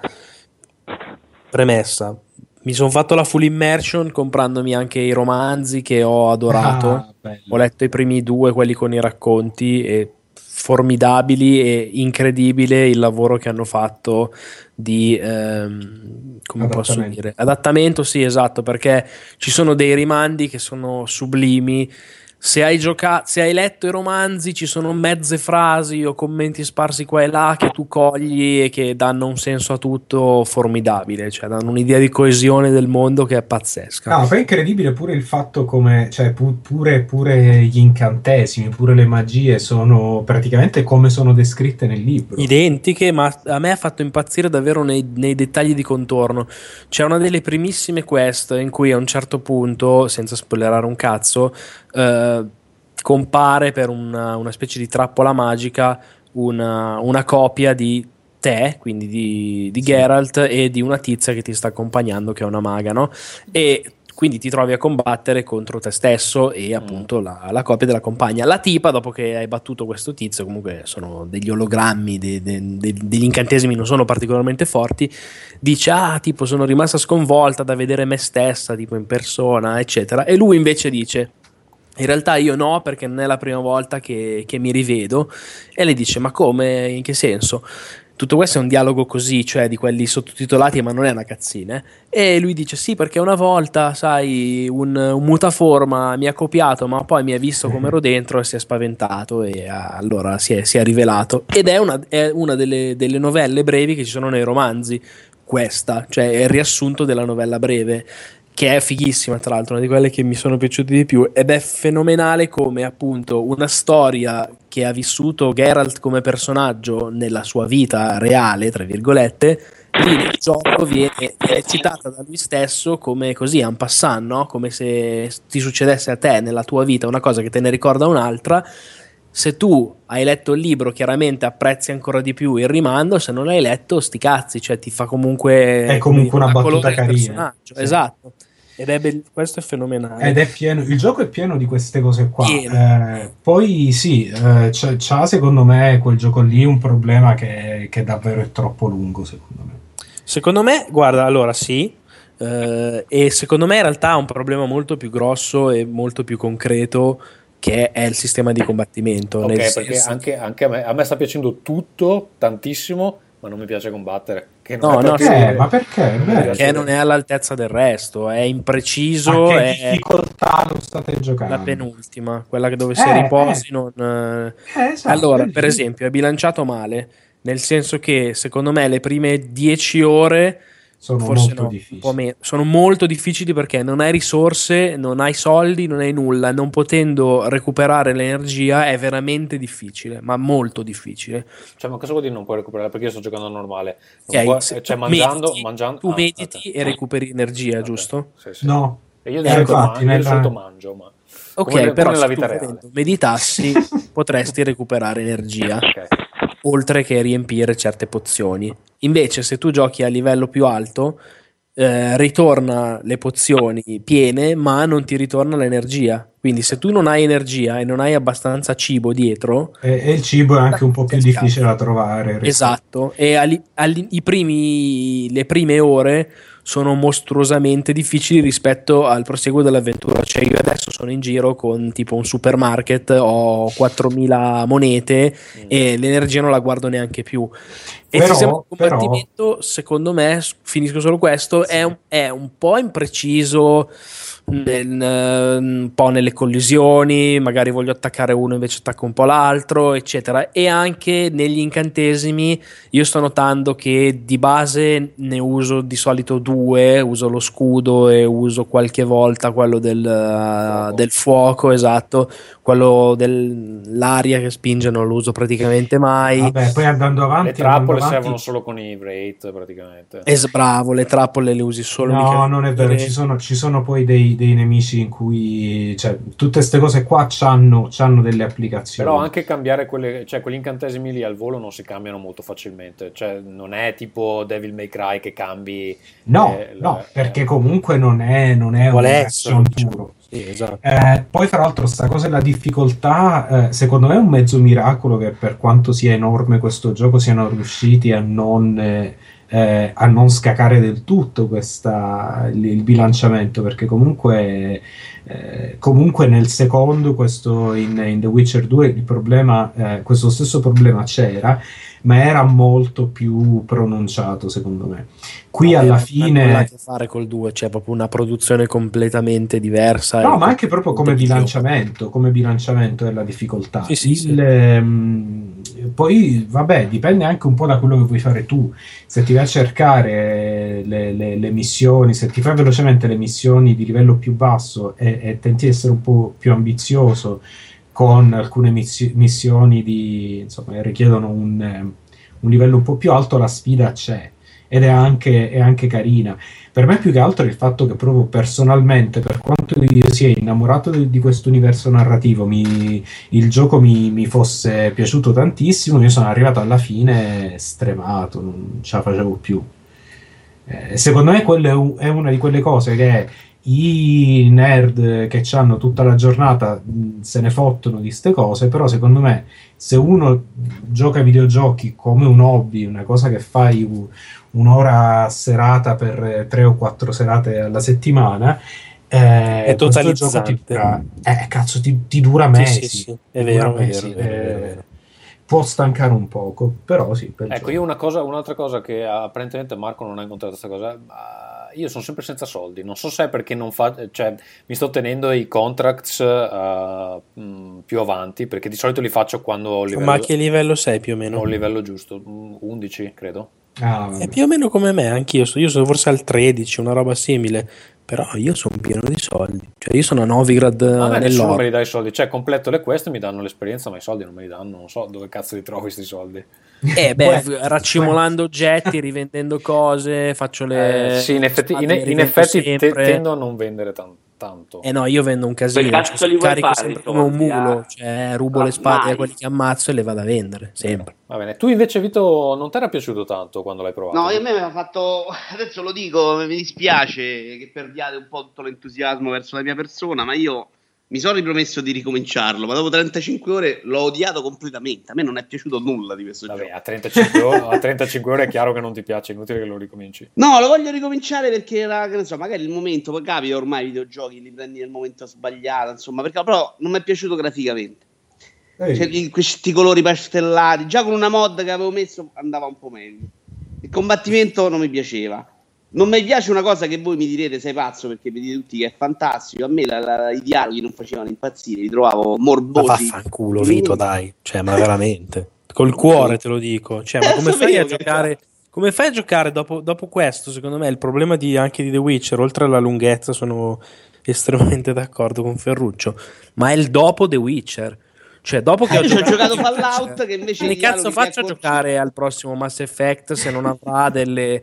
premessa, mi sono fatto la full immersion comprandomi anche i romanzi che ho adorato. Ho letto i primi 2, quelli con i racconti, e formidabili, e incredibile il lavoro che hanno fatto di come posso dire, adattamento, sì, esatto, perché ci sono dei rimandi che sono sublimi. Se hai letto i romanzi, ci sono mezze frasi o commenti sparsi qua e là che tu cogli e che danno un senso a tutto formidabile, cioè danno un'idea di coesione del mondo che è pazzesca. No, poi è incredibile pure il fatto come, cioè pure gli incantesimi, pure le magie sono praticamente come sono descritte nel libro. Identiche, ma a me ha fatto impazzire davvero nei dettagli di contorno. C'è una delle primissime quest in cui a un certo punto, senza spoilerare un cazzo, compare per una specie di trappola magica una copia di te, quindi di Geralt, e di una tizia che ti sta accompagnando, che è una maga, no? E quindi ti trovi a combattere contro te stesso e appunto la copia della compagna. La tipa, dopo che hai battuto questo tizio, comunque sono degli ologrammi, degli incantesimi non sono particolarmente forti, dice tipo sono rimasta sconvolta da vedere me stessa tipo in persona, eccetera. E lui invece dice: in realtà io no, perché non è la prima volta che mi rivedo. E lei dice: ma come? In che senso? Tutto questo è un dialogo così, cioè di quelli sottotitolati, ma non è una cazzina. E lui dice: sì, perché una volta, sai, un mutaforma mi ha copiato, ma poi mi ha visto come ero dentro e si è spaventato, e allora si è rivelato. Ed è una delle novelle brevi che ci sono nei romanzi, questa, cioè è il riassunto della novella breve, che è fighissima, tra l'altro, una di quelle che mi sono piaciute di più, ed è fenomenale come appunto una storia che ha vissuto Geralt come personaggio nella sua vita reale, tra virgolette, nel gioco viene citata da lui stesso come così, en passant, no? Come se ti succedesse a te nella tua vita una cosa che te ne ricorda un'altra. Se tu hai letto il libro, chiaramente apprezzi ancora di più il rimando; se non l'hai letto, sti cazzi, cioè ti fa comunque... È comunque una battuta carina. Sì. Esatto. Ed questo è fenomenale. Ed è pieno, il gioco è pieno di queste cose qua. Poi sì, c'ha secondo me quel gioco lì un problema che davvero è troppo lungo, secondo me. Secondo me, guarda, allora sì, e secondo me in realtà ha un problema molto più grosso e molto più concreto, che è il sistema di combattimento. Ok, perché anche a me sta piacendo tutto tantissimo, ma non mi piace combattere. Ma perché? Perché non è all'altezza del resto, è impreciso. Ma che difficoltà lo state giocando? La penultima, quella dove si riposi. Esatto, allora, per esempio, è bilanciato male, nel senso che secondo me le prime 10 ore sono molto difficili. Sono molto difficili perché non hai risorse, non hai soldi, non hai nulla. Non potendo recuperare l'energia è veramente difficile, ma molto difficile. Cioè, ma cosa vuol dire non puoi recuperare? Perché io sto giocando normale. Mangiando. Tu mediti e recuperi energia, giusto? Sì. No. E io di solito mangio, ma... Ok, però nella se vita tu reale. meditassi potresti recuperare energia, oltre che riempire certe pozioni. Invece se tu giochi a livello più alto, ritorna le pozioni piene, ma non ti ritorna l'energia. Quindi se tu non hai energia e non hai abbastanza cibo dietro, E il cibo è anche un po' più difficile da trovare. Esatto, e le prime ore sono mostruosamente difficili rispetto al proseguo dell'avventura. Cioè io adesso sono in giro con tipo un supermarket, ho 4.000 monete e l'energia non la guardo neanche più. E il sistema di combattimento, secondo me, finisco solo questo, è un po' impreciso, un po' nelle collisioni, magari voglio attaccare uno invece attacco un po' l'altro, eccetera. E anche negli incantesimi io sto notando che di base ne uso di solito 2, uso lo scudo e uso qualche volta quello del fuoco, esatto, quello dell'aria che spinge non lo uso praticamente mai. Vabbè, poi andando avanti, le trappole servono solo con i Wraith praticamente. Bravo, le trappole le usi solo. No, non è vero, ci sono poi dei nemici in cui, cioè, tutte queste cose qua c'hanno delle applicazioni. Però anche cambiare quegli incantesimi lì al volo non si cambiano molto facilmente, cioè non è tipo Devil May Cry che cambi. No, perché comunque non è un action puro. Sì, esatto. Poi fra l'altro sta cosa della difficoltà, secondo me è un mezzo miracolo che per quanto sia enorme questo gioco siano riusciti a non scacare del tutto il bilanciamento, perché comunque nel secondo, questo in The Witcher 2, il problema, questo stesso problema c'era, ma era molto più pronunciato secondo me. Qui alla fine non ha a che fare col 2, c'è proprio una produzione completamente diversa. No, ma anche proprio come bilanciamento è la difficoltà. Poi vabbè, dipende anche un po' da quello che vuoi fare tu. Se ti vai a cercare le missioni, se ti fai velocemente le missioni di livello più basso e tenti di essere un po' più ambizioso con alcune missioni insomma, richiedono un livello un po' più alto, la sfida c'è ed è anche carina. Per me più che altro è il fatto che proprio personalmente, per quanto io sia innamorato di questo universo narrativo, il gioco mi fosse piaciuto tantissimo, io sono arrivato alla fine stremato, non ce la facevo più. Secondo me quello è una di quelle cose che i nerd che hanno tutta la giornata se ne fottono di ste cose, però secondo me se uno gioca ai videogiochi come un hobby, una cosa che fai un'ora a serata per 3 o 4 serate alla settimana, è totalizzante. Cazzo, ti dura mesi. Sì, è vero. Può stancare un poco, però sì. Ecco, io un'altra cosa che apparentemente Marco non ha incontrato questa cosa, io sono sempre senza soldi, non so se è perché mi sto tenendo i contracts più avanti, perché di solito li faccio quando ho livello. Ma che livello sei più o meno? Ho il livello giusto, 11 credo. È più o meno come me, anch'io io sono forse al 13, una roba simile. Però io sono pieno di soldi, cioè io sono a Novigrad nessuno nell'oro. me li dà i soldi, cioè completo le quest, mi danno l'esperienza, ma i soldi non me li danno, non so dove cazzo li trovo questi soldi. Raccimolando oggetti, rivendendo cose, faccio le... sì, in effetti tendo a non vendere tanto. No, io vendo un casino, carico sempre come un mulo, cioè rubo le spade a quelli che ammazzo e le vado a vendere, sempre. Va bene, tu invece Vito non ti era piaciuto tanto quando l'hai provato? No, a me mi ha fatto, adesso lo dico, mi dispiace che perdiate un po' tutto l'entusiasmo verso la mia persona, ma io mi sono ripromesso di ricominciarlo, ma dopo 35 ore l'ho odiato completamente, a me non è piaciuto nulla di questo gioco. A 35 ore è chiaro che non ti piace, è inutile che lo ricominci. No, lo voglio ricominciare perché era, che ne so, magari il momento, poi capita ormai i videogiochi, li prendi nel momento sbagliato, insomma, perché però non mi è piaciuto graficamente. Cioè, questi colori pastellati, già con una mod che avevo messo andava un po' meglio. Il combattimento non mi piaceva. Non mi piace una cosa che voi mi direte sei pazzo perché mi dite tutti che è fantastico. A me i dialoghi non facevano impazzire, li trovavo morbosi. Ma vaffanculo Vito, dai, cioè ma veramente col cuore te lo dico, cioè ma come fai a giocare? Come fai a giocare dopo questo? Secondo me il problema anche di The Witcher, oltre alla lunghezza, sono estremamente d'accordo con Ferruccio, ma è il dopo The Witcher. Cioè, dopo che ho giocato Fallout, che invece che cazzo faccio a giocare al prossimo Mass Effect se non avrà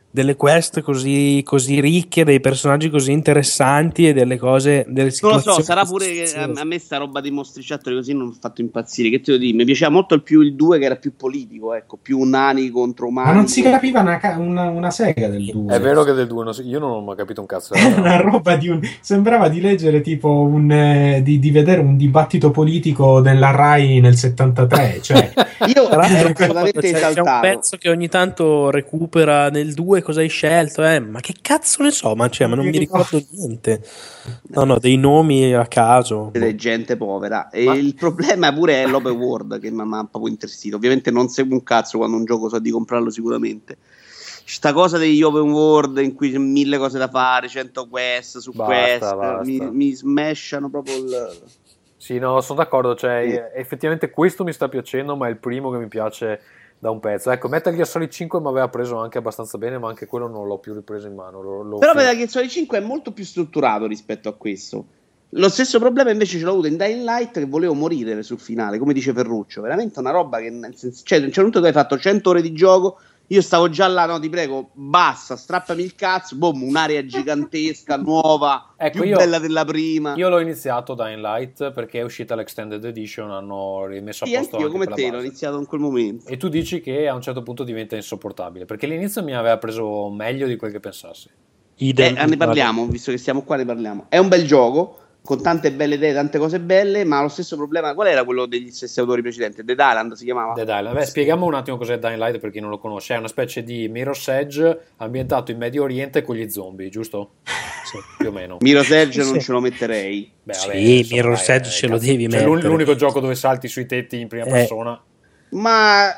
delle quest così ricche, dei personaggi così interessanti e delle cose, delle Non lo situazioni so, sarà pure che a me sta roba dei mostriciattoli così non mi ha fatto impazzire. Che te lo dico? Mi piaceva molto più il 2 che era più politico, ecco, più nani contro umani. Ma non si capiva una sega del 2. È vero che del 2 io non ho mai capito un cazzo. Era una roba sembrava di leggere tipo di vedere un dibattito politico della Rai nel 73. Cioè, io ero assolutamente c'è un esaltato. pezzo che ogni tanto recupera nel 2 cosa hai scelto, ma che cazzo ne so, ma non mi ricordo niente. No, dei nomi a caso. Ed è gente povera. E il problema pure è l'open world che mi ha proprio interessito. Ovviamente non seguo un cazzo quando un gioco so di comprarlo sicuramente. Sta cosa degli open world in cui c'è 1000 cose da fare, 100 quest su Basta. mi smashano proprio il... Sì, no, sono d'accordo, cioè effettivamente questo mi sta piacendo, ma è il primo che mi piace da un pezzo. Ecco, Metal Gear Solid 5 mi aveva preso anche abbastanza bene, ma anche quello non l'ho più ripreso in mano. Però Metal Gear Solid 5 è molto più strutturato rispetto a questo. Lo stesso problema invece ce l'ho avuto in Dying Light, che volevo morire sul finale, come dice Ferruccio. Veramente una roba che, nel senso, cioè, a un certo punto tu hai fatto 100 ore di gioco, io stavo già là, no, ti prego, basta, strappami il cazzo, boom, un'area gigantesca, nuova, ecco, più bella della prima. Io l'ho iniziato Dying Light perché è uscita l'Extended Edition, hanno rimesso a posto anche io come quella te base. l'ho iniziato in quel momento. E tu dici che a un certo punto diventa insopportabile, perché all'inizio mi aveva preso meglio di quel che pensassi. Ne parliamo, visto che siamo qua ne parliamo. È un bel gioco, con tante belle idee, tante cose belle, ma lo stesso problema, qual era quello degli stessi autori precedenti? Dead Island si chiamava? Dead Island. Beh, spieghiamo un attimo cos'è Dying Light per chi non lo conosce. È una specie di Mirror's Edge ambientato in Medio Oriente con gli zombie, giusto? Sì, più o meno. Mirror's Edge non ce lo metterei. Beh, vabbè, sì, Mirror's Edge ce lo devi mettere. L'unico gioco dove salti sui tetti in prima persona. Ma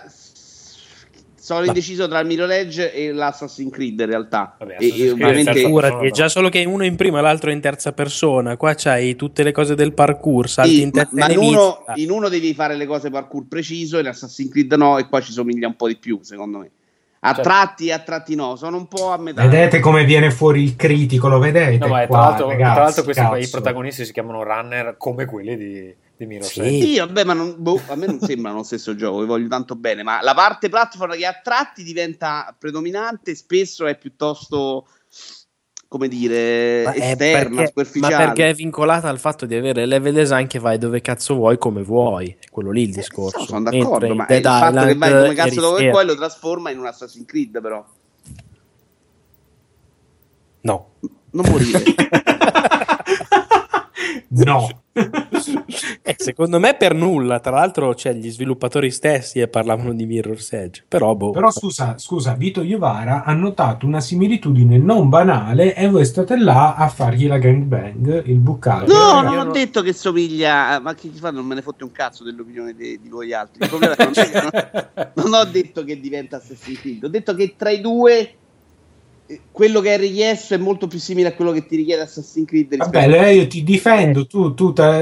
sono indeciso tra il Mirror's Edge e l'Assassin's Creed in realtà. Vabbè, ovviamente è già solo che uno in prima e l'altro in terza persona. Qua c'hai tutte le cose del parkour, salti in terza ma in uno devi fare le cose parkour preciso, in Assassin's Creed no, e qua ci somiglia un po' di più secondo me. A tratti no, sono un po' a metà. Vedete come viene fuori il critico, lo vedete? No, ma qua, tra ragazzi, l'altro questi i protagonisti si chiamano runner come quelli di Mirror's Edge. Sì, vabbè, ma a me non sembrano lo stesso gioco, vi voglio tanto bene, ma la parte platform che a tratti diventa predominante spesso è piuttosto, come dire, esterna, superficiale. Ma perché è vincolata al fatto di avere level design che vai dove cazzo vuoi, come vuoi. È quello lì il discorso. Sono d'accordo, ma il fatto che vai come cazzo dove vuoi lo trasforma in un Assassin's Creed, però. No. Non morire. No. Secondo me per nulla. Tra l'altro gli sviluppatori stessi parlavano di Mirror's Edge. Però scusa, Vito Iovara ha notato una similitudine non banale e voi state là a fargli la gangbang, il bucato. No, non ho detto che somiglia, ma che fa, non me ne fotte un cazzo dell'opinione di voi altri. Il problema non è che non ho detto che diventa Assassin's Creed, ho detto che tra i due quello che è richiesto è molto più simile a quello che ti richiede Assassin's Creed. Vabbè, io ti difendo, tu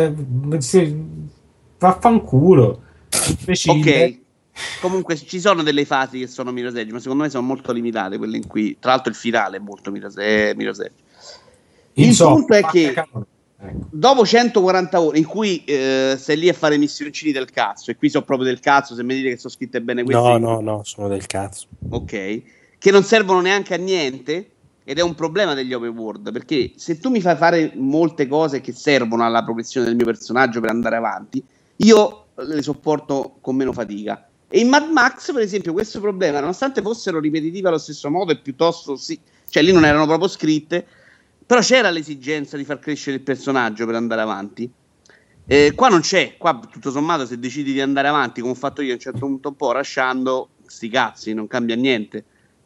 vaffanculo. Ok, comunque ci sono delle fasi che sono Mirror's Edge, ma secondo me sono molto limitate quelle in cui, tra l'altro il finale è molto Mirror's Edge. Il punto è che dopo 140 ore in cui sei lì a fare missioncini del cazzo, e qui sono proprio del cazzo, se mi dite che sono scritte bene queste, no, sono del cazzo, ok, che non servono neanche a niente, ed è un problema degli open world, perché se tu mi fai fare molte cose che servono alla progressione del mio personaggio per andare avanti, io le sopporto con meno fatica. E in Mad Max, per esempio, questo problema, nonostante fossero ripetitive allo stesso modo e piuttosto cioè lì non erano proprio scritte, però c'era l'esigenza di far crescere il personaggio per andare avanti. Qua non c'è, qua tutto sommato se decidi di andare avanti come ho fatto io a un certo punto, un po' rushando, sti cazzi, non cambia niente.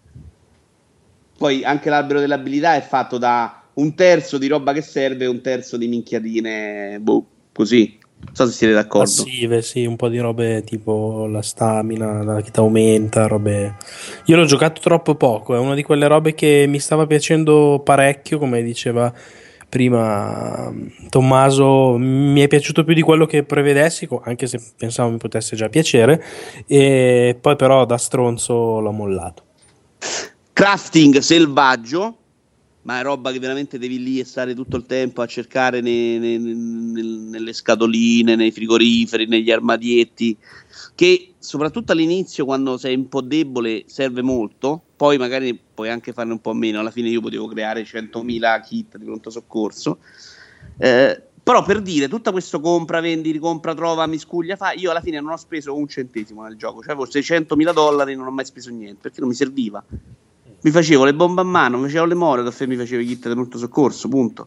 Poi anche l'albero dell'abilità è fatto da un terzo di roba che serve e un terzo di minchiatine, così. Non so se siete d'accordo. Passive, sì, un po' di robe tipo la stamina che ti aumenta, robe. Io l'ho giocato troppo poco, è una di quelle robe che mi stava piacendo parecchio, come diceva prima Tommaso, mi è piaciuto più di quello che prevedessi, anche se pensavo mi potesse già piacere, e poi però da stronzo l'ho mollato. Crafting selvaggio, ma è roba che veramente devi lì e stare tutto il tempo a cercare nelle scatoline, nei frigoriferi, negli armadietti, che soprattutto all'inizio, quando sei un po' debole, serve molto. Poi magari puoi anche farne un po' meno. Alla fine io potevo creare 100.000 kit di pronto soccorso, però per dire, tutto questo compra, vendi, ricompra, trova, miscuglia, fa, io alla fine non ho speso un centesimo nel gioco, cioè avevo $600.000, non ho mai speso niente, perché non mi serviva. Mi facevo le bombe a mano, mi facevo le Molotov e mi facevo i kit di pronto soccorso, punto.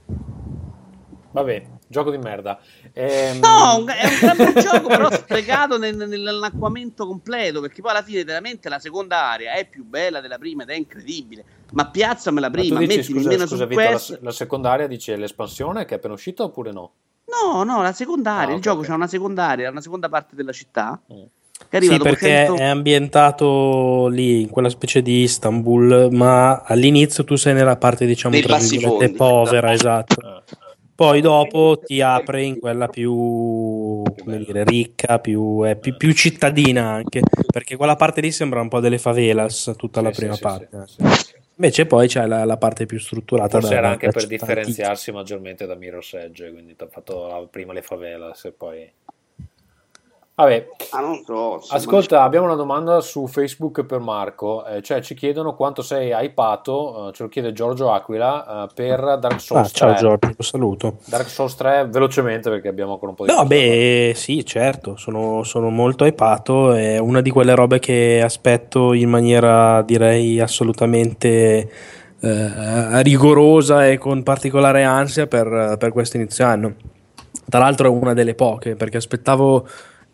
Vabbè, gioco di merda. No, è un gran bel gioco, però sprecato nell'annacquamento completo, perché poi alla fine veramente la seconda area è più bella della prima ed è incredibile. Ma piazzami la prima, mettimi meno su quest. La seconda area dice l'espansione che è appena uscita oppure no? No, la seconda area, il gioco c'ha una seconda area, una seconda parte della città. Che arriva sì, dopo perché è ambientato lì in quella specie di Istanbul, ma all'inizio tu sei nella parte, diciamo, tra virgolette povera, esatto. Poi dopo ti apre in quella più, come dire, ricca, più cittadina anche, perché quella parte lì sembra un po' delle favelas, tutta la prima parte. Invece poi c'è la parte più strutturata. Forse era anche per differenziarsi maggiormente da Mirror's Edge, quindi ti ha fatto prima le favelas e poi... Vabbè, non so, ascolta, abbiamo una domanda su Facebook per Marco, cioè ci chiedono quanto sei hypato, ce lo chiede Giorgio Aquila, per Dark Souls 3. Ciao Giorgio, lo saluto. Dark Souls 3 velocemente perché abbiamo ancora un po' di tempo. No, beh, sì, certo, sono molto hypato, è una di quelle robe che aspetto in maniera, direi, assolutamente rigorosa e con particolare ansia per questo inizio anno. Tra l'altro è una delle poche, perché aspettavo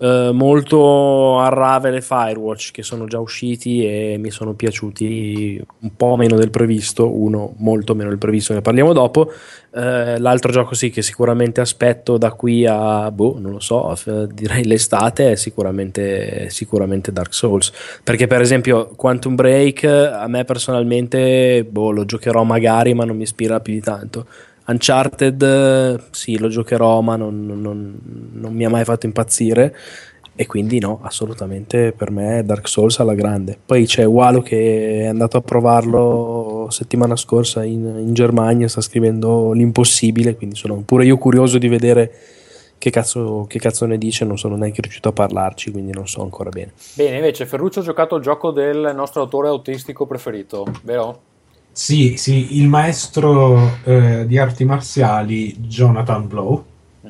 molto Unravel e Firewatch, che sono già usciti e mi sono piaciuti un po' meno del previsto, uno molto meno del previsto, ne parliamo dopo. L'altro gioco sì che sicuramente aspetto da qui a non lo so, direi l'estate è sicuramente Dark Souls, perché per esempio Quantum Break a me personalmente lo giocherò magari, ma non mi ispira più di tanto. Uncharted sì, lo giocherò, ma non mi ha mai fatto impazzire, e quindi no, assolutamente per me Dark Souls alla grande. Poi c'è Walo che è andato a provarlo settimana scorsa in Germania, sta scrivendo l'impossibile, quindi sono pure io curioso di vedere che cazzo ne dice. Non sono neanche riuscito a parlarci, quindi non so ancora bene. Bene, invece Ferruccio ha giocato il gioco del nostro autore autistico preferito, vero? Sì, il maestro di arti marziali Jonathan Blow.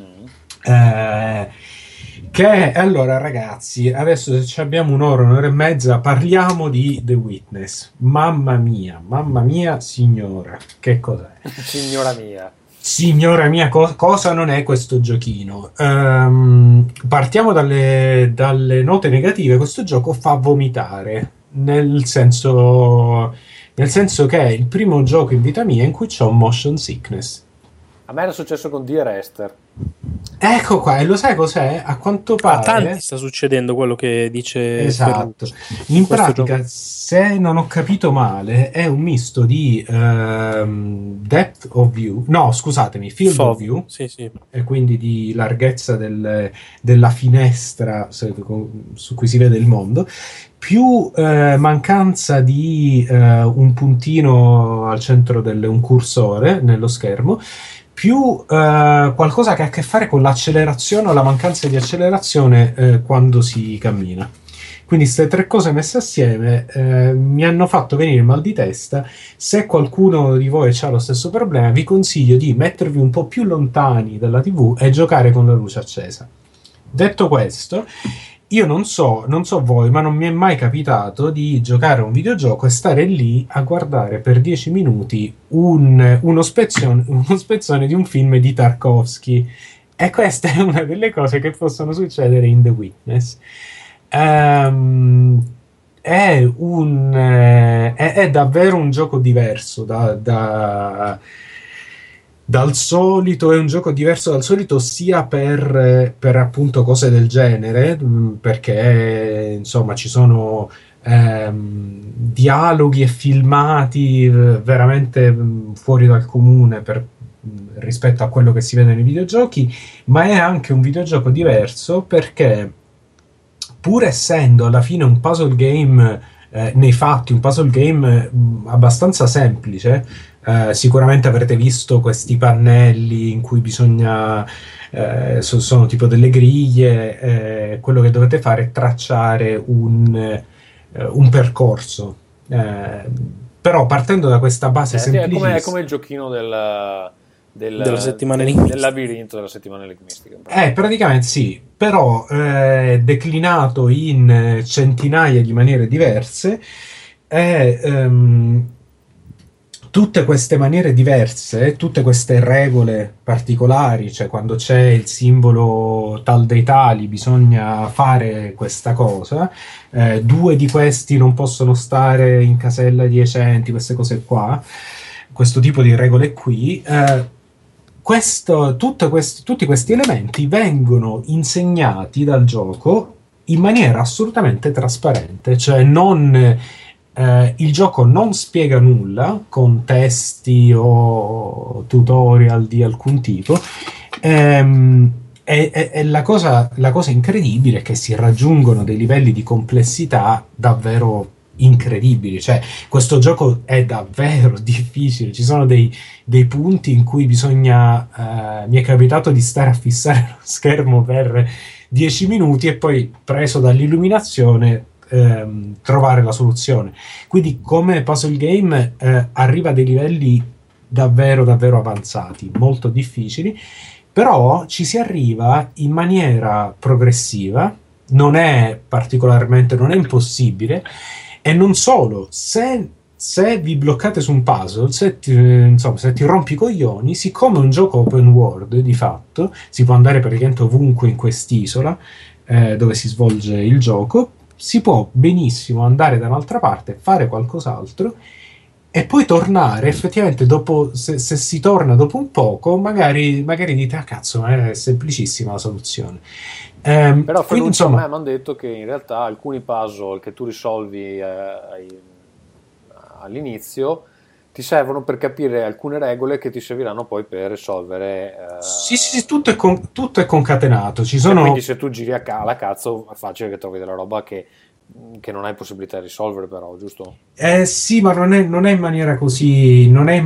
Che allora, ragazzi, adesso se abbiamo un'ora e mezza, parliamo di The Witness. Mamma mia, signora, che cos'è? Signora mia, cosa non è questo giochino? Partiamo dalle note negative. Questo gioco fa vomitare, nel senso che è il primo gioco in vita mia in cui c'ho motion sickness. A me era successo con Dear Esther. Ecco qua, e lo sai cos'è? A quanto pare... A tanti sta succedendo quello che dice... Esatto. In pratica, se non ho capito male, è un misto di depth of view... No, scusatemi, field of view. Sì. E quindi di larghezza della finestra su cui si vede il mondo, più mancanza di un puntino al centro un cursore nello schermo, più qualcosa che ha a che fare con l'accelerazione o la mancanza di accelerazione quando si cammina. Quindi queste tre cose messe assieme mi hanno fatto venire il mal di testa. Se qualcuno di voi ha lo stesso problema, vi consiglio di mettervi un po' più lontani dalla TV e giocare con la luce accesa. Detto questo, io non so voi, ma non mi è mai capitato di giocare a un videogioco e stare lì a guardare per 10 minuti uno spezzone di un film di Tarkovsky. E questa è una delle cose che possono succedere in The Witness. È davvero un gioco diverso dal solito, è un gioco diverso dal solito sia per appunto cose del genere, perché insomma ci sono dialoghi e filmati veramente fuori dal comune rispetto a quello che si vede nei videogiochi, ma è anche un videogioco diverso perché, pur essendo alla fine un puzzle game nei fatti, un puzzle game abbastanza semplice, Sicuramente avrete visto questi pannelli in cui bisogna, sono tipo delle griglie, quello che dovete fare è tracciare un percorso. Però partendo da questa base semplicissima, è come il giochino della settimana enigmistica. del labirinto della settimana enigmistica. Praticamente sì, però declinato in centinaia di maniere diverse. Tutte queste maniere diverse, tutte queste regole particolari, cioè quando c'è il simbolo tal dei tali bisogna fare questa cosa, 2 di questi non possono stare in casella adiacenti, queste cose qua, questo tipo di regole qui, tutti questi elementi vengono insegnati dal gioco in maniera assolutamente trasparente, cioè il gioco non spiega nulla con testi o tutorial di alcun tipo. E la cosa incredibile è che si raggiungono dei livelli di complessità davvero incredibili. Cioè, questo gioco è davvero difficile. Ci sono dei punti in cui bisogna. Mi è capitato di stare a fissare lo schermo per 10 minuti e poi, preso dall'illuminazione, trovare la soluzione. Quindi come puzzle game arriva a dei livelli davvero davvero avanzati, molto difficili, però ci si arriva in maniera progressiva, non è impossibile, e non solo, se vi bloccate su un puzzle, se ti rompi i coglioni, siccome è un gioco open world, di fatto si può andare praticamente ovunque in quest'isola dove si svolge il gioco, si può benissimo andare da un'altra parte, fare qualcos'altro e poi tornare. Effettivamente dopo, se si torna dopo un poco, magari dite, cazzo, è semplicissima la soluzione. Però quindi, insomma, a me mi hanno detto che in realtà alcuni puzzle che tu risolvi all'inizio ti servono per capire alcune regole che ti serviranno poi per risolvere. Sì, tutto è concatenato. Ci sono... Quindi se tu giri alla cazzo è facile che trovi della roba che non hai possibilità di risolvere, però, giusto? Sì, ma non è in maniera così,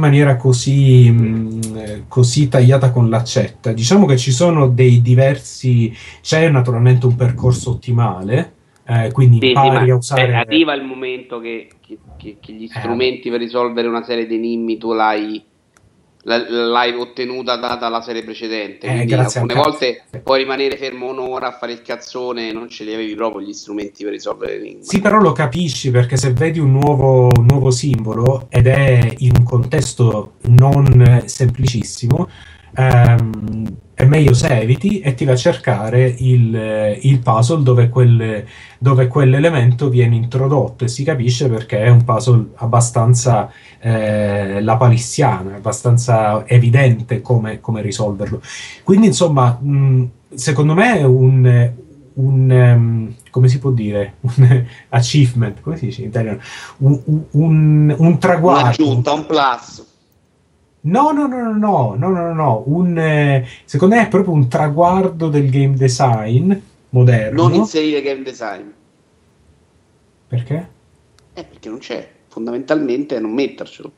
così tagliata con l'accetta. Diciamo che ci sono dei diversi. C'è naturalmente un percorso ottimale. Quindi impari a usare. Arriva il momento che gli strumenti per risolvere una serie di enigmi tu l'hai ottenuta data la serie precedente, quindi alcune volte puoi rimanere fermo un'ora a fare il cazzone e non ce li avevi proprio gli strumenti per risolvere l'enigma. Sì, però lo capisci, perché se vedi un nuovo simbolo ed è in un contesto non semplicissimo, è meglio se eviti e ti vai a cercare il puzzle dove quell'elemento viene introdotto, e si capisce perché è un puzzle abbastanza lapalissiano, è abbastanza evidente come risolverlo. Quindi, insomma, secondo me è un come si può dire, un achievement, come si dice in italiano, un traguardo, un'aggiunta, un plus. No, secondo me è proprio un traguardo del game design moderno. Non inserire game design. Perché? Perché non c'è, fondamentalmente non mettercelo.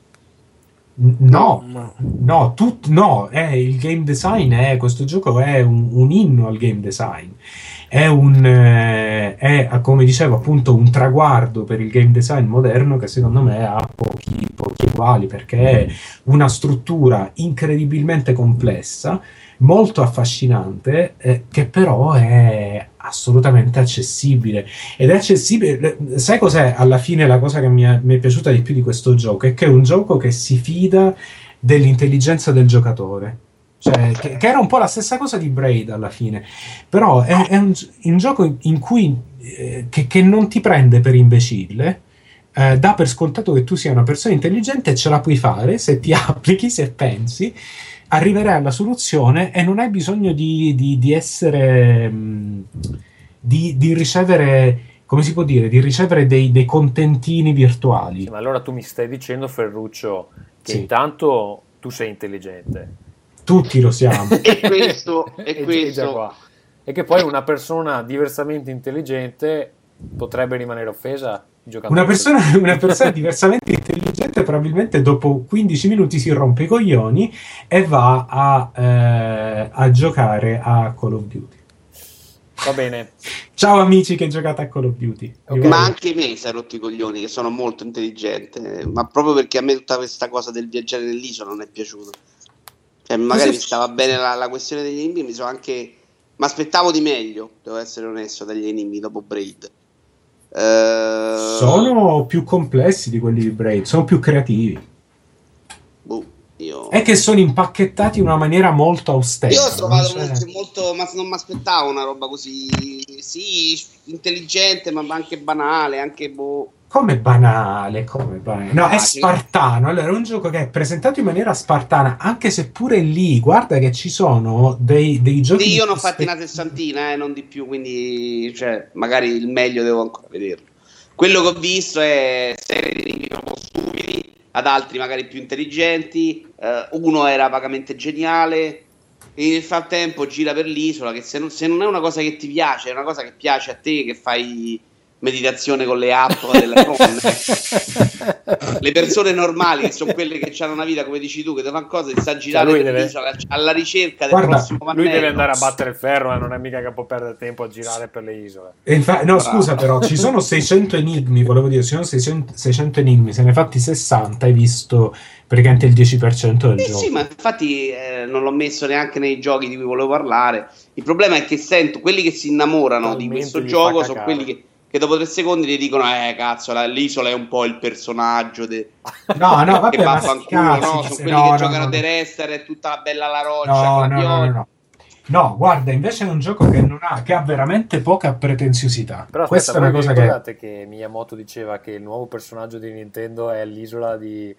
No, il game design questo gioco è un inno al game design. È come dicevo, appunto, un traguardo per il game design moderno che secondo me ha pochi uguali, perché è una struttura incredibilmente complessa, molto affascinante, che però è assolutamente accessibile. Ed è accessibile. Sai cos'è alla fine la cosa che mi è piaciuta di più di questo gioco? È che è un gioco che si fida dell'intelligenza del giocatore. Cioè, che era un po' la stessa cosa di Braid alla fine, però è un gioco in cui che non ti prende per imbecille, dà per scontato che tu sia una persona intelligente e ce la puoi fare se ti applichi, se pensi, arriverai alla soluzione e non hai bisogno di essere di ricevere, come si può dire, di ricevere dei contentini virtuali. Sì, ma allora tu mi stai dicendo, Ferruccio, che sì, intanto tu sei intelligente. Tutti lo siamo. E questo. E che poi una persona diversamente intelligente potrebbe rimanere offesa Una persona diversamente intelligente probabilmente dopo 15 minuti si rompe i coglioni e va a giocare a Call of Duty. Va bene. Ciao amici che giocate a Call of Duty. Okay. Ma anche me si è rotto i coglioni, che sono molto intelligente, ma proprio perché a me tutta questa cosa del viaggiare nell'isola non è piaciuto. Cioè, magari mi stava bene la questione degli enigmi, mi aspettavo di meglio, devo essere onesto, dagli enigmi dopo Braid. Sono più complessi di quelli di Braid, sono più creativi. È che sono impacchettati in una maniera molto austera. Io ho trovato molto, ma non mi aspettavo una roba così, sì, intelligente, ma anche banale, anche Come banale? No, è spartano. Allora, è un gioco che è presentato in maniera spartana, anche se pure lì, guarda che ci sono dei giochi. Sì, io ne ho fatti una sessantina, non di più, quindi cioè, magari il meglio devo ancora vederlo. Quello che ho visto è serie di enigmi proprio stupidi, ad altri magari più intelligenti, uno era vagamente geniale, e nel frattempo gira per l'isola, che se non è una cosa che ti piace, è una cosa che piace a te, che fai meditazione con le app delle le persone normali, che sono quelle che hanno una vita come dici tu, che devono cose, sta girando per l'isola alla ricerca del prossimo pannello. Lui deve andare a battere il ferro, non è mica che può perdere tempo a girare per le isole. Scusa, però ci sono 600 enigmi, volevo dire, ci sono 600 enigmi, se ne hai fatti 60 hai visto praticamente il 10% del gioco. Sì, ma infatti non l'ho messo neanche nei giochi di cui volevo parlare. Il problema è che sento quelli che si innamorano di questo gioco sono quelli che dopo 3 secondi ti dicono cazzo, l'isola è un po' il personaggio vabbè, che vaffanculo, no? Sono quelli che giocano The Rester, è tutta la bella la roccia, no, guarda, invece è un gioco che ha veramente poca pretenziosità. Però questa è una cosa ricordate che Miyamoto diceva che il nuovo personaggio di Nintendo è l'isola di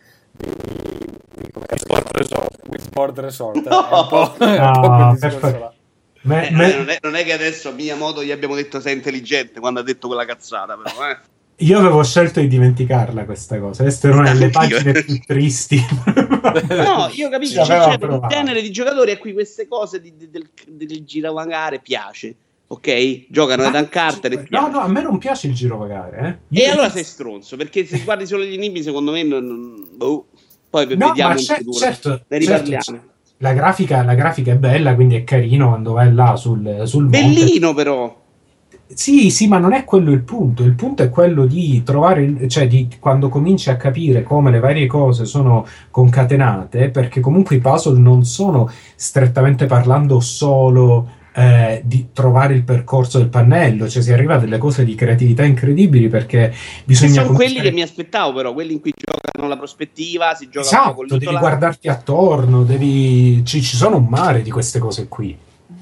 Sport Resort. Perfetto. Non è che adesso Miyamoto gli abbiamo detto sei intelligente quando ha detto quella cazzata, però io avevo scelto di dimenticarla questa cosa. Questa è una delle pagine più tristi. No, io capisco, cioè, per il genere di giocatori a cui queste cose del girovagare piace, ok? Giocano ad Uncharted. No, a me non piace il girovagare. E allora sei stronzo, perché se guardi solo gli enigmi, secondo me poi vediamo in futuro. Certo, ne riparliamo. La grafica è bella, quindi è carino quando vai là sul bellino monte. Però sì, ma non è quello il punto. Il punto è quello di trovare, cioè di quando cominci a capire come le varie cose sono concatenate, perché comunque i puzzle non sono strettamente parlando solo di trovare il percorso del pannello, cioè si arriva a delle cose di creatività incredibili, perché bisogna sono quelli che mi aspettavo, però quelli in cui giocano la prospettiva, si gioca un po' con devi guardarti attorno, ci sono un mare di queste cose qui.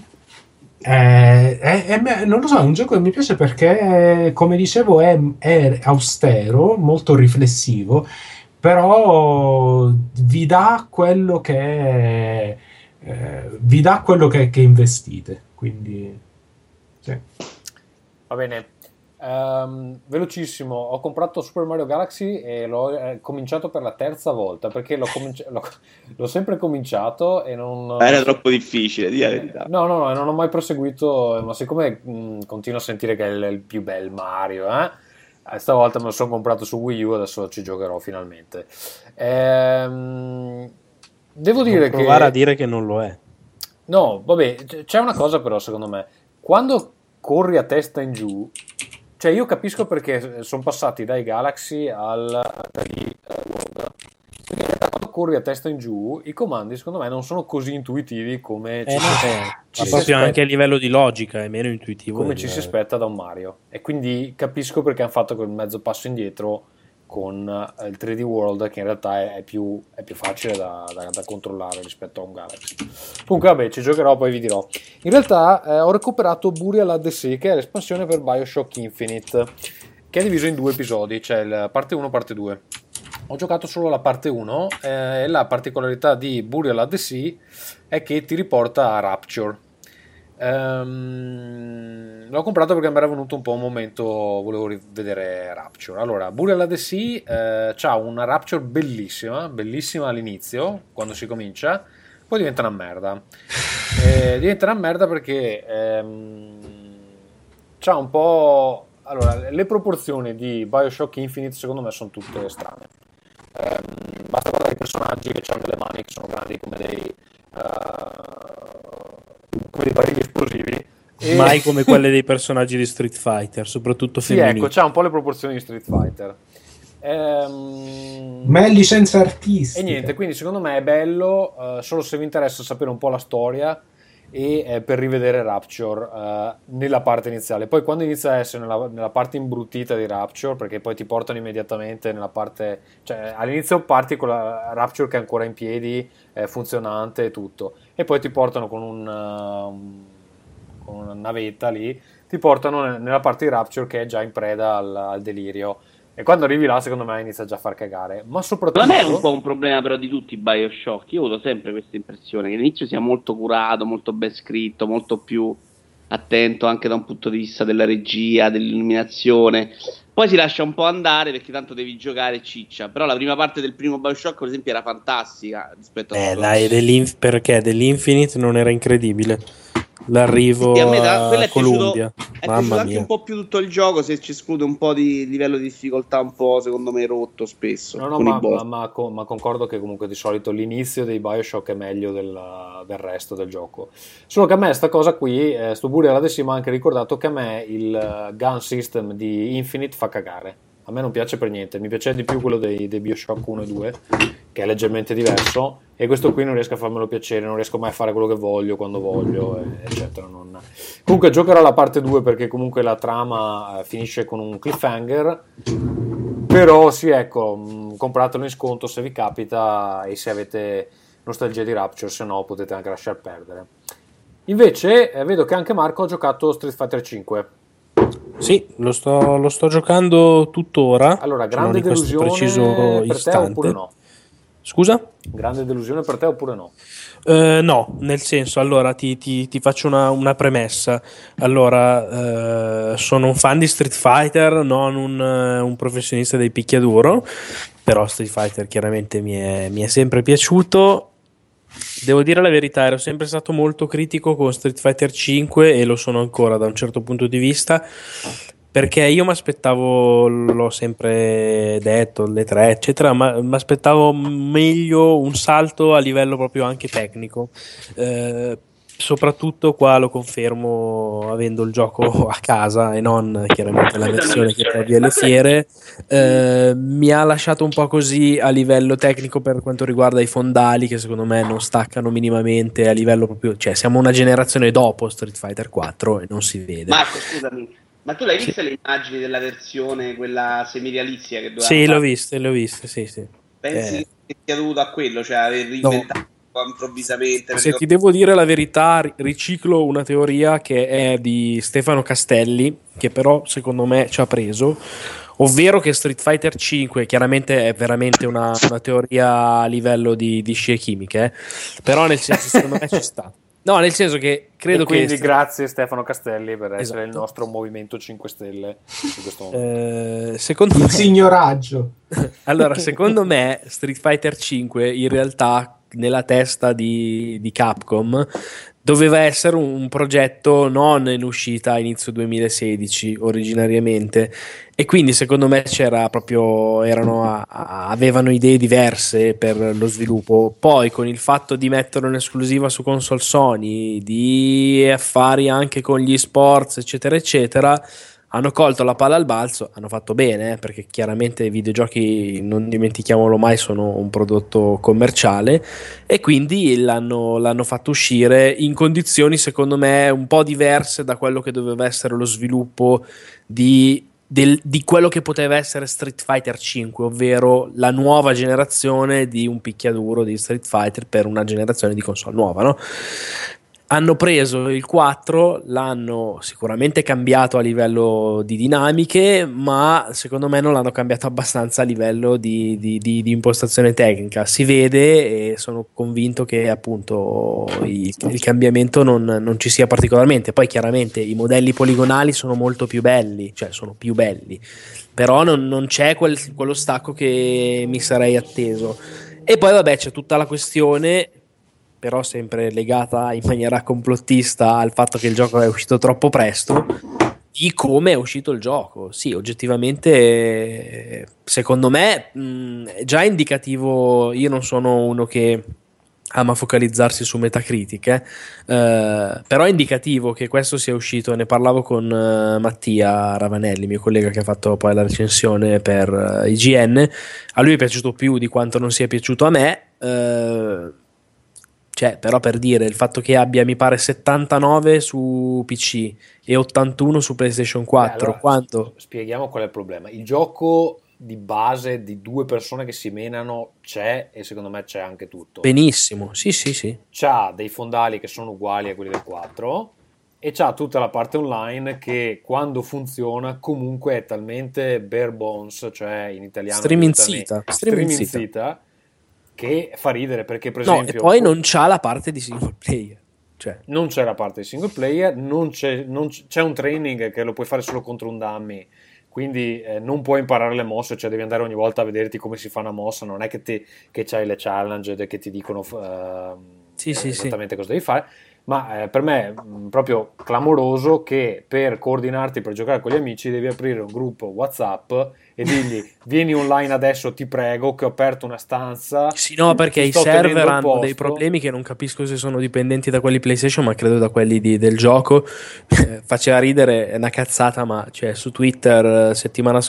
Non lo so, è un gioco che mi piace perché, come dicevo, è austero, molto riflessivo, però vi dà quello che investite, quindi sì. Va bene. Velocissimo, ho comprato Super Mario Galaxy e l'ho cominciato per la terza volta perché l'ho sempre cominciato e non era troppo difficile, di la verità. No, non ho mai proseguito, ma siccome continuo a sentire che è il più bel Mario, stavolta me lo sono comprato su Wii U, adesso ci giocherò finalmente. Devo dire provare a dire che non lo è. No, vabbè, c'è una cosa però secondo me, quando corri a testa in giù, cioè io capisco perché sono passati dai Galaxy al World. Quando corri a testa in giù, i comandi secondo me non sono così intuitivi come proprio anche a livello di logica è meno intuitivo come ci si aspetta da un Mario, e quindi capisco perché hanno fatto quel mezzo passo indietro con il 3D World, che in realtà è più facile da controllare rispetto a un Galaxy. Comunque vabbè, ci giocherò, poi vi dirò. In realtà ho recuperato Burial at the Sea, che è l'espansione per Bioshock Infinite, che è diviso in 2 episodi, cioè la parte 1 e parte 2. Ho giocato solo la parte 1 e la particolarità di Burial at the Sea è che ti riporta a Rapture. L'ho comprato perché mi era venuto un po' un momento, volevo rivedere Rapture. Allora, Burial at the Sea c'ha una Rapture bellissima all'inizio, quando si comincia, poi diventa una merda. Diventa una merda perché c'ha un po', Allora, le proporzioni di BioShock Infinite secondo me sono tutte strane. Basta guardare i personaggi che hanno delle mani che sono grandi come dei barili esplosivi. Mai come quelle dei personaggi di Street Fighter, soprattutto femminili. Sì, ecco, c'ha un po' le proporzioni di Street Fighter. Ma è licenza artistica. E niente, quindi secondo me è bello, solo se vi interessa sapere un po' la storia e per rivedere Rapture nella parte iniziale. Poi quando inizia a essere nella parte imbruttita di Rapture, perché poi ti portano immediatamente nella parte, cioè all'inizio parti con la Rapture che è ancora in piedi, funzionante e tutto, e poi ti portano con una navetta lì, ti portano nella parte di Rapture che è già in preda al delirio, e quando arrivi là secondo me inizia già a far cagare. Ma soprattutto non è un po' un problema però di tutti i BioShock. Io ho avuto sempre questa impressione che all'inizio sia molto curato, molto ben scritto, molto più attento anche da un punto di vista della regia, dell'illuminazione. Poi si lascia un po' andare perché tanto devi giocare ciccia. Però la prima parte del primo BioShock per esempio era fantastica rispetto a perché dell'Infinite non era incredibile l'arrivo sì, a me a Columbia. È piaciuto anche un po' più tutto il gioco, se ci esclude un po' di livello di difficoltà un po' secondo me rotto spesso. Ma concordo che comunque di solito l'inizio dei BioShock è meglio del resto del gioco. Solo che a me sta cosa qui, sto Burial adesso mi ha anche ricordato che a me il gun system di Infinite fa cagare. A me non piace per niente, mi piace di più quello dei BioShock 1 e 2, che è leggermente diverso, e questo qui non riesco a farmelo piacere, non riesco mai a fare quello che voglio, quando voglio, eccetera. Comunque giocherò la parte 2 perché comunque la trama finisce con un cliffhanger, però sì, ecco, compratelo in sconto se vi capita e se avete nostalgia di Rapture, se no potete anche lasciar perdere. Invece vedo che anche Marco ha giocato Street Fighter 5. Sì, lo sto giocando tuttora. Allora, grande delusione per istante. te oppure no? Scusa? Grande delusione per te oppure no? No, nel senso, allora ti faccio una premessa. Allora, sono un fan di Street Fighter, non un professionista dei picchiaduro, però Street Fighter chiaramente mi è sempre piaciuto. Devo dire la verità, ero sempre stato molto critico con Street Fighter 5 e lo sono ancora da un certo punto di vista, perché io mi aspettavo, l'ho sempre detto, le 3 eccetera, ma mi aspettavo meglio, un salto a livello proprio anche tecnico. Soprattutto qua lo confermo avendo il gioco a casa e non chiaramente la versione che trovi alle fiere. Mi ha lasciato un po' così a livello tecnico per quanto riguarda i fondali, che secondo me non staccano minimamente a livello proprio, cioè siamo una generazione dopo Street Fighter 4 e non si vede. Marco, scusami, ma tu l'hai vista le immagini della versione quella semirealistica che doveva Sì, fare? l'ho viste, sì. Pensi che sia dovuto a quello, cioè aver reinventato improvvisamente? Se ti devo dire la verità, riciclo una teoria che è di Stefano Castelli, che però secondo me ci ha preso, ovvero che Street Fighter 5 chiaramente è veramente una teoria a livello di scie chimiche, però nel senso secondo me ci sta. No, nel senso che credo quindi che grazie Stefano Castelli per essere il esatto. nostro Movimento 5 Stelle in questo momento. Secondo me, signoraggio. Allora, secondo me Street Fighter 5 in realtà nella testa di Capcom doveva essere un progetto non in uscita a inizio 2016 originariamente, e quindi secondo me avevano idee diverse per lo sviluppo. Poi con il fatto di metterlo in esclusiva su console Sony, di affari anche con gli sports eccetera eccetera, hanno colto la palla al balzo, hanno fatto bene, perché chiaramente i videogiochi, non dimentichiamolo mai, sono un prodotto commerciale, e quindi l'hanno fatto uscire in condizioni secondo me un po' diverse da quello che doveva essere lo sviluppo di quello che poteva essere Street Fighter 5, ovvero la nuova generazione di un picchiaduro di Street Fighter per una generazione di console nuova, no? Hanno preso il 4, l'hanno sicuramente cambiato a livello di dinamiche, ma secondo me non l'hanno cambiato abbastanza a livello di impostazione tecnica. Si vede, e sono convinto che appunto il cambiamento non ci sia particolarmente. Poi chiaramente i modelli poligonali sono molto più belli, cioè sono più belli, però non c'è quello stacco che mi sarei atteso. E poi vabbè, c'è tutta la questione, però sempre legata in maniera complottista al fatto che il gioco è uscito troppo presto, di come è uscito il gioco. Sì, oggettivamente, secondo me, è già indicativo. Io non sono uno che ama focalizzarsi su Metacritic, però è indicativo che questo sia uscito. Ne parlavo con Mattia Ravanelli, mio collega che ha fatto poi la recensione per IGN. A lui è piaciuto più di quanto non sia piaciuto a me. Cioè, però, per dire, il fatto che abbia, mi pare, 79 su PC e 81 su PlayStation 4, allora, quanto? Spieghiamo qual è il problema. Il gioco di base di due persone che si menano c'è, e secondo me c'è anche tutto. Benissimo, sì. C'ha dei fondali che sono uguali a quelli del 4 e c'ha tutta la parte online che, quando funziona, comunque è talmente bare bones, cioè in italiano streaming-zita, che fa ridere, perché per esempio... E poi non c'ha la parte di single player. Cioè. Non c'è la parte di single player, c'è un training che lo puoi fare solo contro un dummy, quindi non puoi imparare le mosse, cioè devi andare ogni volta a vederti come si fa una mossa, non è che c'hai le challenge che ti dicono esattamente cosa devi fare. Ma per me è proprio clamoroso che per coordinarti per giocare con gli amici devi aprire un gruppo WhatsApp e dirgli vieni online adesso, ti prego, che ho aperto una stanza. Sì, no, perché i server hanno dei problemi che non capisco se sono dipendenti da quelli PlayStation, ma credo da quelli del gioco. Faceva ridere, è una cazzata, ma cioè, su Twitter settimana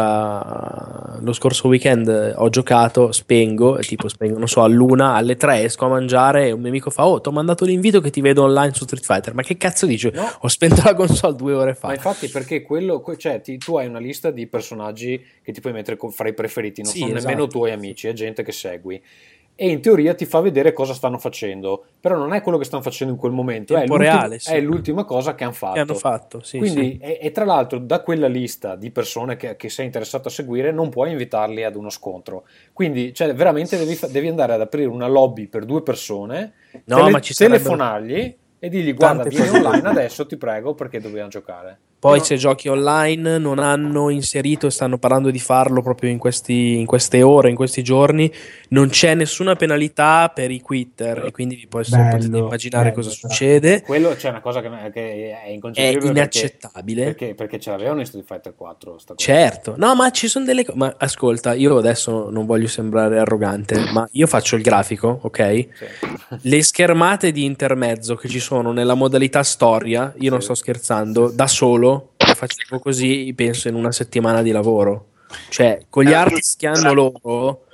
scorsa, lo scorso weekend, ho giocato, spengo, non so, all'1, alle 3 esco a mangiare e un mio amico fa: oh, ti ho mandato l'invito che ti vedo online su Street Fighter. Ma che cazzo dici? No. Ho spento la console 2 ore fa. Ma infatti, perché cioè, tu hai una lista di personaggi che ti puoi mettere fra i preferiti, non sono nemmeno tuoi amici, è gente che segui, e in teoria ti fa vedere cosa stanno facendo, però non è quello che stanno facendo in quel momento, è l'ultima cosa che hanno fatto. Quindi e tra l'altro da quella lista di persone che sei interessato a seguire non puoi invitarli ad uno scontro, quindi cioè, veramente devi andare ad aprire una lobby per due persone, telefonargli e digli: guarda, vieni online adesso, ti prego, perché dobbiamo giocare. Poi se giochi online non hanno inserito, e stanno parlando di farlo proprio in queste ore, in questi giorni, non c'è nessuna penalità per i quitter, e quindi vi potete immaginare cosa succede. Quello c'è una cosa che è inconcepibile, è inaccettabile, perché ce l'avevano in Street Fighter 4 sta cosa. Certo, no, ma ci sono delle cose. Ma ascolta, io adesso non voglio sembrare arrogante, ma io faccio il grafico, ok? Sì. Le schermate di intermezzo che ci sono nella modalità storia, io non sto scherzando, da solo facevo così, penso, in una settimana di lavoro. Cioè, con gli artist che hanno loro,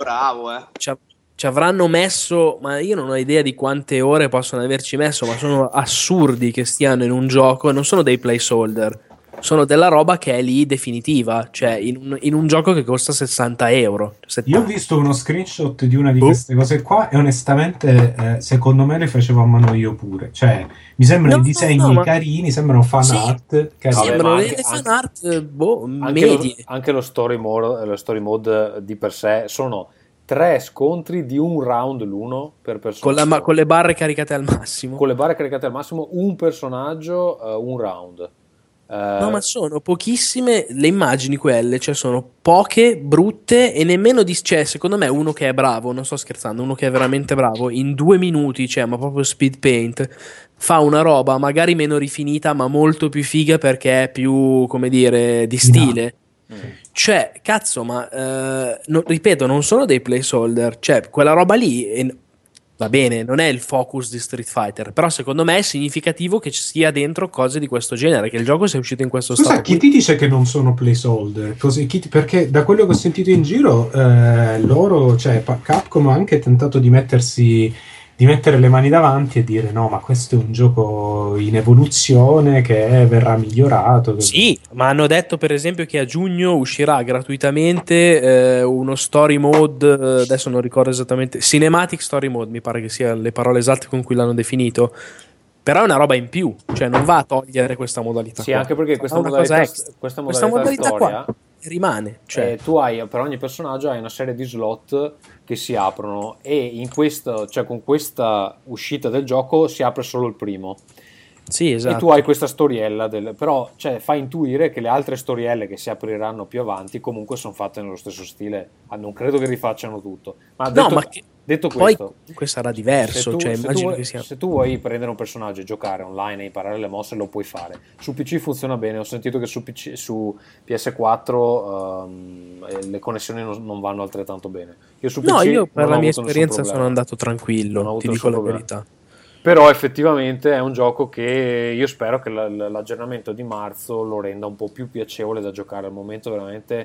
ci avranno messo, ma io non ho idea di quante ore possono averci messo, ma sono assurdi che stiano in un gioco, non sono dei placeholder, sono della roba che è lì definitiva, cioè in un gioco che costa 60 euro. 70. Io ho visto uno screenshot di una di queste cose qua e onestamente secondo me le facevo a mano io pure, cioè mi sembrano disegni carini, sembrano fan art carini. Sembrano le fan art medie. Anche lo story mode di per sé sono 3 scontri di un round l'uno per personaggio, con le barre caricate al massimo. Con le barre caricate al massimo, un personaggio, un round. No, ma sono pochissime le immagini quelle, cioè sono poche, brutte, e nemmeno cioè, secondo me uno che è bravo, non sto scherzando, uno che è veramente bravo, in 2 minuti, cioè, ma proprio speed paint, fa una roba magari meno rifinita ma molto più figa, perché è più, come dire, di stile. Cioè, cazzo, ma ripeto, non sono dei placeholder, cioè quella roba lì va bene, non è il focus di Street Fighter, però secondo me è significativo che ci sia dentro cose di questo genere, che il gioco sia uscito in questo stato. Scusa, chi ti dice che non sono placeholder? Perché da quello che ho sentito in giro, loro, cioè Capcom ha anche tentato di mettere le mani davanti e dire: no, ma questo è un gioco in evoluzione che verrà migliorato. Sì, ma hanno detto per esempio che a giugno uscirà gratuitamente uno story mode, adesso non ricordo esattamente, cinematic story mode, mi pare che sia le parole esatte con cui l'hanno definito, però è una roba in più, cioè non va a togliere questa modalità. Sì, anche perché questa modalità storia qua rimane, cioè tu hai, per ogni personaggio hai una serie di slot che si aprono, e con questa uscita del gioco si apre solo il primo. Sì, esatto. E tu hai questa storiella, però cioè, fa intuire che le altre storielle che si apriranno più avanti comunque sono fatte nello stesso stile. Non credo che rifacciano tutto. Ma detto poi questo, comunque sarà diverso. Se tu vuoi prendere un personaggio e giocare online e imparare le mosse, lo puoi fare. Su PC funziona bene. Ho sentito che su PS4 le connessioni non vanno altrettanto bene. Io su PC io per la mia esperienza sono andato tranquillo, ti dico la verità. Però effettivamente è un gioco che io spero che l'aggiornamento di marzo lo renda un po' più piacevole da giocare. Al momento veramente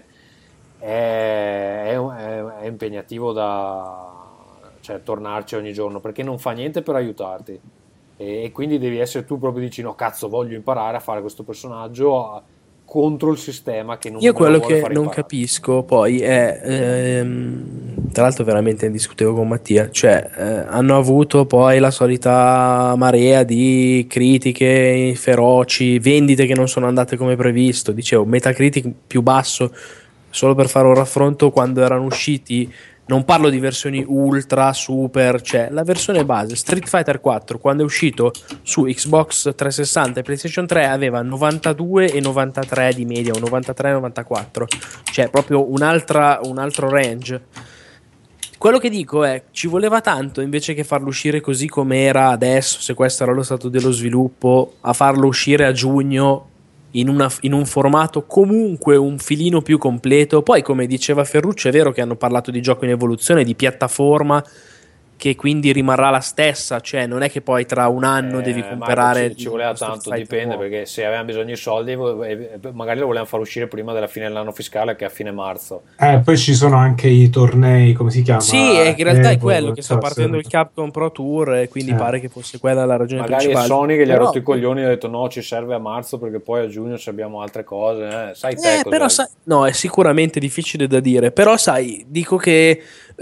è impegnativo cioè, tornarci ogni giorno, perché non fa niente per aiutarti, e quindi devi essere tu proprio, dici no cazzo, voglio imparare a fare questo personaggio contro il sistema che non io quello che non imparare. Capisco poi è tra l'altro veramente ne discutevo con Mattia, cioè hanno avuto poi la solita marea di critiche feroci, vendite che non sono andate come previsto, dicevo Metacritic più basso, solo per fare un raffronto, quando erano usciti, non parlo di versioni ultra, super, cioè la versione base Street Fighter 4 quando è uscito su Xbox 360 e PlayStation 3 aveva 92 e 93 di media, o 93 e 94, cioè proprio un altro range. Quello che dico è, ci voleva tanto, invece che farlo uscire così come era adesso, se questo era lo stato dello sviluppo, a farlo uscire a giugno in un formato comunque un filino più completo. Poi, come diceva Ferruccio, è vero che hanno parlato di gioco in evoluzione, di piattaforma, che quindi rimarrà la stessa, cioè non è che poi tra un anno devi comprare. Ci voleva tanto, dipende, perché se avevano bisogno di soldi magari lo volevano far uscire prima della fine dell'anno fiscale, che è a fine marzo. Poi ci sono anche i tornei, come si chiama? Sì, in realtà è quello che sta partendo il Capcom Pro Tour, e quindi pare che fosse quella la ragione magari principale. Magari è Sony che gli ha rotto i coglioni e ha detto no, ci serve a marzo perché poi a giugno abbiamo altre cose, sai te però no, è sicuramente difficile da dire, però sai, dico che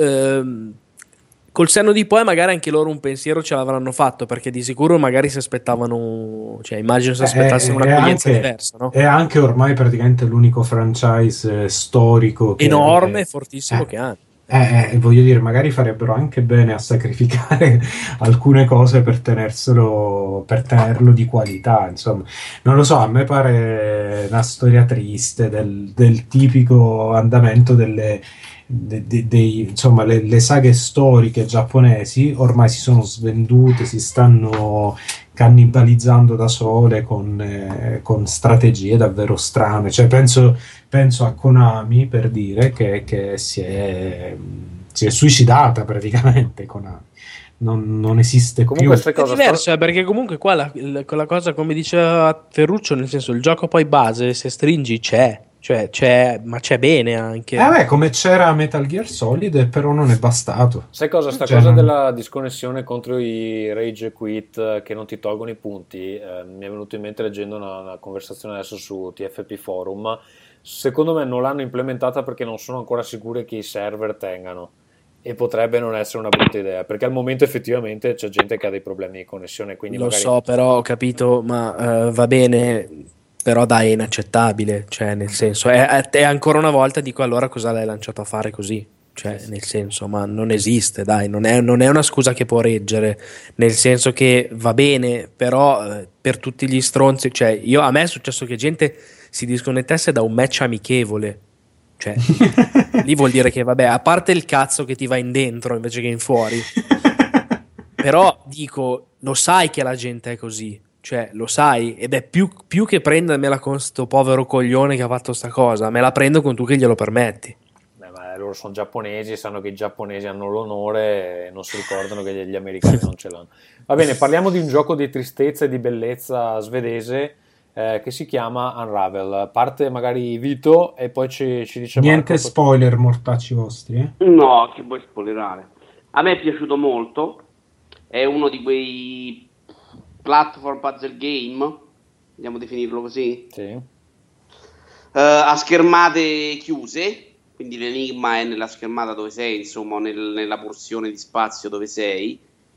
col senno di poi magari anche loro un pensiero ce l'avranno fatto, perché di sicuro magari si aspettavano, cioè immagino si aspettassero un'accoglienza diversa, no? È anche ormai praticamente l'unico franchise storico enorme e fortissimo che hanno. Voglio dire, magari farebbero anche bene a sacrificare alcune cose per tenerlo di qualità, insomma. Non lo so, a me pare una storia triste del tipico andamento insomma, le saghe storiche giapponesi ormai si sono svendute, si stanno cannibalizzando da sole con strategie davvero strane. Cioè, penso a Konami, per dire, che si è suicidata praticamente. Konami non esiste comunque più. È diverso, perché comunque qua quella cosa, come diceva Ferruccio, nel senso, il gioco poi base, se stringi ma c'è bene anche. Come c'era Metal Gear Solid, però non è bastato. Sai cosa? Cosa della disconnessione contro i rage quit che non ti tolgono i punti, mi è venuto in mente leggendo una conversazione adesso su TFP Forum. Secondo me non l'hanno implementata perché non sono ancora sicuri che i server tengano, e potrebbe non essere una brutta idea, perché al momento effettivamente c'è gente che ha dei problemi di connessione, quindi lo so, però ho capito, ma va bene. Però dai, è inaccettabile, cioè nel senso, è ancora una volta dico, allora cosa l'hai lanciato a fare così? Cioè nel senso, ma non esiste, dai, non è una scusa che può reggere, nel senso che va bene, però per tutti gli stronzi, cioè a me è successo che gente si disconnettesse da un match amichevole, cioè lì vuol dire che vabbè, a parte il cazzo che ti va in dentro invece che in fuori, però dico, lo sai che la gente è così. Cioè, lo sai, ed è più che prendermela con sto povero coglione che ha fatto sta cosa, me la prendo con tu che glielo permetti. Ma loro sono giapponesi, sanno che i giapponesi hanno l'onore e non si ricordano che gli americani non ce l'hanno. Va bene, parliamo di un gioco di tristezza e di bellezza svedese che si chiama Unravel. Parte magari Vito e poi ci dice niente Marco. Spoiler, mortacci vostri, No, che vuoi spoilerare? A me è piaciuto molto, è uno di quei platform puzzle game, andiamo a definirlo così, sì. A schermate chiuse, quindi l'enigma è nella schermata dove sei, insomma, nella porzione di spazio dove sei,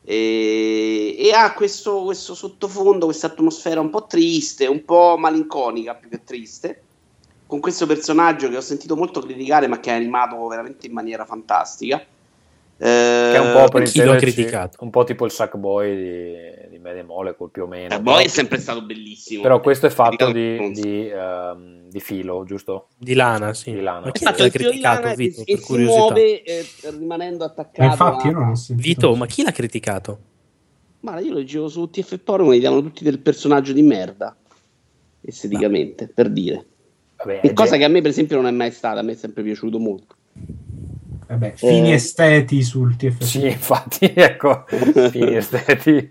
e ha questo sottofondo, questa atmosfera un po' triste, un po' malinconica più che triste, con questo personaggio che ho sentito molto criticare ma che è animato veramente in maniera fantastica. Che è un po' per chi l'ho intenderci, criticato. un po' tipo il Sackboy di Media Molecule più o meno. Sackboy è sempre stato bellissimo. Però questo è fatto di filo, giusto? Di lana, sì. Di lana. Ma chi È fatto l'ha il filo di criticato, lana Vito, e per si curiosità? muove rimanendo attaccato. Infatti io non ho sentito. Vito, ma chi l'ha criticato? Ma io leggevo su TF Forum e gli davano tutti del personaggio di merda, esteticamente, per dire. Vabbè, Cosa che a me per esempio non è mai stata, a me è sempre piaciuto molto. Vabbè, fini esteti sul TFC. Sì, infatti, ecco, fini esteti.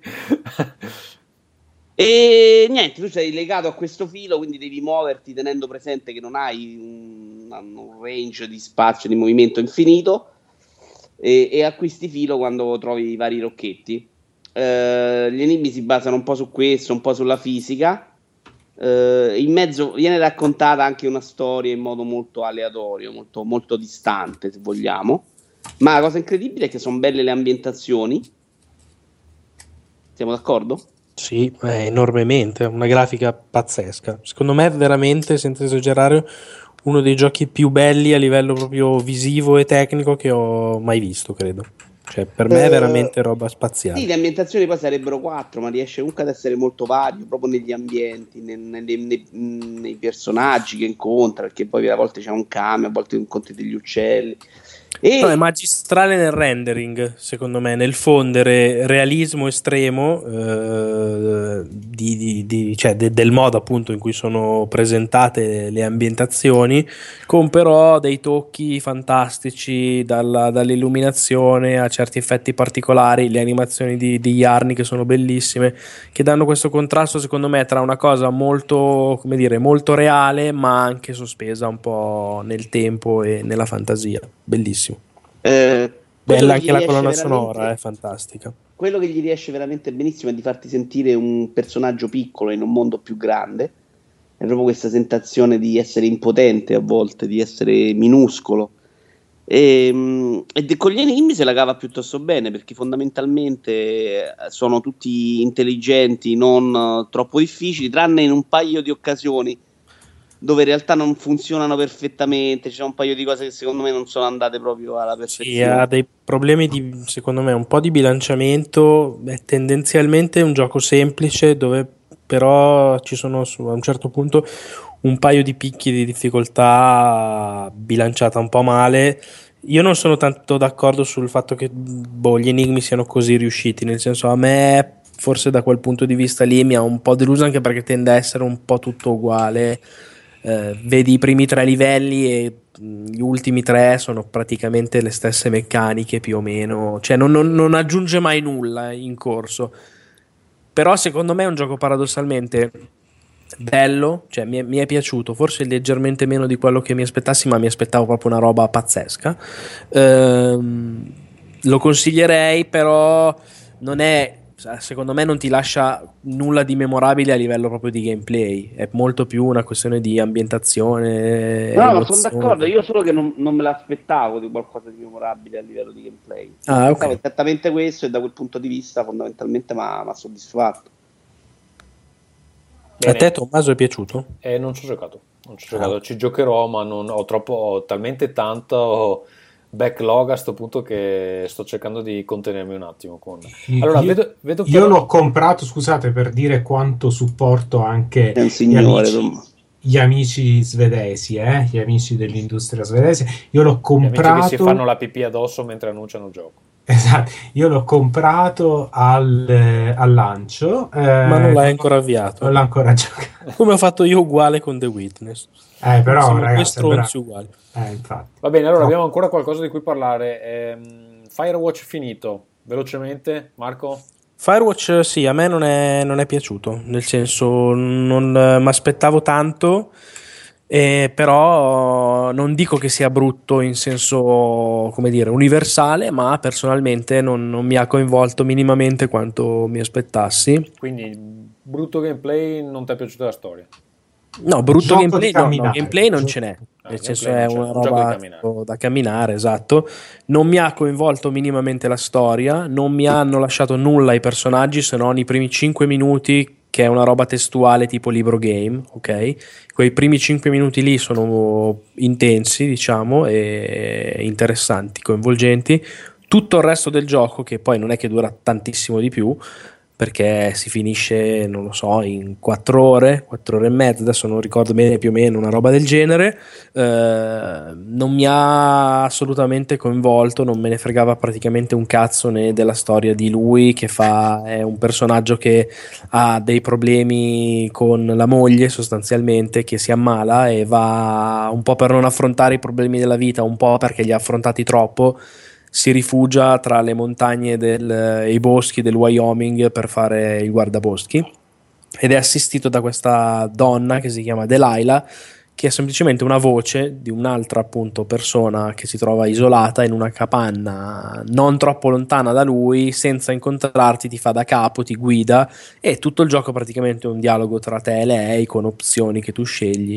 E niente, tu sei legato a questo filo, quindi devi muoverti tenendo presente che non hai un range di spazio, di movimento infinito, e acquisti filo quando trovi i vari rocchetti. Gli enigmi si basano un po' su questo, un po' sulla fisica. In mezzo viene raccontata anche una storia in modo molto aleatorio, molto, molto distante, se vogliamo. Ma la cosa incredibile è che sono belle le ambientazioni. Siamo d'accordo? Sì, enormemente, una grafica pazzesca. Secondo me, veramente, senza esagerare, uno dei giochi più belli a livello proprio visivo e tecnico che ho mai visto, credo. Cioè, per me è veramente roba spaziale. Sì, le ambientazioni poi sarebbero 4, ma riesce comunque ad essere molto vario proprio negli ambienti, nei personaggi che incontra, perché poi a volte c'è un cameo, a volte incontri degli uccelli. No, è magistrale nel rendering, secondo me, nel fondere realismo estremo del modo appunto in cui sono presentate le ambientazioni, con però dei tocchi fantastici, dall'illuminazione a certi effetti particolari, le animazioni di Jarny che sono bellissime, che danno questo contrasto secondo me tra una cosa molto, come dire, molto reale ma anche sospesa un po' nel tempo e nella fantasia. Bellissimo. Bella anche la colonna sonora, è fantastica. Quello che gli riesce veramente benissimo è di farti sentire un personaggio piccolo in un mondo più grande. È proprio questa sensazione di essere impotente a volte, di essere minuscolo. E con gli enigmi se la cava piuttosto bene, perché fondamentalmente sono tutti intelligenti, non troppo difficili, tranne in un paio di occasioni dove in realtà non funzionano perfettamente. C'è un paio di cose che secondo me non sono andate proprio alla perfezione. Sì, ha dei problemi secondo me un po' di bilanciamento. È tendenzialmente un gioco semplice dove però ci sono a un certo punto un paio di picchi di difficoltà bilanciata un po' male. Io non sono tanto d'accordo sul fatto che gli enigmi siano così riusciti, nel senso, a me forse da quel punto di vista lì mi ha un po' deluso, anche perché tende a essere un po' tutto uguale. Vedi i primi 3 livelli e gli ultimi 3 sono praticamente le stesse meccaniche più o meno, cioè non aggiunge mai nulla in corso. Però secondo me è un gioco paradossalmente bello, cioè mi è piaciuto, forse leggermente meno di quello che mi aspettassi, ma mi aspettavo proprio una roba pazzesca. Lo consiglierei, però non è, secondo me non ti lascia nulla di memorabile a livello proprio di gameplay, è molto più una questione di ambientazione. No, ma sono d'accordo, io solo che non me l'aspettavo di qualcosa di memorabile a livello di gameplay. Okay. Esattamente questo, e da quel punto di vista fondamentalmente mi ha soddisfatto. Bene. A te Tommaso è piaciuto? Non ci ho giocato, ci giocherò, ma non ho talmente tanto backlog a sto punto che sto cercando di contenermi un attimo allora, vedo io l'ho comprato, scusate, per dire quanto supporto anche è un signore, gli amici svedesi, gli amici dell'industria svedese. Io l'ho comprato, gli amici che si fanno la pipì addosso mentre annunciano il gioco. Esatto, io l'ho comprato al lancio, ma non l'hai ancora avviato. Non l'ho ancora giocato. Come ho fatto io, uguale con The Witness. Però ragazzi, uguali. Infatti. Va bene, allora abbiamo ancora qualcosa di cui parlare. Firewatch finito, velocemente, Marco? Firewatch sì, a me non è piaciuto, nel senso non mi aspettavo tanto. Però non dico che sia brutto in senso, come dire, universale, ma personalmente non mi ha coinvolto minimamente quanto mi aspettassi. Quindi brutto gameplay, non ti è piaciuta la storia? No, brutto gameplay no, gameplay non ce n'è, nel senso è una roba da camminare, esatto. Non mi ha coinvolto minimamente la storia, non mi hanno lasciato nulla i personaggi, se non i primi 5 minuti, che è una roba testuale tipo libro game, ok? Quei primi 5 minuti lì sono intensi, diciamo, e interessanti, coinvolgenti. tutto il resto del gioco, che poi non è che dura tantissimo di più, perché si finisce, non lo so, in 4 ore e mezza, adesso non ricordo bene, più o meno una roba del genere. Non mi ha assolutamente coinvolto, non me ne fregava praticamente un cazzo né della storia di lui, è un personaggio che ha dei problemi con la moglie sostanzialmente, che si ammala e va un po' per non affrontare i problemi della vita, un po' perché li ha affrontati troppo, si rifugia tra le montagne e i boschi del Wyoming per fare il guardaboschi, ed è assistito da questa donna che si chiama Delilah, che è semplicemente una voce di un'altra appunto persona che si trova isolata in una capanna non troppo lontana da lui, senza incontrarti, ti fa da capo, ti guida, e tutto il gioco praticamente è un dialogo tra te e lei con opzioni che tu scegli,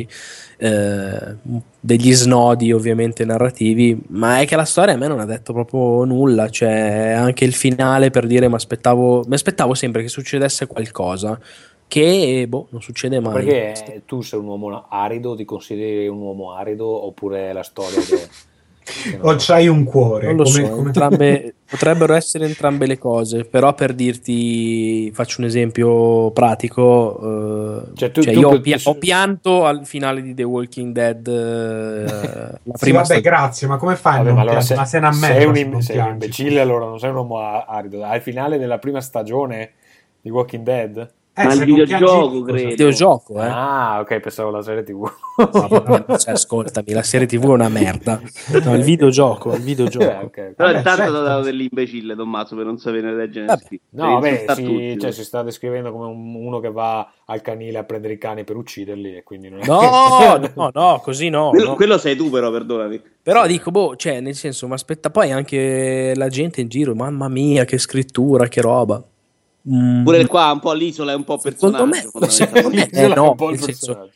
degli snodi ovviamente narrativi, ma è che la storia a me non ha detto proprio nulla, cioè anche il finale, per dire, mi aspettavo sempre che succedesse qualcosa, che non succede mai. Perché tu sei un uomo arido, ti consideri un uomo arido, oppure la storia che o c'hai un cuore? Non lo so, potrebbero essere entrambe le cose, però per dirti, faccio un esempio pratico, io ho pianto al finale di The Walking Dead, la prima vabbè, grazie, ma come fai? Vabbè, ma allora sei un imbecille, allora non sei un uomo arido. Al finale della prima stagione di Walking Dead? Ma il videogioco, credo. Il videogioco, Ah, ok, pensavo la serie TV. Ascoltami, la serie TV è una merda. No, il videogioco. Okay. Però intanto ho dato dell'imbecille, Tommaso, per non sapere leggere. No, si sta descrivendo come uno che va al canile a prendere i cani per ucciderli, e quindi non è... No, così no. Quello sei tu, però, perdonami. Però dico, nel senso, ma aspetta, poi anche la gente in giro, mamma mia, che scrittura, che roba. Pure qua un po' l'isola è un po' personaggio. Secondo me no, nel senso,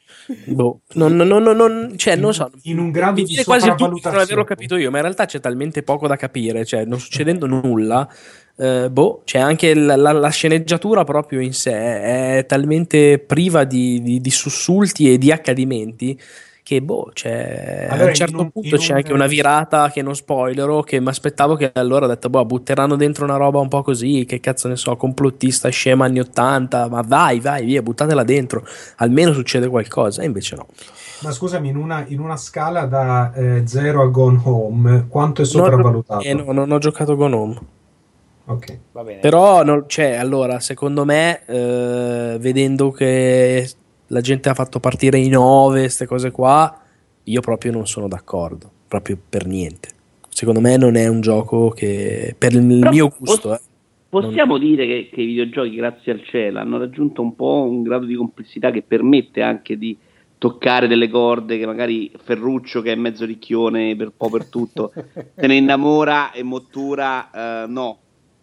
non so, in un grado di quasi il dubbio di sopravvalutazione. non averlo capito io, ma in realtà c'è talmente poco da capire, cioè non succedendo nulla, c'è anche la sceneggiatura proprio in sé è talmente priva di sussulti e di accadimenti che allora, a un certo punto c'è anche una virata che non spoilerò, che mi aspettavo, che allora ho detto butteranno dentro una roba un po' così, che cazzo ne so, complottista scema anni 80, ma vai via, buttatela dentro, almeno succede qualcosa, e invece no. Ma scusami, in una scala da 0 a Gone Home, quanto è sopravvalutato? Non ho giocato Gone Home. Ok, va bene. Però allora, secondo me, vedendo che la gente ha fatto partire i 9, queste cose qua, io proprio non sono d'accordo, proprio per niente. Secondo me non è un gioco che, per il mio gusto, possiamo dire che i videogiochi, grazie al cielo, hanno raggiunto un po' un grado di complessità che permette anche di toccare delle corde che magari Ferruccio, che è mezzo ricchione per tutto, se ne innamora, e Mottura no.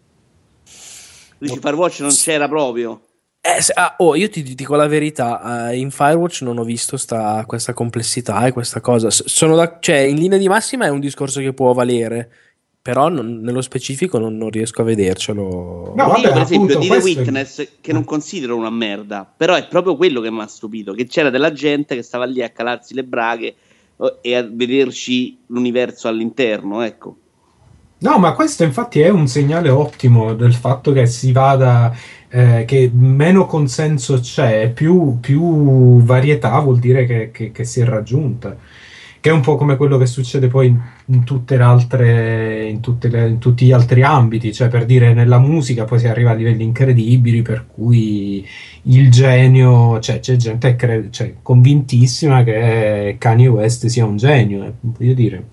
Dici Firewatch non c'era proprio. Io ti dico la verità, in Firewatch non ho visto questa complessità e questa cosa. In linea di massima è un discorso che può valere, però nello specifico non riesco a vedercelo. No, io per esempio di The Witness, che non considero una merda, però è proprio quello che mi ha stupito, che c'era della gente che stava lì a calarsi le braghe e a vederci l'universo all'interno, ecco. No, ma questo infatti è un segnale ottimo del fatto che si vada, che meno consenso c'è, più varietà vuol dire che si è raggiunta. Che è un po' come quello che succede poi in tutte le altre, in tutti gli altri ambiti, cioè per dire nella musica poi si arriva a livelli incredibili, per cui il genio, c'è gente convintissima che Kanye West sia un genio, voglio dire,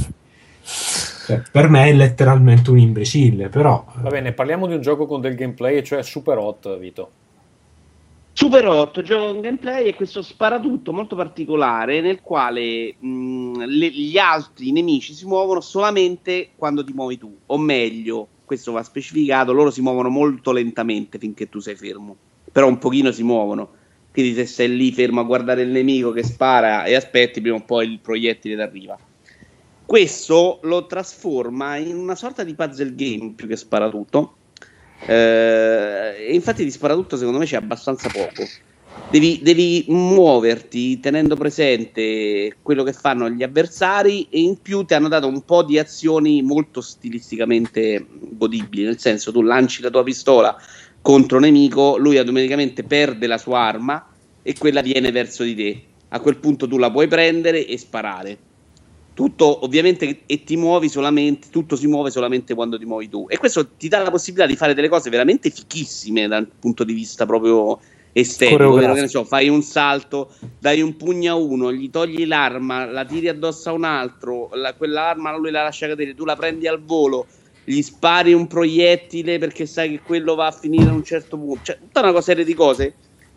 per me è letteralmente un imbecille, però... Va bene, parliamo di un gioco con del gameplay, cioè Super Hot, Vito. Super 8 gioco in gameplay è questo sparatutto molto particolare nel quale gli altri nemici si muovono solamente quando ti muovi tu, o meglio, questo va specificato, loro si muovono molto lentamente finché tu sei fermo, però un pochino si muovono, quindi se sei lì fermo a guardare il nemico che spara e aspetti, prima o poi il proiettile ti arriva. Questo lo trasforma in una sorta di puzzle game più che sparatutto. E infatti di sparatutto secondo me c'è abbastanza poco. Devi muoverti tenendo presente quello che fanno gli avversari, e in più ti hanno dato un po' di azioni molto stilisticamente godibili, nel senso, tu lanci la tua pistola contro un nemico, lui automaticamente perde la sua arma e quella viene verso di te. A quel punto tu la puoi prendere e sparare. Tutto ovviamente, e ti muovi solamente, tutto si muove solamente quando ti muovi tu, e questo ti dà la possibilità di fare delle cose veramente fichissime dal punto di vista proprio estetico, ovvero, che ne so, fai un salto, dai un pugno a uno, gli togli l'arma, la tiri addosso a un altro, quell'arma lui la lascia cadere, tu la prendi al volo, gli spari un proiettile perché sai che quello va a finire a un certo punto, cioè tutta una serie di cose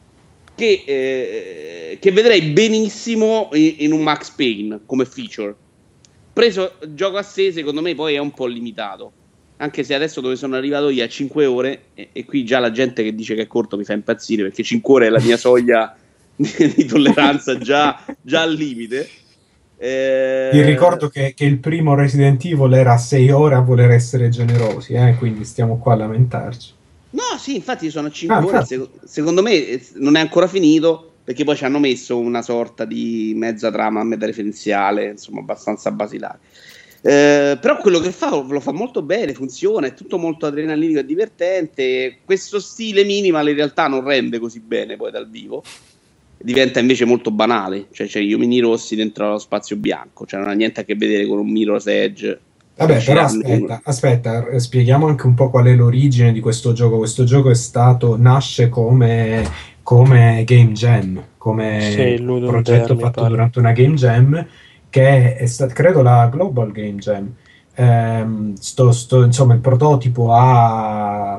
che vedrei benissimo in un Max Payne come feature. Preso gioco a sé, secondo me poi è un po' limitato, anche se adesso dove sono arrivato io a 5 ore, e qui già la gente che dice che è corto mi fa impazzire, perché 5 ore è la mia soglia di tolleranza già al limite. Vi ricordo che il primo Resident Evil era a 6 ore a voler essere generosi, quindi stiamo qua a lamentarci. No, sì, infatti io sono a 5 ore, secondo me non è ancora finito, perché poi ci hanno messo una sorta di mezza trama metareferenziale, insomma abbastanza basilare. Però quello che fa lo fa molto bene, funziona, è tutto molto adrenalinico e divertente. Questo stile minimal in realtà non rende così bene poi dal vivo, diventa invece molto banale, cioè gli omini rossi dentro lo spazio bianco, cioè non ha niente a che vedere con un Mirror's Edge. Vabbè, però aspetta, spieghiamo anche un po' qual è l'origine di questo gioco. Questo gioco nasce come Game Jam, come progetto fatto durante una Game Jam, che è stata, credo, la Global Game Jam. Insomma, il prototipo ha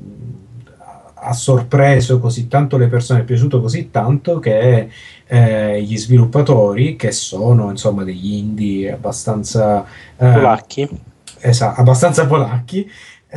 sorpreso così tanto le persone, è piaciuto così tanto che gli sviluppatori, che sono insomma degli indie abbastanza polacchi, abbastanza polacchi,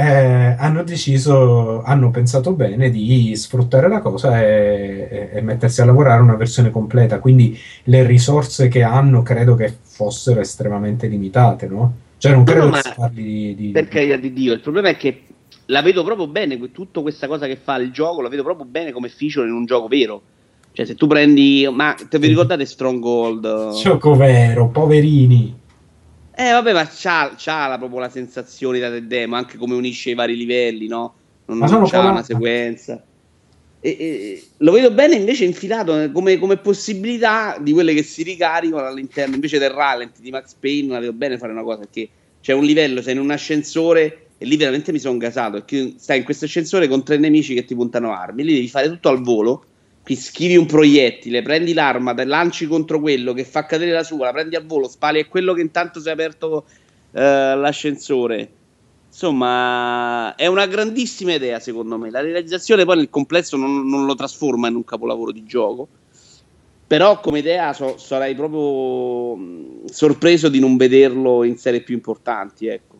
hanno pensato bene di sfruttare la cosa e mettersi a lavorare una versione completa, quindi le risorse che hanno credo che fossero estremamente limitate, no? Cioè non credo che si parli di per carità di Dio, il problema è che la vedo proprio bene, tutta questa cosa che fa il gioco la vedo proprio bene come feature in un gioco vero. Cioè se tu prendi, ma te vi ricordate Stronghold? Gioco vero, poverini. Vabbè, ma c'ha proprio la sensazione da demo, anche come unisce i vari livelli, no? Non c'ha una sequenza. E lo vedo bene invece infilato come possibilità di quelle che si ricaricano all'interno, invece del rallent di Max Payne. La vedo bene fare una cosa, perché c'è un livello, sei in un ascensore, e lì veramente mi sono gasato, perché stai in questo ascensore con 3 nemici che ti puntano armi, lì devi fare tutto al volo, qui schivi un proiettile, prendi l'arma, te lanci contro quello che fa cadere la sua, la prendi al volo, spari a quello che intanto si è aperto l'ascensore. Insomma, è una grandissima idea secondo me. La realizzazione poi nel complesso non lo trasforma in un capolavoro di gioco, però come idea sarei proprio sorpreso di non vederlo in serie più importanti, ecco.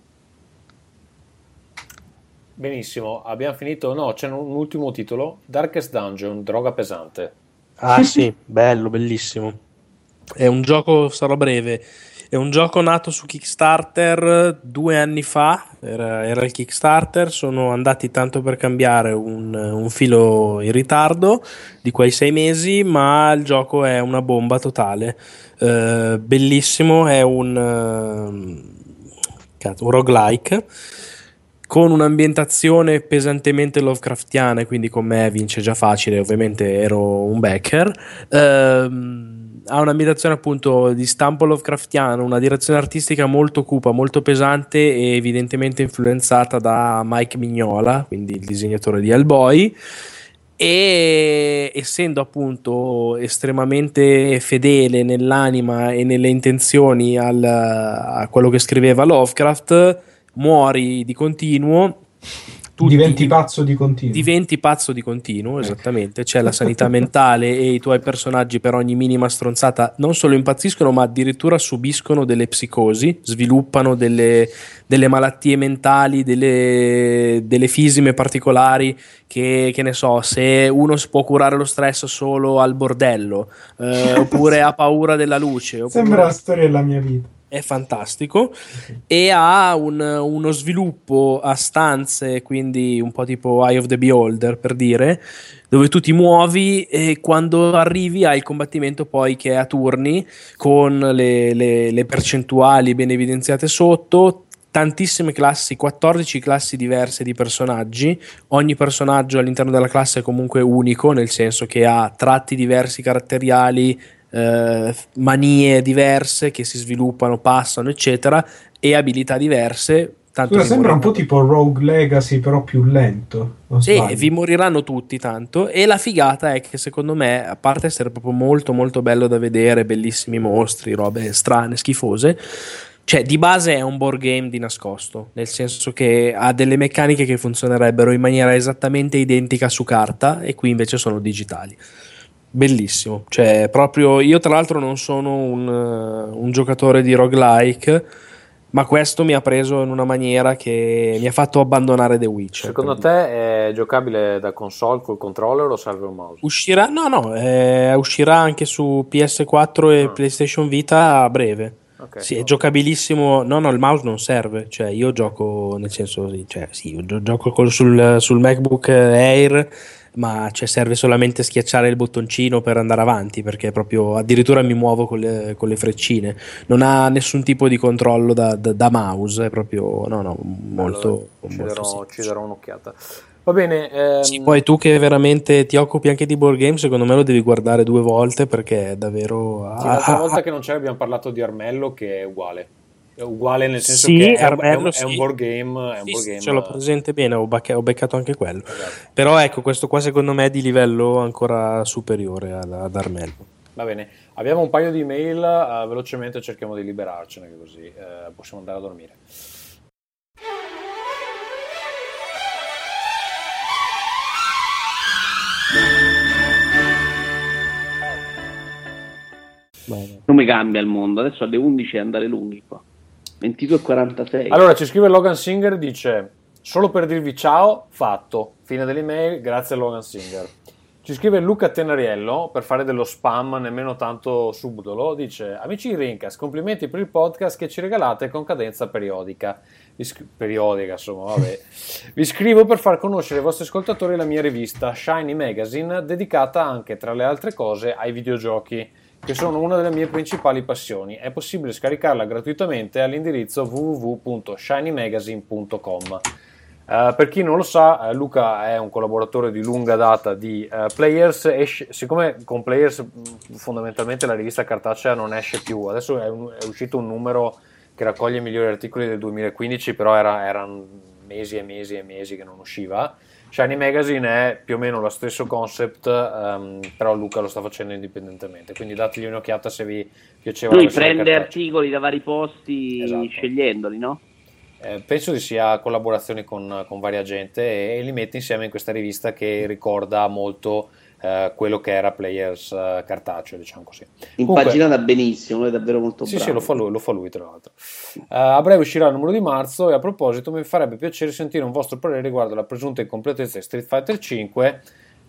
Benissimo, abbiamo finito. No, c'è un ultimo titolo, Darkest Dungeon, droga pesante. Ah sì, bello, bellissimo. È un gioco, sarò breve, è un gioco nato su Kickstarter 2 anni fa, era il Kickstarter, sono andati tanto per cambiare un filo in ritardo di quei 6 mesi, ma il gioco è una bomba totale, bellissimo, è un roguelike, con un'ambientazione pesantemente Lovecraftiana, quindi con me vince già facile, ovviamente ero un backer. Ha un'ambientazione appunto di stampo Lovecraftiano, una direzione artistica molto cupa, molto pesante e evidentemente influenzata da Mike Mignola, quindi il disegnatore di Hellboy, e essendo appunto estremamente fedele nell'anima e nelle intenzioni a quello che scriveva Lovecraft, muori di continuo, diventi pazzo di continuo, esattamente. C'è la sanità mentale e i tuoi personaggi per ogni minima stronzata non solo impazziscono, ma addirittura subiscono delle psicosi, sviluppano delle malattie mentali, delle fisime particolari che ne so, se uno si può curare lo stress solo al bordello, oppure ha paura della luce, sembra la storia della mia vita. è fantastico e ha uno sviluppo a stanze, quindi un po' tipo Eye of the Beholder, per dire, dove tu ti muovi e quando arrivi hai il combattimento poi che è a turni con le percentuali ben evidenziate sotto, tantissime classi, 14 classi diverse di personaggi. Ogni personaggio all'interno della classe è comunque unico, nel senso che ha tratti diversi caratteriali, manie diverse che si sviluppano, passano, eccetera, e abilità diverse. Tanto sembra un po' tipo Rogue Legacy, però più lento. Sì, vi moriranno tutti tanto. E la figata è che secondo me, a parte essere proprio molto molto bello da vedere, bellissimi mostri, robe strane, schifose, cioè di base è un board game di nascosto, nel senso che ha delle meccaniche che funzionerebbero in maniera esattamente identica su carta e qui invece sono digitali. Bellissimo, cioè proprio, io tra l'altro non sono un giocatore di roguelike, ma questo mi ha preso in una maniera che mi ha fatto abbandonare The Witcher. Secondo te è giocabile da console col controller o serve un mouse? Uscirà anche su PS4 e PlayStation Vita a breve. Okay, sì, è giocabilissimo. No, il mouse non serve, cioè io gioco, nel senso gioco sul MacBook Air, ma serve solamente schiacciare il bottoncino per andare avanti, perché proprio addirittura mi muovo con le freccine, non ha nessun tipo di controllo da mouse, è proprio molto, allora, ci darò un'occhiata. Va bene. Sì, poi tu che veramente ti occupi anche di board game, secondo me lo devi guardare 2 volte perché è davvero. L'altra volta che non c'era abbiamo parlato di Armello, che è uguale. È uguale nel senso che è un board game. Ce l'ho presente bene, ho beccato anche quello. Esatto. Però ecco, questo qua secondo me è di livello ancora superiore ad Armello. Va bene, abbiamo un paio di email, velocemente cerchiamo di liberarcene, così possiamo andare a dormire. Non mi cambia il mondo, adesso alle 11 è andare lunghi qua. 22:46. Allora ci scrive Logan Singer, dice: solo per dirvi ciao, fatto. Fine dell'email, grazie a Logan Singer. Ci scrive Luca Tenariello, per fare dello spam nemmeno tanto subdolo, dice: amici di Rincast, complimenti per il podcast che ci regalate con cadenza periodica. Vi scrivo per far conoscere ai vostri ascoltatori la mia rivista Shiny Magazine, dedicata anche, tra le altre cose, ai videogiochi, che sono una delle mie principali passioni. È possibile scaricarla gratuitamente all'indirizzo www.shinymagazine.com. Per chi non lo sa, Luca è un collaboratore di lunga data di Players, e siccome con Players fondamentalmente la rivista cartacea non esce più, adesso è uscito un numero che raccoglie i migliori articoli del 2015, però erano mesi e mesi e mesi che non usciva. Shiny Magazine è più o meno lo stesso concept, però Luca lo sta facendo indipendentemente, quindi dategli un'occhiata se vi piaceva. Lui prende articoli da vari posti, esatto, scegliendoli, no? Penso che sia collaborazioni con varia gente e li mette insieme in questa rivista che ricorda molto quello che era Players cartaceo, diciamo così. Impaginata benissimo, è davvero molto bravo. Sì, lo fa lui tra l'altro. A breve uscirà il numero di marzo e a proposito mi farebbe piacere sentire un vostro parere riguardo la presunta incompletezza di Street Fighter 5.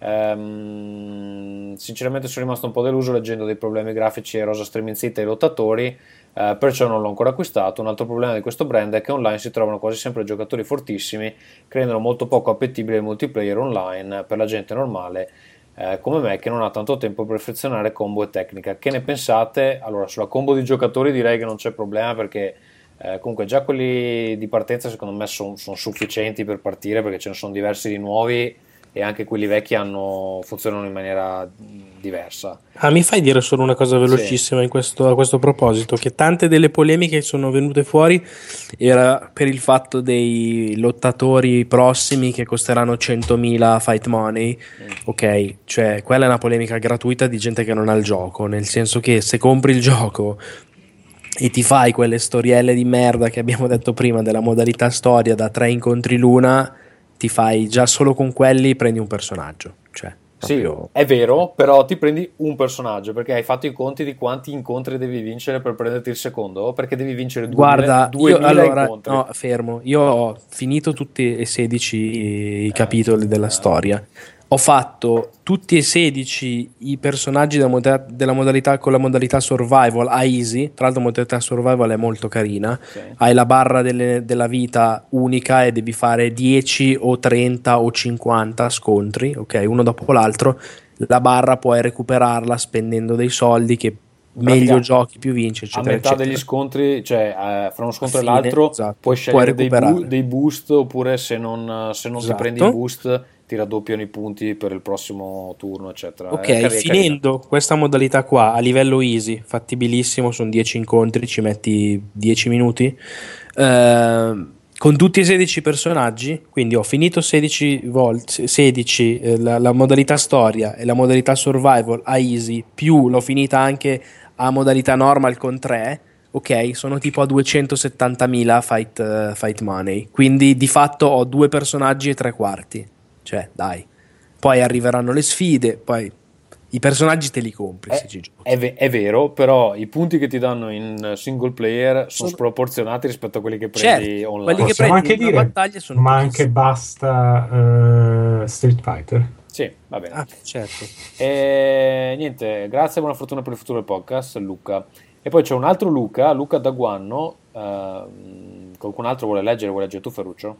Sinceramente sono rimasto un po' deluso leggendo dei problemi grafici e rosa sterminzita ai lottatori, perciò non l'ho ancora acquistato. Un altro problema di questo brand è che online si trovano quasi sempre giocatori fortissimi che rendono molto poco appetibile il multiplayer online per la gente normale come me, che non ha tanto tempo per perfezionare combo e tecnica. Che ne pensate? Allora, sulla combo di giocatori direi che non c'è problema, perché comunque già quelli di partenza secondo me sono sufficienti per partire, perché ce ne sono diversi di nuovi e anche quelli vecchi funzionano in maniera diversa. Mi fai dire solo una cosa velocissima, sì, a questo proposito, che tante delle polemiche che sono venute fuori era per il fatto dei lottatori prossimi che costeranno 100.000 fight money. Ok, cioè quella è una polemica gratuita di gente che non ha il gioco, nel senso che se compri il gioco e ti fai quelle storielle di merda che abbiamo detto prima della modalità storia da 3 incontri l'una, ti fai già solo con quelli, prendi un personaggio, cioè proprio... Sì, è vero, però ti prendi un personaggio, perché hai fatto i conti di quanti incontri devi vincere per prenderti il secondo, perché devi vincere 2000 incontri. No, fermo, io ho finito tutti e 16 i capitoli della storia, ho fatto tutti e 16 i personaggi della modalità con la modalità survival a easy. Tra l'altro la modalità survival è molto carina, hai la barra della vita unica e devi fare 10 o 30 o 50 scontri, ok, uno dopo l'altro. La barra puoi recuperarla spendendo dei soldi, che meglio giochi più vinci, eccetera, a metà eccetera. degli scontri, cioè fra uno scontro e l'altro, esatto, puoi scegliere dei boost, oppure se non ti prendi i boost ti raddoppiano i punti per il prossimo turno, eccetera. Ok, finendo questa modalità qua a livello easy, fattibilissimo, sono 10 incontri, ci metti 10 minuti, con tutti i 16 personaggi, quindi ho finito 16 la modalità storia e la modalità survival a easy, più l'ho finita anche a modalità normal con 3, ok, sono tipo a 270.000 fight money, quindi di fatto ho 2 personaggi e 3 quarti, cioè dai, poi arriveranno le sfide, poi i personaggi te li compri se ci giochi. È vero, però i punti che ti danno in single player sono sproporzionati rispetto a quelli che prendi online. Quelli che prendi anche in una battaglia sono ma anche basta Street Fighter. Sì, va bene. Certo. Niente, grazie e buona fortuna per il futuro del podcast, Luca. E poi c'è un altro Luca Daguanno. Qualcun altro vuole leggere tu, Ferruccio?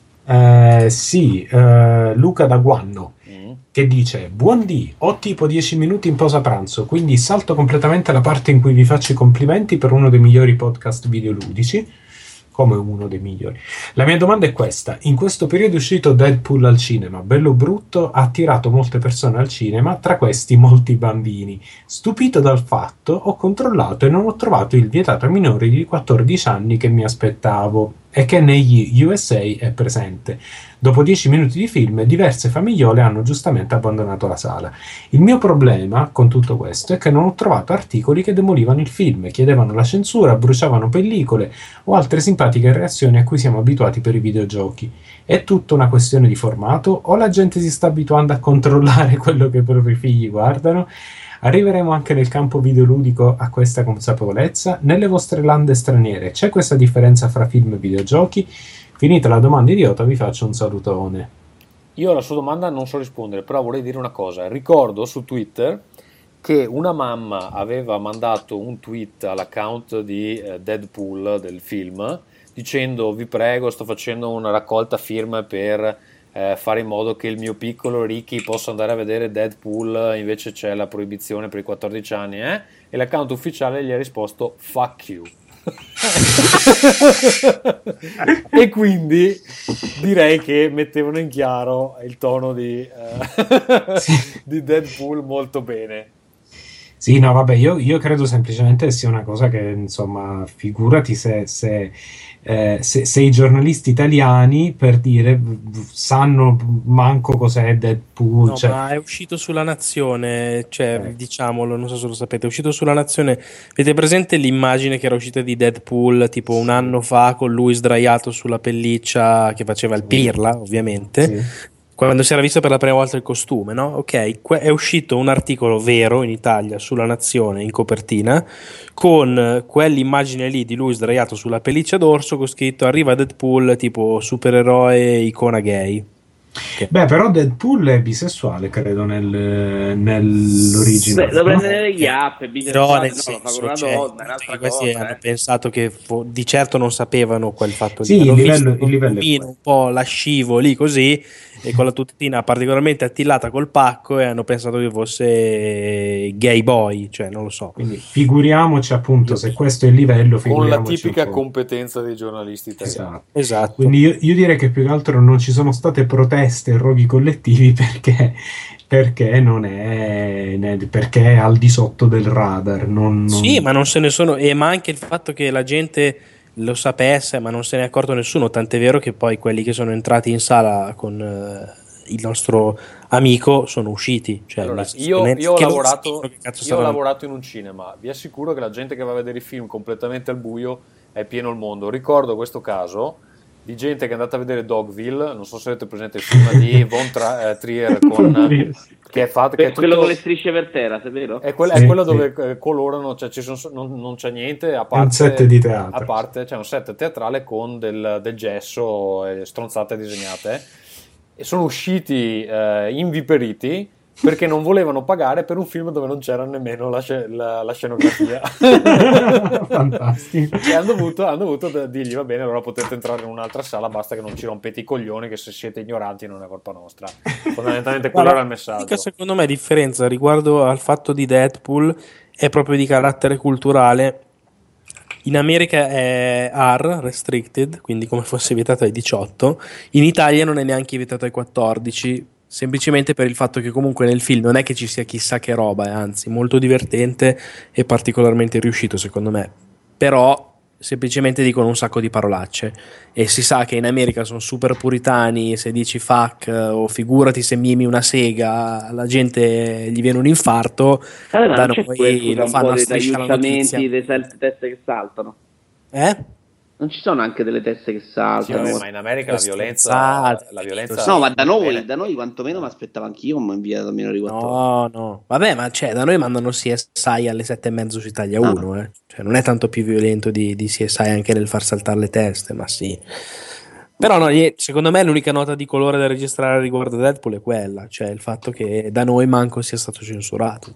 Sì, Luca Daguanno che dice: buondì, ho tipo 10 minuti in pausa pranzo, quindi salto completamente la parte in cui vi faccio i complimenti per uno dei migliori podcast videoludici. Come uno dei migliori. La mia domanda è questa: in questo periodo è uscito Deadpool al cinema, bello brutto, ha attirato molte persone al cinema, tra questi molti bambini. Stupito dal fatto, ho controllato e non ho trovato il vietato ai minori di 14 anni che mi aspettavo e che negli USA è presente. Dopo 10 minuti di film, diverse famigliole hanno giustamente abbandonato la sala. Il mio problema con tutto questo è che non ho trovato articoli che demolivano il film, chiedevano la censura, bruciavano pellicole o altre simpatiche reazioni a cui siamo abituati per i videogiochi. È tutta una questione di formato o la gente si sta abituando a controllare quello che i propri figli guardano? Arriveremo anche nel campo videoludico a questa consapevolezza? Nelle vostre lande straniere c'è questa differenza fra film e videogiochi? Finita la domanda idiota, vi faccio un salutone. Io alla sua domanda non so rispondere, però vorrei dire una cosa. Ricordo su Twitter che una mamma aveva mandato un tweet all'account di Deadpool del film dicendo: vi prego, sto facendo una raccolta firme per fare in modo che il mio piccolo Ricky possa andare a vedere Deadpool, invece c'è la proibizione per i 14 anni, e l'account ufficiale gli ha risposto fuck you. E quindi direi che mettevano in chiaro il tono di Deadpool molto bene. Sì, no, vabbè, io credo semplicemente sia una cosa che, insomma, figurati se i giornalisti italiani, per dire, sanno manco cos'è Deadpool. No, ma è uscito sulla Nazione, cioè, diciamolo, non so se lo sapete, è uscito sulla Nazione. Avete presente l'immagine che era uscita di Deadpool tipo un anno fa, con lui sdraiato sulla pelliccia che faceva il pirla, ovviamente? Sì. Quando si era visto per la prima volta il costume, no? Ok, è uscito un articolo vero in Italia sulla Nazione in copertina con quell'immagine lì di lui sdraiato sulla pelliccia d'orso con scritto arriva Deadpool tipo supereroe icona gay. Okay. Beh, però Deadpool è bisessuale, credo, nell'origine. Beh, lo prende negli app, è bisessuale, fa con una donna, un'altra questi hanno pensato che di certo non sapevano quel fatto lì. Sì, il livello è un po' lascivo lì così, e con la tutina particolarmente attillata col pacco, e hanno pensato che fosse gay boy, cioè non lo so. Quindi figuriamoci appunto se questo è il livello, con la tipica competenza dei giornalisti italiani. Esatto. Quindi io direi che più che altro non ci sono state proteste e roghi collettivi perché non è perché è al di sotto del radar. Sì, ma non se ne sono, ma anche il fatto che la gente lo sapesse, ma non se ne è accorto nessuno, tant'è vero che poi quelli che sono entrati in sala con il nostro amico sono usciti. Cioè, allora, io ho lavorato in un cinema, vi assicuro che la gente che va a vedere i film completamente al buio è pieno il mondo. Ricordo questo caso di gente che è andata a vedere Dogville, non so se avete presente il film di Von Trier che è fatto, che è tutto, quello con le strisce per terra, è vero? È quello dove colorano, cioè non c'è niente a parte, un set di teatro, a parte c'è un set teatrale con del gesso e stronzate disegnate, e sono usciti inviperiti perché non volevano pagare per un film dove non c'era nemmeno la scenografia. Fantastico. E hanno dovuto dirgli: va bene, allora potete entrare in un'altra sala, basta che non ci rompete i coglioni, che se siete ignoranti non è colpa nostra. Fondamentalmente quello era il messaggio. Secondo me differenza riguardo al fatto di Deadpool è proprio di carattere culturale. In America è R, restricted, quindi come fosse vietato ai 18. In Italia non è neanche vietato ai 14, semplicemente per il fatto che comunque nel film non è che ci sia chissà che roba, è anzi molto divertente e particolarmente riuscito secondo me. Però semplicemente dicono un sacco di parolacce e si sa che in America sono super puritani, se dici fuck o figurati se mimi una sega alla gente gli viene un infarto. Da noi lo fanno a Striscia la Notizia, delle teste che saltano, non ci sono anche delle teste che saltano? Sì, ma in America la violenza no, ma da noi quantomeno mi aspettavo anch'io un invio da minori 14. No, vabbè, ma da noi mandano CSI alle 7:30 su Italia 1, cioè non è tanto più violento di CSI anche nel far saltare le teste, ma sì. Però no, secondo me l'unica nota di colore da registrare riguardo a Deadpool è quella, cioè il fatto che da noi manco sia stato censurato.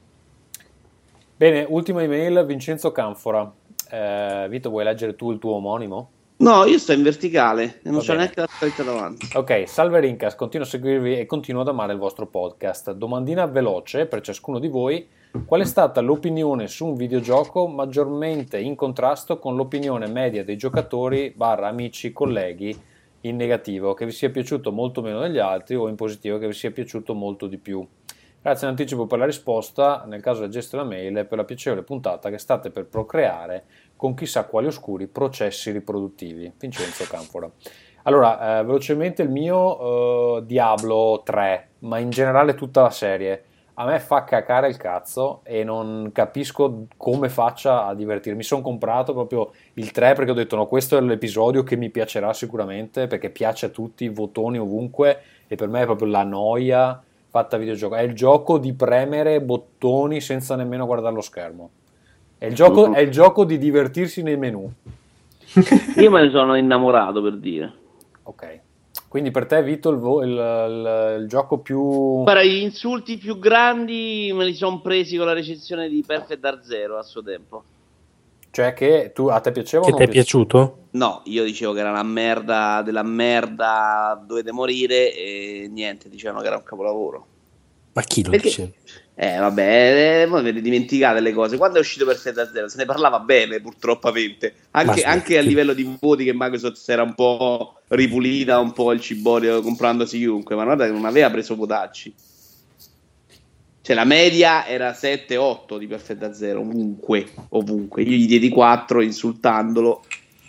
Bene, ultima email, Vincenzo Canfora. Vito, vuoi leggere tu il tuo omonimo? No, io sto in verticale e non c'ho neanche la scritta davanti. Ok, salve Rincas, continuo a seguirvi e continuo ad amare il vostro podcast. Domandina veloce per ciascuno di voi: qual è stata l'opinione su un videogioco maggiormente in contrasto con l'opinione media dei giocatori / amici, colleghi, in negativo, che vi sia piaciuto molto meno degli altri, o in positivo che vi sia piaciuto molto di più? Grazie in anticipo per la risposta, nel caso leggeste la mail, e per la piacevole puntata che state per procreare con chissà quali oscuri processi riproduttivi. Vincenzo Canfora. Allora, velocemente il mio Diablo 3, ma in generale tutta la serie, a me fa cacare il cazzo e non capisco come faccia a divertirmi. Mi sono comprato proprio il 3 perché ho detto no, questo è l'episodio che mi piacerà sicuramente, perché piace a tutti, votoni ovunque, e per me è proprio la noia fatta videogioco. È il gioco di premere bottoni senza nemmeno guardare lo schermo. È il gioco di divertirsi nei menu. Io me ne sono innamorato, per dire. Ok. Quindi per te, Vito, il gioco più... Guarda, gli insulti più grandi me li sono presi con la recensione di Perfect Dark Zero a suo tempo. Cioè che a te piaceva o non? Che ti è piaciuto? No, io dicevo che era una merda della merda, dovete morire, e niente, dicevano che era un capolavoro. Ma chi lo dice? Vabbè, voi avete dimenticato le cose. Quando è uscito Perfect Dark Zero se ne parlava bene, purtroppamente. Anche a livello di voti, che Microsoft si era un po' ripulita, un po' il ciborio comprandosi chiunque, ma guarda che non aveva preso votacci. Cioè la media era 7-8 di Perfect Dark Zero, ovunque. Io gli diedi 4 insultandolo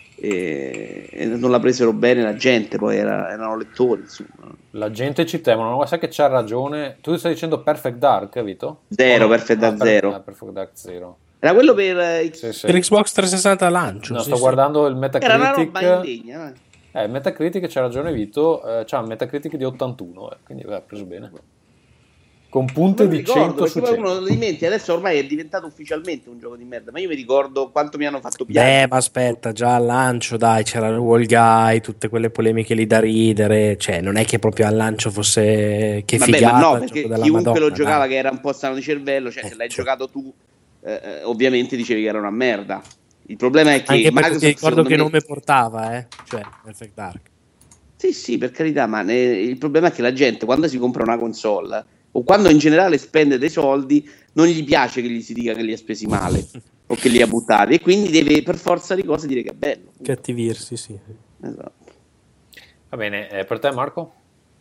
e non la presero bene la gente, poi erano lettori, insomma. La gente ci temono, ma sai che c'ha ragione. Tu stai dicendo Perfect Dark, Vito? Perfect Dark Zero. Perfect Dark Zero. Era quello per per Xbox 360 lancio. No, sto guardando il Metacritic. Era una roba indegna. Metacritic, c'ha ragione Vito, c'ha un Metacritic di 81, quindi ha preso bene. Con punte di 100 su 100. Uno di mente, adesso ormai è diventato ufficialmente un gioco di merda, ma io mi ricordo quanto mi hanno fatto piangere. Ma aspetta, già al lancio, dai, c'era il Wall Guy, tutte quelle polemiche lì da ridere, cioè non è che proprio al lancio fosse che figata. Ma no, perché chiunque Madonna, lo giocava che era un po' sano di cervello, cioè se l'hai giocato tu, ovviamente dicevi che era una merda. Il problema è che anche perché ti ricordo che nome portava, cioè Perfect Dark. Sì, per carità, ma il problema è che la gente quando si compra una console o quando in generale spende dei soldi non gli piace che gli si dica che li ha spesi male o che li ha buttati, e quindi deve per forza di cose dire che è bello, cattivirsi, sì. Esatto. Va bene, per te Marco?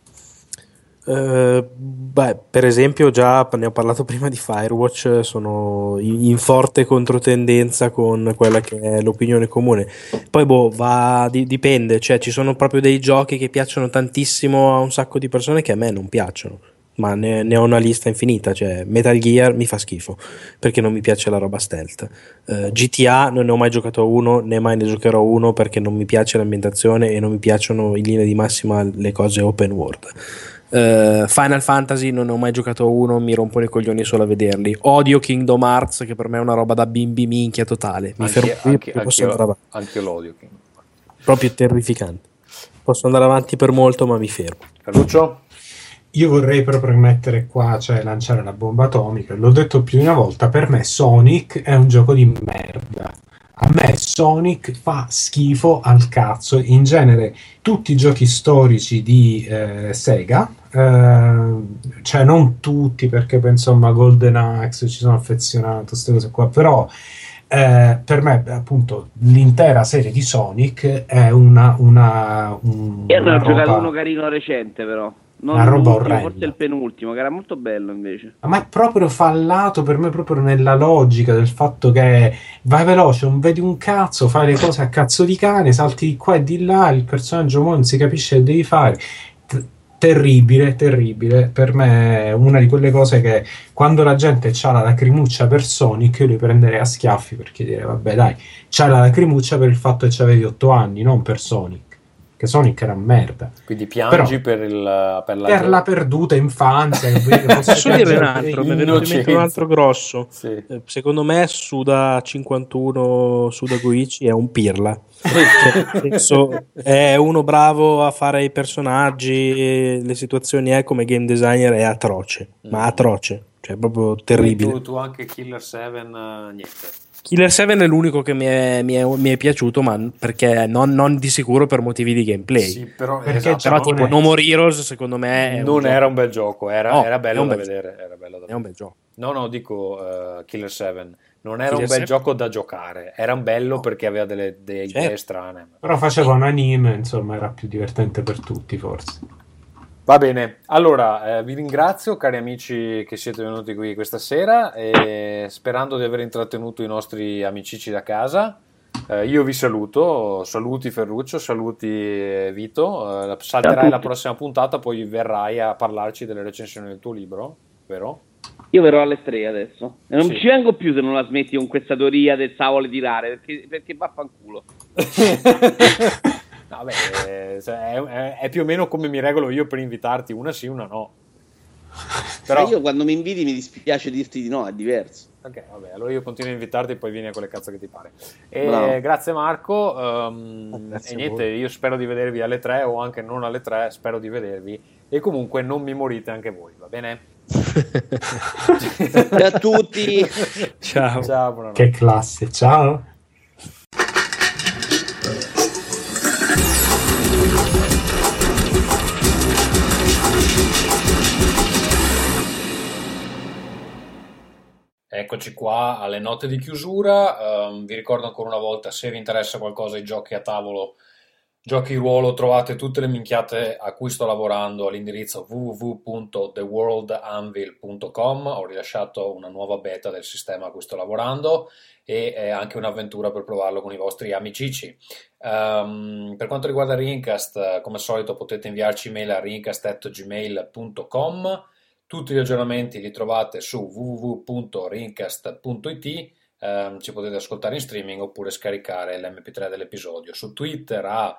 Per esempio già ne ho parlato prima di Firewatch, sono in forte controtendenza con quella che è l'opinione comune. Poi dipende, cioè ci sono proprio dei giochi che piacciono tantissimo a un sacco di persone che a me non piacciono, ma ne ho una lista infinita. Cioè Metal Gear mi fa schifo perché non mi piace la roba stealth. GTA non ne ho mai giocato a uno, né mai ne giocherò uno perché non mi piace l'ambientazione e non mi piacciono in linea di massima le cose open world. Final Fantasy non ne ho mai giocato a uno, mi rompono i coglioni solo a vederli. Odio Kingdom Hearts, che per me è una roba da bimbi minchia totale. Mi fermo qui, anche l'odio proprio terrificante. Posso andare avanti per molto, ma mi fermo. Ferruccio? Io vorrei proprio mettere qua, cioè lanciare la bomba atomica. L'ho detto più di una volta, per me Sonic è un gioco di merda. A me Sonic fa schifo al cazzo. In genere tutti i giochi storici di Sega, cioè non tutti, perché penso a Golden Axe, ci sono affezionato, queste cose qua, però per me appunto l'intera serie di Sonic è una io ho giocato roba, uno carino recente, però non una roba orrenda, forse il penultimo, che era molto bello invece. ma è proprio fallato per me, proprio nella logica del fatto che vai veloce, non vedi un cazzo, fai le cose a cazzo di cane, salti di qua e di là, il personaggio non si capisce che devi fare. Terribile, terribile. Per me è una di quelle cose che quando la gente c'ha la lacrimuccia per Sonic io li prenderei a schiaffi, perché dire vabbè dai, c'ha la lacrimuccia per il fatto che avevi 8 anni, non per Sonic, che Sonic era merda. Quindi piangi per la perduta infanzia. Posso dire un altro? Mi è venuto in mente un altro grosso. Sì. Secondo me Suda51 Suda Goichi è un pirla. È uno bravo a fare i personaggi, le situazioni, come game designer è atroce, ma atroce, cioè proprio terribile. Tu anche Killer 7 niente. Killer 7 è l'unico che mi è piaciuto, ma perché non di sicuro per motivi di gameplay. Sì, però tipo No More Heroes secondo me non era un bel gioco, era bello da vedere, era bello da è un bel gioco. No, dico Killer 7 non era un bel gioco da giocare, era un bello perché aveva delle idee strane. Però faceva un anime, insomma, era più divertente per tutti, forse. Va bene, allora vi ringrazio cari amici che siete venuti qui questa sera, e sperando di aver intrattenuto i nostri amicici da casa, io vi saluti Ferruccio, saluti Vito, salterai la prossima puntata, poi verrai a parlarci delle recensioni del tuo libro, vero? Io verrò alle 3 adesso e non ci vengo più se non la smetti con questa teoria del tavolo di rare, perché vaffanculo. Vabbè, è più o meno come mi regolo io per invitarti, una sì, una no. Però io quando mi inviti mi dispiace dirti di no, è diverso. Ok, vabbè, allora io continuo a invitarti e poi vieni a quelle cazzo che ti pare. Grazie Marco, grazie e niente, io spero di vedervi alle 3 o anche non alle 3, spero di vedervi, e comunque non mi morite anche voi, va bene? Ciao a tutti. Ciao, buonanotte. Che classe, ciao. Eccoci qua alle note di chiusura. Vi ricordo ancora una volta, se vi interessa qualcosa di giochi a tavolo, giochi ruolo, trovate tutte le minchiate a cui sto lavorando all'indirizzo www.theworldanvil.com. Ho rilasciato una nuova beta del sistema a cui sto lavorando e è anche un'avventura per provarlo con i vostri amicici. Per quanto riguarda Rincast, come al solito potete inviarci email a rincast@gmail.com. Tutti gli aggiornamenti li trovate su www.rincast.it. Ci potete ascoltare in streaming oppure scaricare l'MP3 dell'episodio. Su Twitter a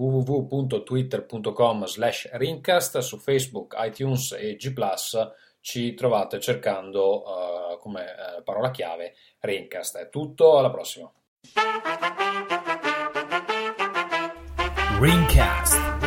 www.twitter.com/Rincast, su Facebook, iTunes e G+, ci trovate cercando come parola chiave Rincast. È tutto, alla prossima. Rincast.